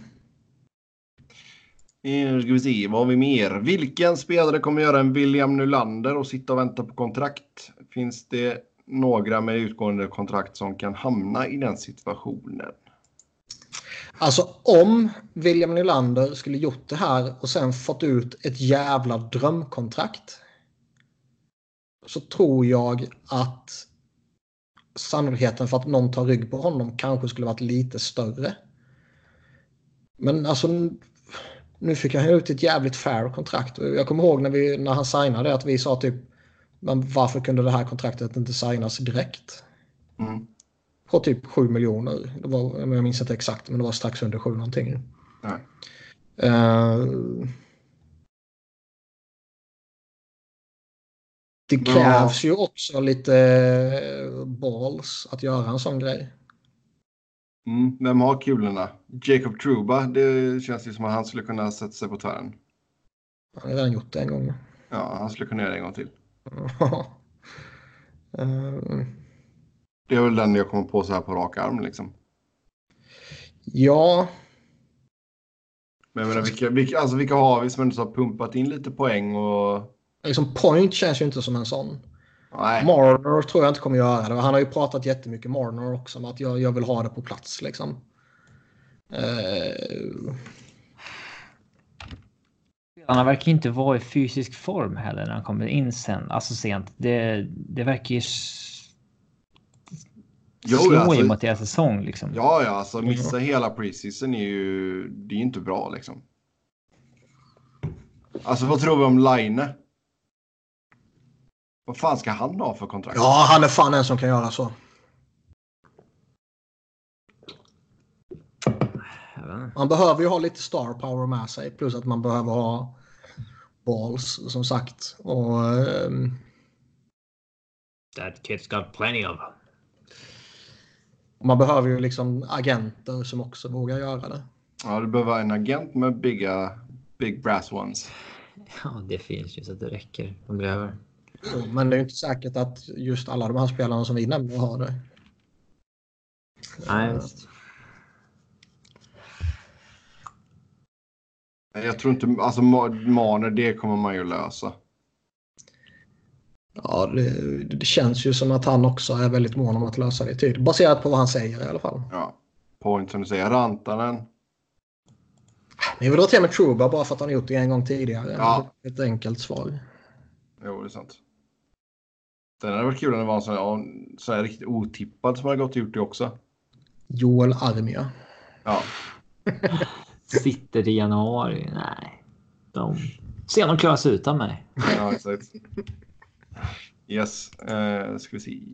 Nu ska vi se, vad har vi mer? Vilken spelare kommer göra en William Nylander och sitta och vänta på kontrakt? Finns det några med utgående kontrakt som kan hamna i den situationen? Alltså om William Nylander skulle gjort det här och sen fått ut ett jävla drömkontrakt så tror jag att sannolikheten för att någon tar rygg på honom kanske skulle varit lite större. Men alltså nu fick han ut ett jävligt fair kontrakt. Jag kommer ihåg när, vi, när han signade att vi sa typ men varför kunde det här kontraktet inte signas direkt? Mm. På typ sju miljoner. Det var, jag minns inte exakt men det var strax under sju någonting. Nej. Uh, det krävs ju också lite balls att göra en sån grej. Mm, vem har kulorna? Jacob Trouba, det känns ju som att han skulle kunna sätta sig på tvären. Han har redan gjort det en gång. Ja, han skulle kunna göra det en gång till. uh, det är väl den jag kommer på så här på rak arm liksom. Ja. Men jag menar, vilka, vilka, alltså, vilka har vi som ändå har pumpat in lite poäng och... Liksom Point känns ju inte som en sån. Nej. Marner tror jag inte kommer göra det. Han har ju pratat jättemycket Marner också om att jag, jag vill ha det på plats liksom. Uh... Han verkar inte vara i fysisk form heller när han kommer in sen. Alltså sent. Det, det verkar ju... Jo, slår alltså, ju mot deras säsong liksom. Ja, ja, alltså missa mm. hela preseason är ju, det är ju inte bra liksom. Alltså vad tror vi om Line? Vad fan ska han ha för kontrakt? Ja, han är fan en som kan göra så. Man behöver ju ha lite star power med sig. Plus att man behöver ha balls, som sagt. Och... Um... That kid's got plenty of. Man behöver ju liksom agenter som också vågar göra det. Ja, du behöver en agent med bigga, big brass ones. Ja, det finns ju så att det räcker. De behöver. Jo, men det är ju inte säkert att just alla de här spelarna som vi nämner har det. Nej, just. Jag tror inte, alltså Marner, det kommer man ju lösa. Ja, det, det känns ju som att han också är väldigt mån om att lösa det tid. Baserat på vad han säger i alla fall. Ja, point som du säger, Rantanen. Vi vill dra till med Trouba bara för att han gjort det en gång tidigare. Ja. Ett enkelt svar. Jo, det är sant. Sen hade det varit kul om det var en sån här, så här riktigt otippad som hade gått och gjort det också. Joel Armia. Ja. Sitter i januari. Nej. De... Se om de klarar sig utan mig. Ja, exakt. Yes, uh, ska vi se.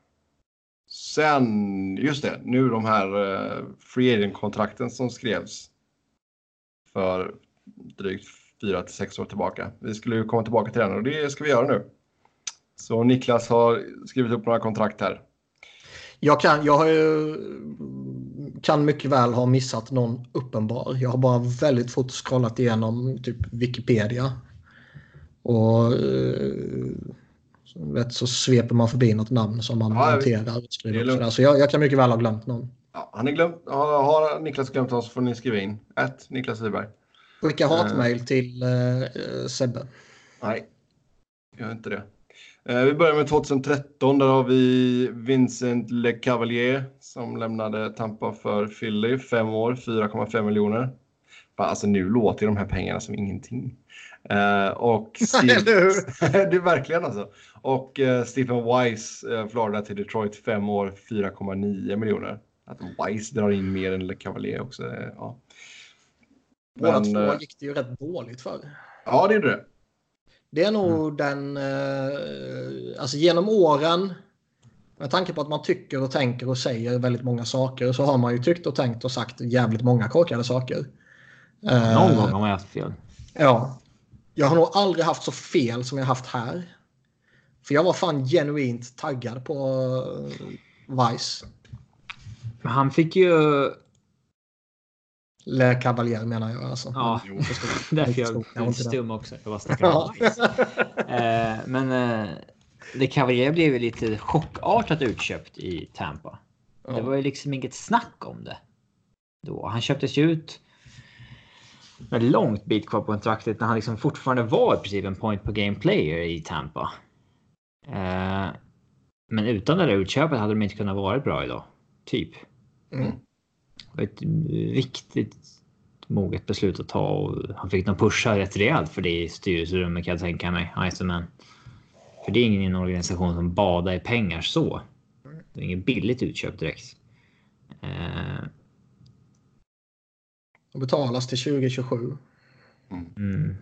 Sen, just det, nu de här uh, free agent-kontrakten som skrevs för drygt fyra till sex år tillbaka. Vi skulle ju komma tillbaka till den och det ska vi göra nu. Så Niklas har skrivit upp några kontrakt här. Jag kan, jag har ju, kan mycket väl ha missat någon uppenbar. Jag har bara väldigt fort scrollat igenom typ Wikipedia. Och vet, så sveper man förbi något namn som man ja, noterar. Så, så jag, jag kan mycket väl ha glömt någon. Ja, har, ni glömt, har, har Niklas glömt oss får ni skriva in. Ett, Niklas Wiberg. Skicka hatmail uh, till uh, Sebbe. Nej, gör inte det. Uh, vi börjar med tjugohundratretton. Där har vi Vincent LeCavalier som lämnade Tampa för Philly. Fem år, fyra komma fem miljoner. Alltså nu låter de här pengarna som ingenting. Uh, och Steve... det är verkligen alltså. Och uh, Stephen Weiss, uh, Florida till Detroit. Fem år, fyra komma nio miljoner. Att Weiss drar in mer än LeCavalier också. Uh, ja. Båda två uh, gick det ju rätt dåligt för. Ja, det är det. Det är nog mm. den, eh, alltså genom åren, med tanke på att man tycker och tänker och säger väldigt många saker, så har man ju tyckt och tänkt och sagt jävligt många korkade saker. Eh, Någon gång har man haft fel. Ja. Jag har nog aldrig haft så fel som jag haft här. För jag var fan genuint taggad på uh, Vice. Men han fick ju... Le Cavalier menar jag alltså. Ja, jag därför jag är lite stum också. Jag bara snackar om eh, Men eh, Le Cavalier blev ju lite chockartat utköpt i Tampa. Ja. Det var ju liksom inget snack om det. Då. Han köptes ju ut med långt bit kvar på kontraktet när han liksom fortfarande var i princip en point per game player i Tampa. Eh, men utan det där utköpet hade de inte kunnat vara bra idag. Typ. Mm. Ett riktigt moget beslut att ta och han fick nog pusha rätt rejält för det i styrelserummet kan jag tänka mig. Iceman. För det är ingen i en organisation som badar i pengar så. Det är inget billigt utköp direkt. Eh... Det betalas till tjugo tjugosju. Mm.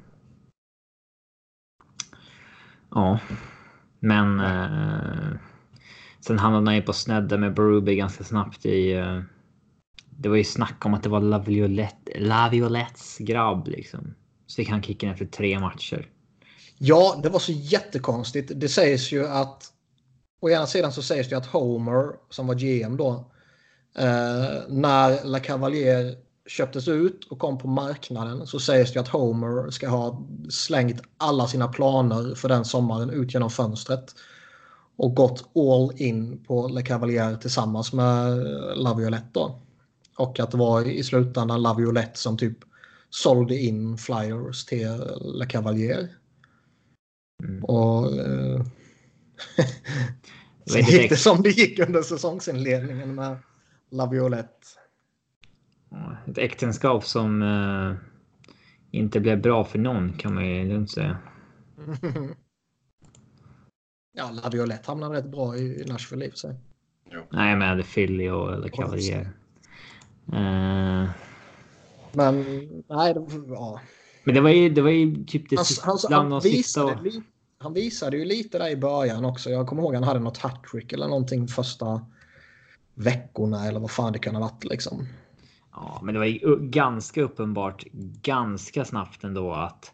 Ja. Men eh... sen hamnade han ju på snedden med Berube ganska snabbt i... Eh... Det var ju snack om att det var Laviolette, Laviolettes grabb liksom. Så fick han kicken efter tre matcher. Ja, det var så jättekonstigt. Det sägs ju att... Å ena sidan så sägs det att Homer, som var G M då... Eh, när La Cavalier köptes ut och kom på marknaden så sägs det att Homer ska ha slängt alla sina planer för den sommaren ut genom fönstret. Och gått all in på La Cavalier tillsammans med Laviolette då. Och att det var i slutändan Laviolette som typ sålde in flyers till La Cavalier. Mm. Och eh, så gick det som det gick under säsongsinledningen med Laviolette. Ett äktenskap som eh, inte blev bra för någon kan man ju lugnt säga. Ja, Laviolette hamnade rätt bra i Nashville i sig. Jo. Nej, jag menade Philly och eller Cavalier. Uh, men nej, det, ja. Men det var ju, det var ju typ det Han, sista, han, bland han, de visade sista. li, han visade ju lite där i början också. Jag kommer ihåg han hade något hattrick eller någonting första veckorna eller vad fan det kan ha varit liksom. Ja, men det var ju ganska uppenbart ganska snabbt ändå att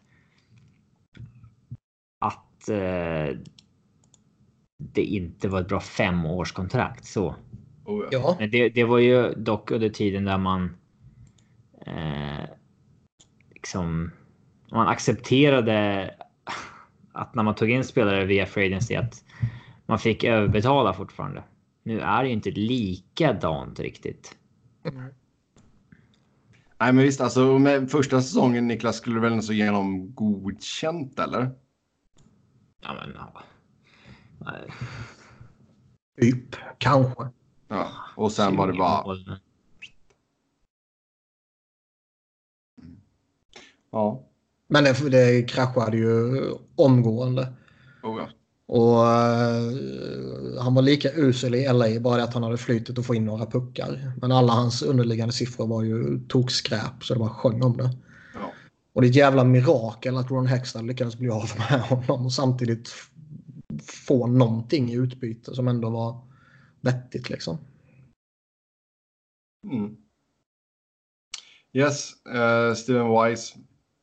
att eh, det inte var ett bra femårskontrakt så. Oh, ja. Ja. Men det, det var ju dock under tiden där man eh, liksom man accepterade att när man tog in spelare via free agency att man fick överbetala fortfarande. Nu är det ju inte likadant riktigt. Mm. Nej, men visst, alltså med första säsongen, Niklas, skulle du väl så genom godkänt, eller? Ja, men ja. Nej. Typ, kanske. Ja, och sen var det bara... Ja. Men det, det kraschade ju omgående. Oh, ja. Och uh, han var lika usel i L A, bara det att han hade flytet att få in några puckar. Men alla hans underliggande siffror var ju tokskräp, så det bara sjöng om det. Ja. Och det är ett jävla mirakel att Ron Hextall lyckades bli av med honom och samtidigt få någonting i utbyte som ändå var vettigt liksom. Mm. Yes, uh, Steven Weiss.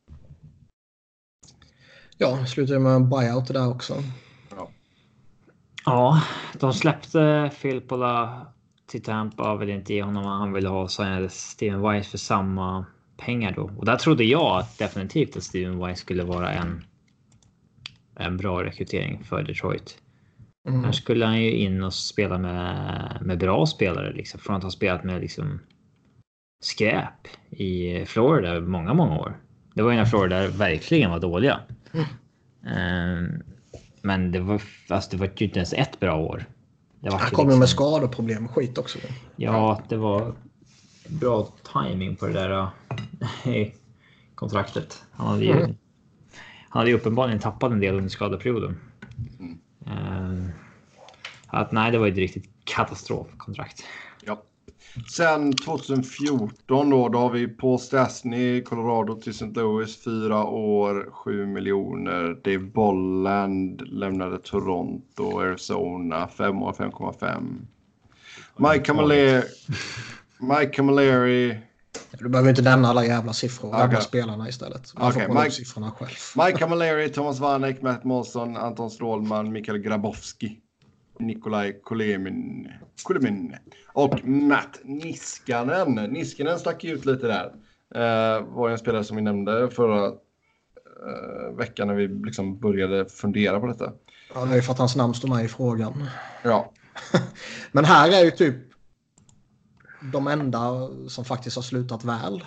Ja, slutade med en buyout där också. Ja. Ja, de släppte Filppula till Tampa, vill inte ge honom vad han ville ha, så han Steven Weiss för samma pengar då. Och där trodde jag att definitivt att Steven Weiss skulle vara en en bra rekrytering för Detroit. Mm. Här skulle han ju in och spela med, med bra spelare liksom, från att ha spelat med liksom skräp i Florida många, många år. Det var ju när Florida verkligen var dåliga. Mm. Um, men det var, alltså det var ju inte ens ett bra år. Det var han kom ju liksom med skadeproblem och skit också. Ja, det var bra timing på det där uh, kontraktet. Han hade ju, mm. han hade ju uppenbarligen tappat en del under skadeperioden. Mm. Uh, att nej, det var ju ett riktigt katastrofkontrakt. Ja. Sen tjugohundrafjorton då, då har vi Paul Stastny, Colorado till Saint Louis, fyra år, sju miljoner. Dave Bolland lämnade Toronto, Arizona, fem år, fem komma fem. Mike Camilleri, Mike Camilleri. Du behöver inte nämna alla jävla siffror, okay. Alla spelarna istället. Man okay, får Mike, siffrorna själv. Mike Camilleri, Thomas Vanek, Matt Molson, Anton Strålman, Mikael Grabowski, Nikolaj Kulemin, Kulemin och Matt Niskanen. Niskanen stack ut lite där. Uh, var en spelare som vi nämnde förra uh, veckan när vi liksom började fundera på detta. Ja, det är ju för att hans namn står med i frågan. Ja. Men här är ju typ de enda som faktiskt har slutat väl.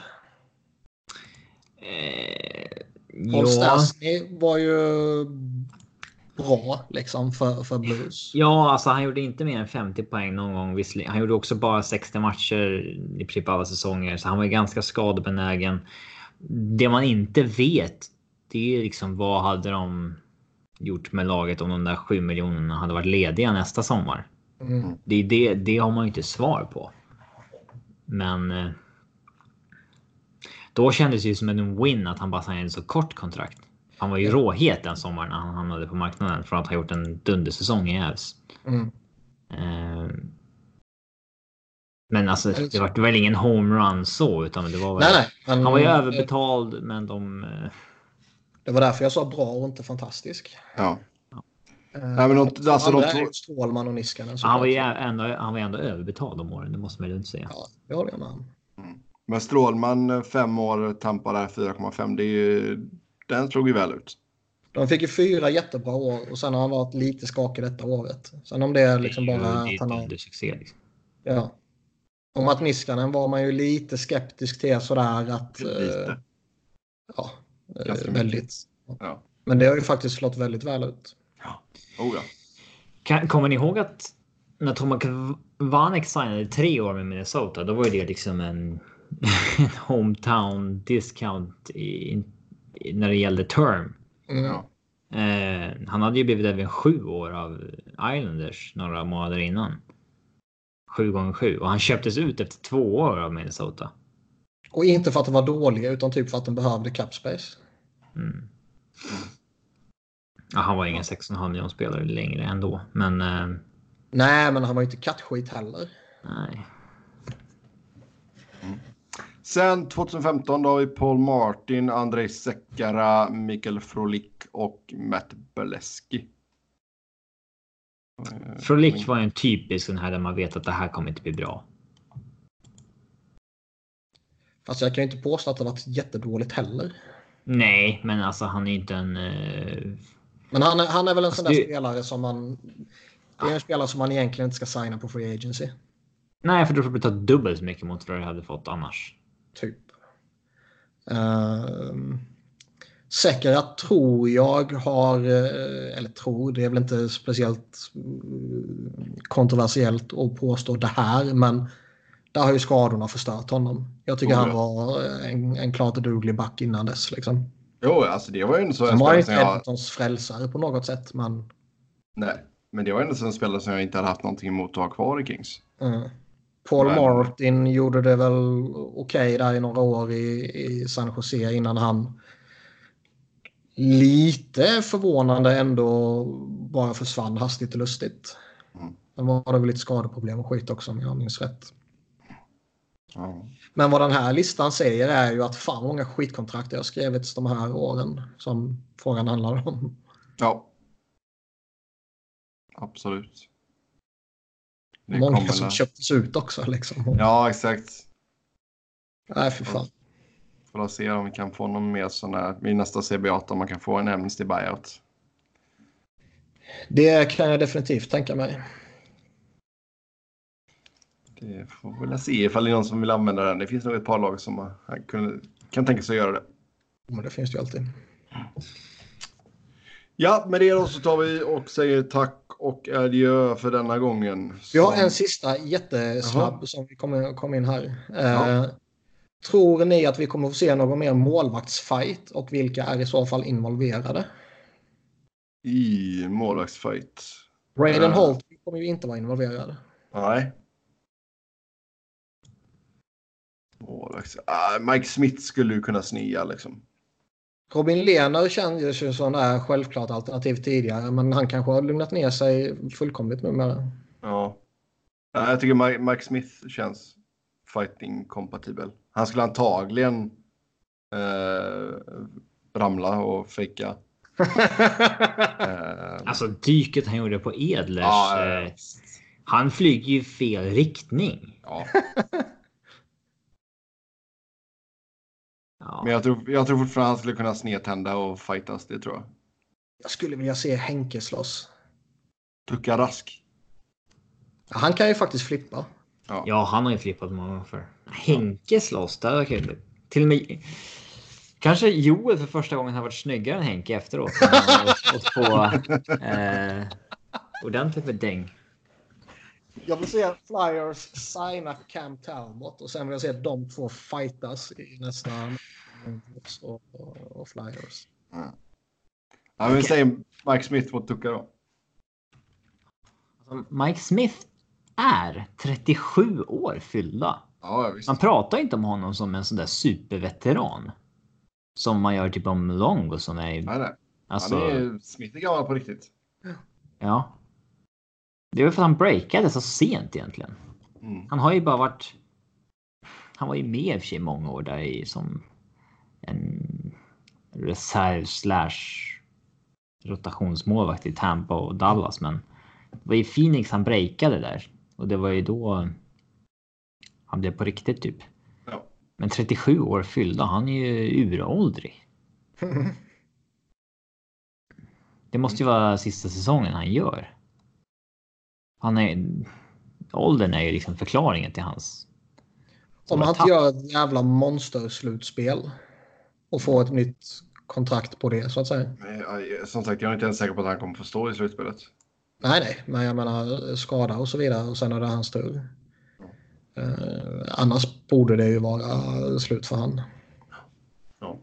Eh, Paul Stastny var ju bra liksom för, för Blues. Ja, alltså han gjorde inte mer än femtio poäng någon gång visserligen. Han gjorde också bara sextio matcher i princip alla säsonger, så han var ju ganska skadebenägen. Det man inte vet, det är liksom vad hade de gjort med laget om de där sju miljonerna hade varit lediga nästa sommar. Mm. Det, det, det har man ju inte svar på. Men då kändes det ju som en win att han bara signade en så kort kontrakt. Han var ju råhet den sommaren när han hamnade på marknaden från att ha gjort en dundersäsong i Ävs. Mm. Men alltså det var väl ingen homerun så, utan det var väl, nej, nej, men, han var ju överbetald, men de... Det var därför jag sa bra och inte fantastisk. Ja. Uh, nej, men de, alltså de två... Strålman och Niskanen. Han var ju ändå, han var ändå överbetald om åren, det måste man ju inte säga. Ja, det håller jag med om. Mm. Men Strålman fem år, Tampa där fyra komma fem, det är ju, den slog ju väl ut. De fick ju fyra jättebra år och sen har han varit lite skakig detta året. Sen om det är liksom bara... Det är att han har... ju succé liksom. Ja. Om att Niskanen var man ju lite skeptisk till sådär att... Lite. Uh, ja, uh, väldigt. Ja. Men det har ju faktiskt slått väldigt väl ut. Ja, oh ja. Kan, kommer ni ihåg att när Tomas Vanek signade tre år med Minnesota, då var det liksom en, en hometown discount i, i, när det gällde term. Mm. Eh, han hade ju blivit även sju år av Islanders några månader innan. sju gånger sju. Och han köptes ut efter två år av Minnesota. Och inte för att det var dåliga utan typ för att de behövde cap space. Mm. Ja, han var ingen sex komma fem miljoner spelare längre ändå. Men... Eh... Nej, men han var ju inte kattskit heller. Nej. Mm. Sen tjugohundrafemton då har vi Paul Martin, Andrei Sekera, Mikael Frolik och Matt Beleskey. Frolik var en typisk den här där man vet att det här kommer inte bli bra. Fast jag kan ju inte påstå att det varit jättedåligt heller. Nej, men alltså han är inte en... Uh... Men han är, han är väl en alltså, sån där det... spelare som man... Det är en spelare som man egentligen inte ska signa på free agency. Nej, för då får du ta dubbelt så mycket mot vad du hade fått annars. Typ. Uh, Sekera tror jag har... Eller tror, det är väl inte speciellt kontroversiellt att påstå det här. Men där har ju skadorna förstört honom. Jag tycker oh, han var en, en klart duglig back innan dess. Liksom. Jo, alltså det var ju inte så... Han var ju inte Edmontons frälsare på något sätt, men... Nej, men det var ändå en spelare som jag inte hade haft någonting emot att ha kvar i Kings. Mm. Paul men... Martin gjorde det väl okej okay där i några år i, i San Jose innan han lite förvånande ändå bara försvann hastigt och lustigt. Mm. Men var det väl lite skadeproblem och skit också om jag minns rätt. Mm. Men vad den här listan säger är ju att fan många skitkontrakt jag har skrivit de här åren som frågan handlar om. Ja. Absolut. Det många som där. Köptes ut också liksom. Ja, exakt. Nej, för fan. Får se om vi kan få någon mer sån här i nästa C B A om man kan få en amnesty buyout. Det kan jag definitivt tänka mig. Det får vi väl se ifall det är någon som vill använda den. Det finns nog ett par lag som kan, kan tänka sig att göra det. Men det finns det ju alltid. Ja, med det då så tar vi och säger tack och adjö för denna gången. Vi har en sista jättesnabb Aha. som vi kommer kom in här. Ja. Eh, tror ni att vi kommer få se någon mer målvaktsfight och vilka är i så fall involverade? I målvaktsfight? Braden uh. Holt kommer ju inte vara involverad. Nej. Målvakts... Uh, Mike Smith skulle ju kunna snia liksom. Robin Lehner kändes ju som där självklart alternativ tidigare, men han kanske har lugnat ner sig fullkomligt numera. Ja. ja jag tycker Mike, Mike Smith känns fighting-kompatibel. Han skulle antagligen eh, ramla och fejka. eh, alltså dyket han gjorde på Edlers. Ja, eh, han flyger ju fel riktning. Ja. Men jag tror, jag tror fortfarande han skulle kunna snedtända och fightas, det tror jag. Jag skulle vilja se Henke slåss. Tucka Rask. Ja, han kan ju faktiskt flippa. Ja, ja han har ju flippat många gånger för. Henke slåss, det är kul. Till och med... Kanske Joel för första gången har varit snyggare än Henke efteråt. Och få eh, ordentligt med däng. Jag vill se Flyers signa Cam Talbot och sen vill jag se de två fightas i nästa och, och, och Flyers. Mm. Jag vill okay. säga Mike Smith mot Tucka då. Alltså, Mike Smith är trettiosju år fyllda. Ja, visst. Man pratar inte om honom som en sån där superveteran. Som man gör typ om Longo som är... Nej, nej. Alltså, han är Smith är gammal på riktigt. Ja. Det var för att han breakade så sent egentligen. Mm. Han har ju bara varit... Han var ju med i och för sig många år där i som en reserv slash rotationsmålvakt i Tampa och Dallas. Men det var i Phoenix han breakade där. Och det var ju då han blev på riktigt typ. Ja. Men trettiosju år fyllda, han är ju uråldrig. Det måste ju vara sista säsongen han gör. Han är... Åldern är ju liksom förklaringen till hans... Om han inte gör ett jävla monsterslutspel och får ett nytt kontrakt på det, så att säga. Som sagt, jag är inte ens säker på att han kommer få stå i slutspelet. Nej, nej. Men jag menar skada och så vidare. Och sen är det hans tur. Mm. Uh, annars borde det ju vara slut för han. Ja.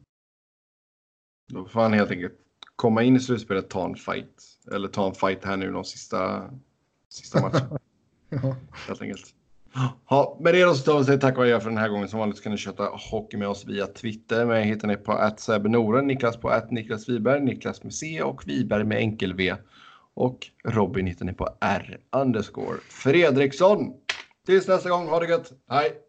Då får han helt enkelt komma in i slutspelet, ta en fight. Eller ta en fight här nu de sista, sista matchen. Ja. Helt enkelt. Ja, med det då så tar vi sig tack och adjö för den här gången. Som vanligt ska ni köta hockey med oss via Twitter. Men hittar ni på att Sebenoren, Niklas på att Niklas Wiberg, Niklas med C och Wiberg med enkel V. Och Robin hittar ni på R underscore Fredriksson. Tills nästa gång, ha det gött. Hej!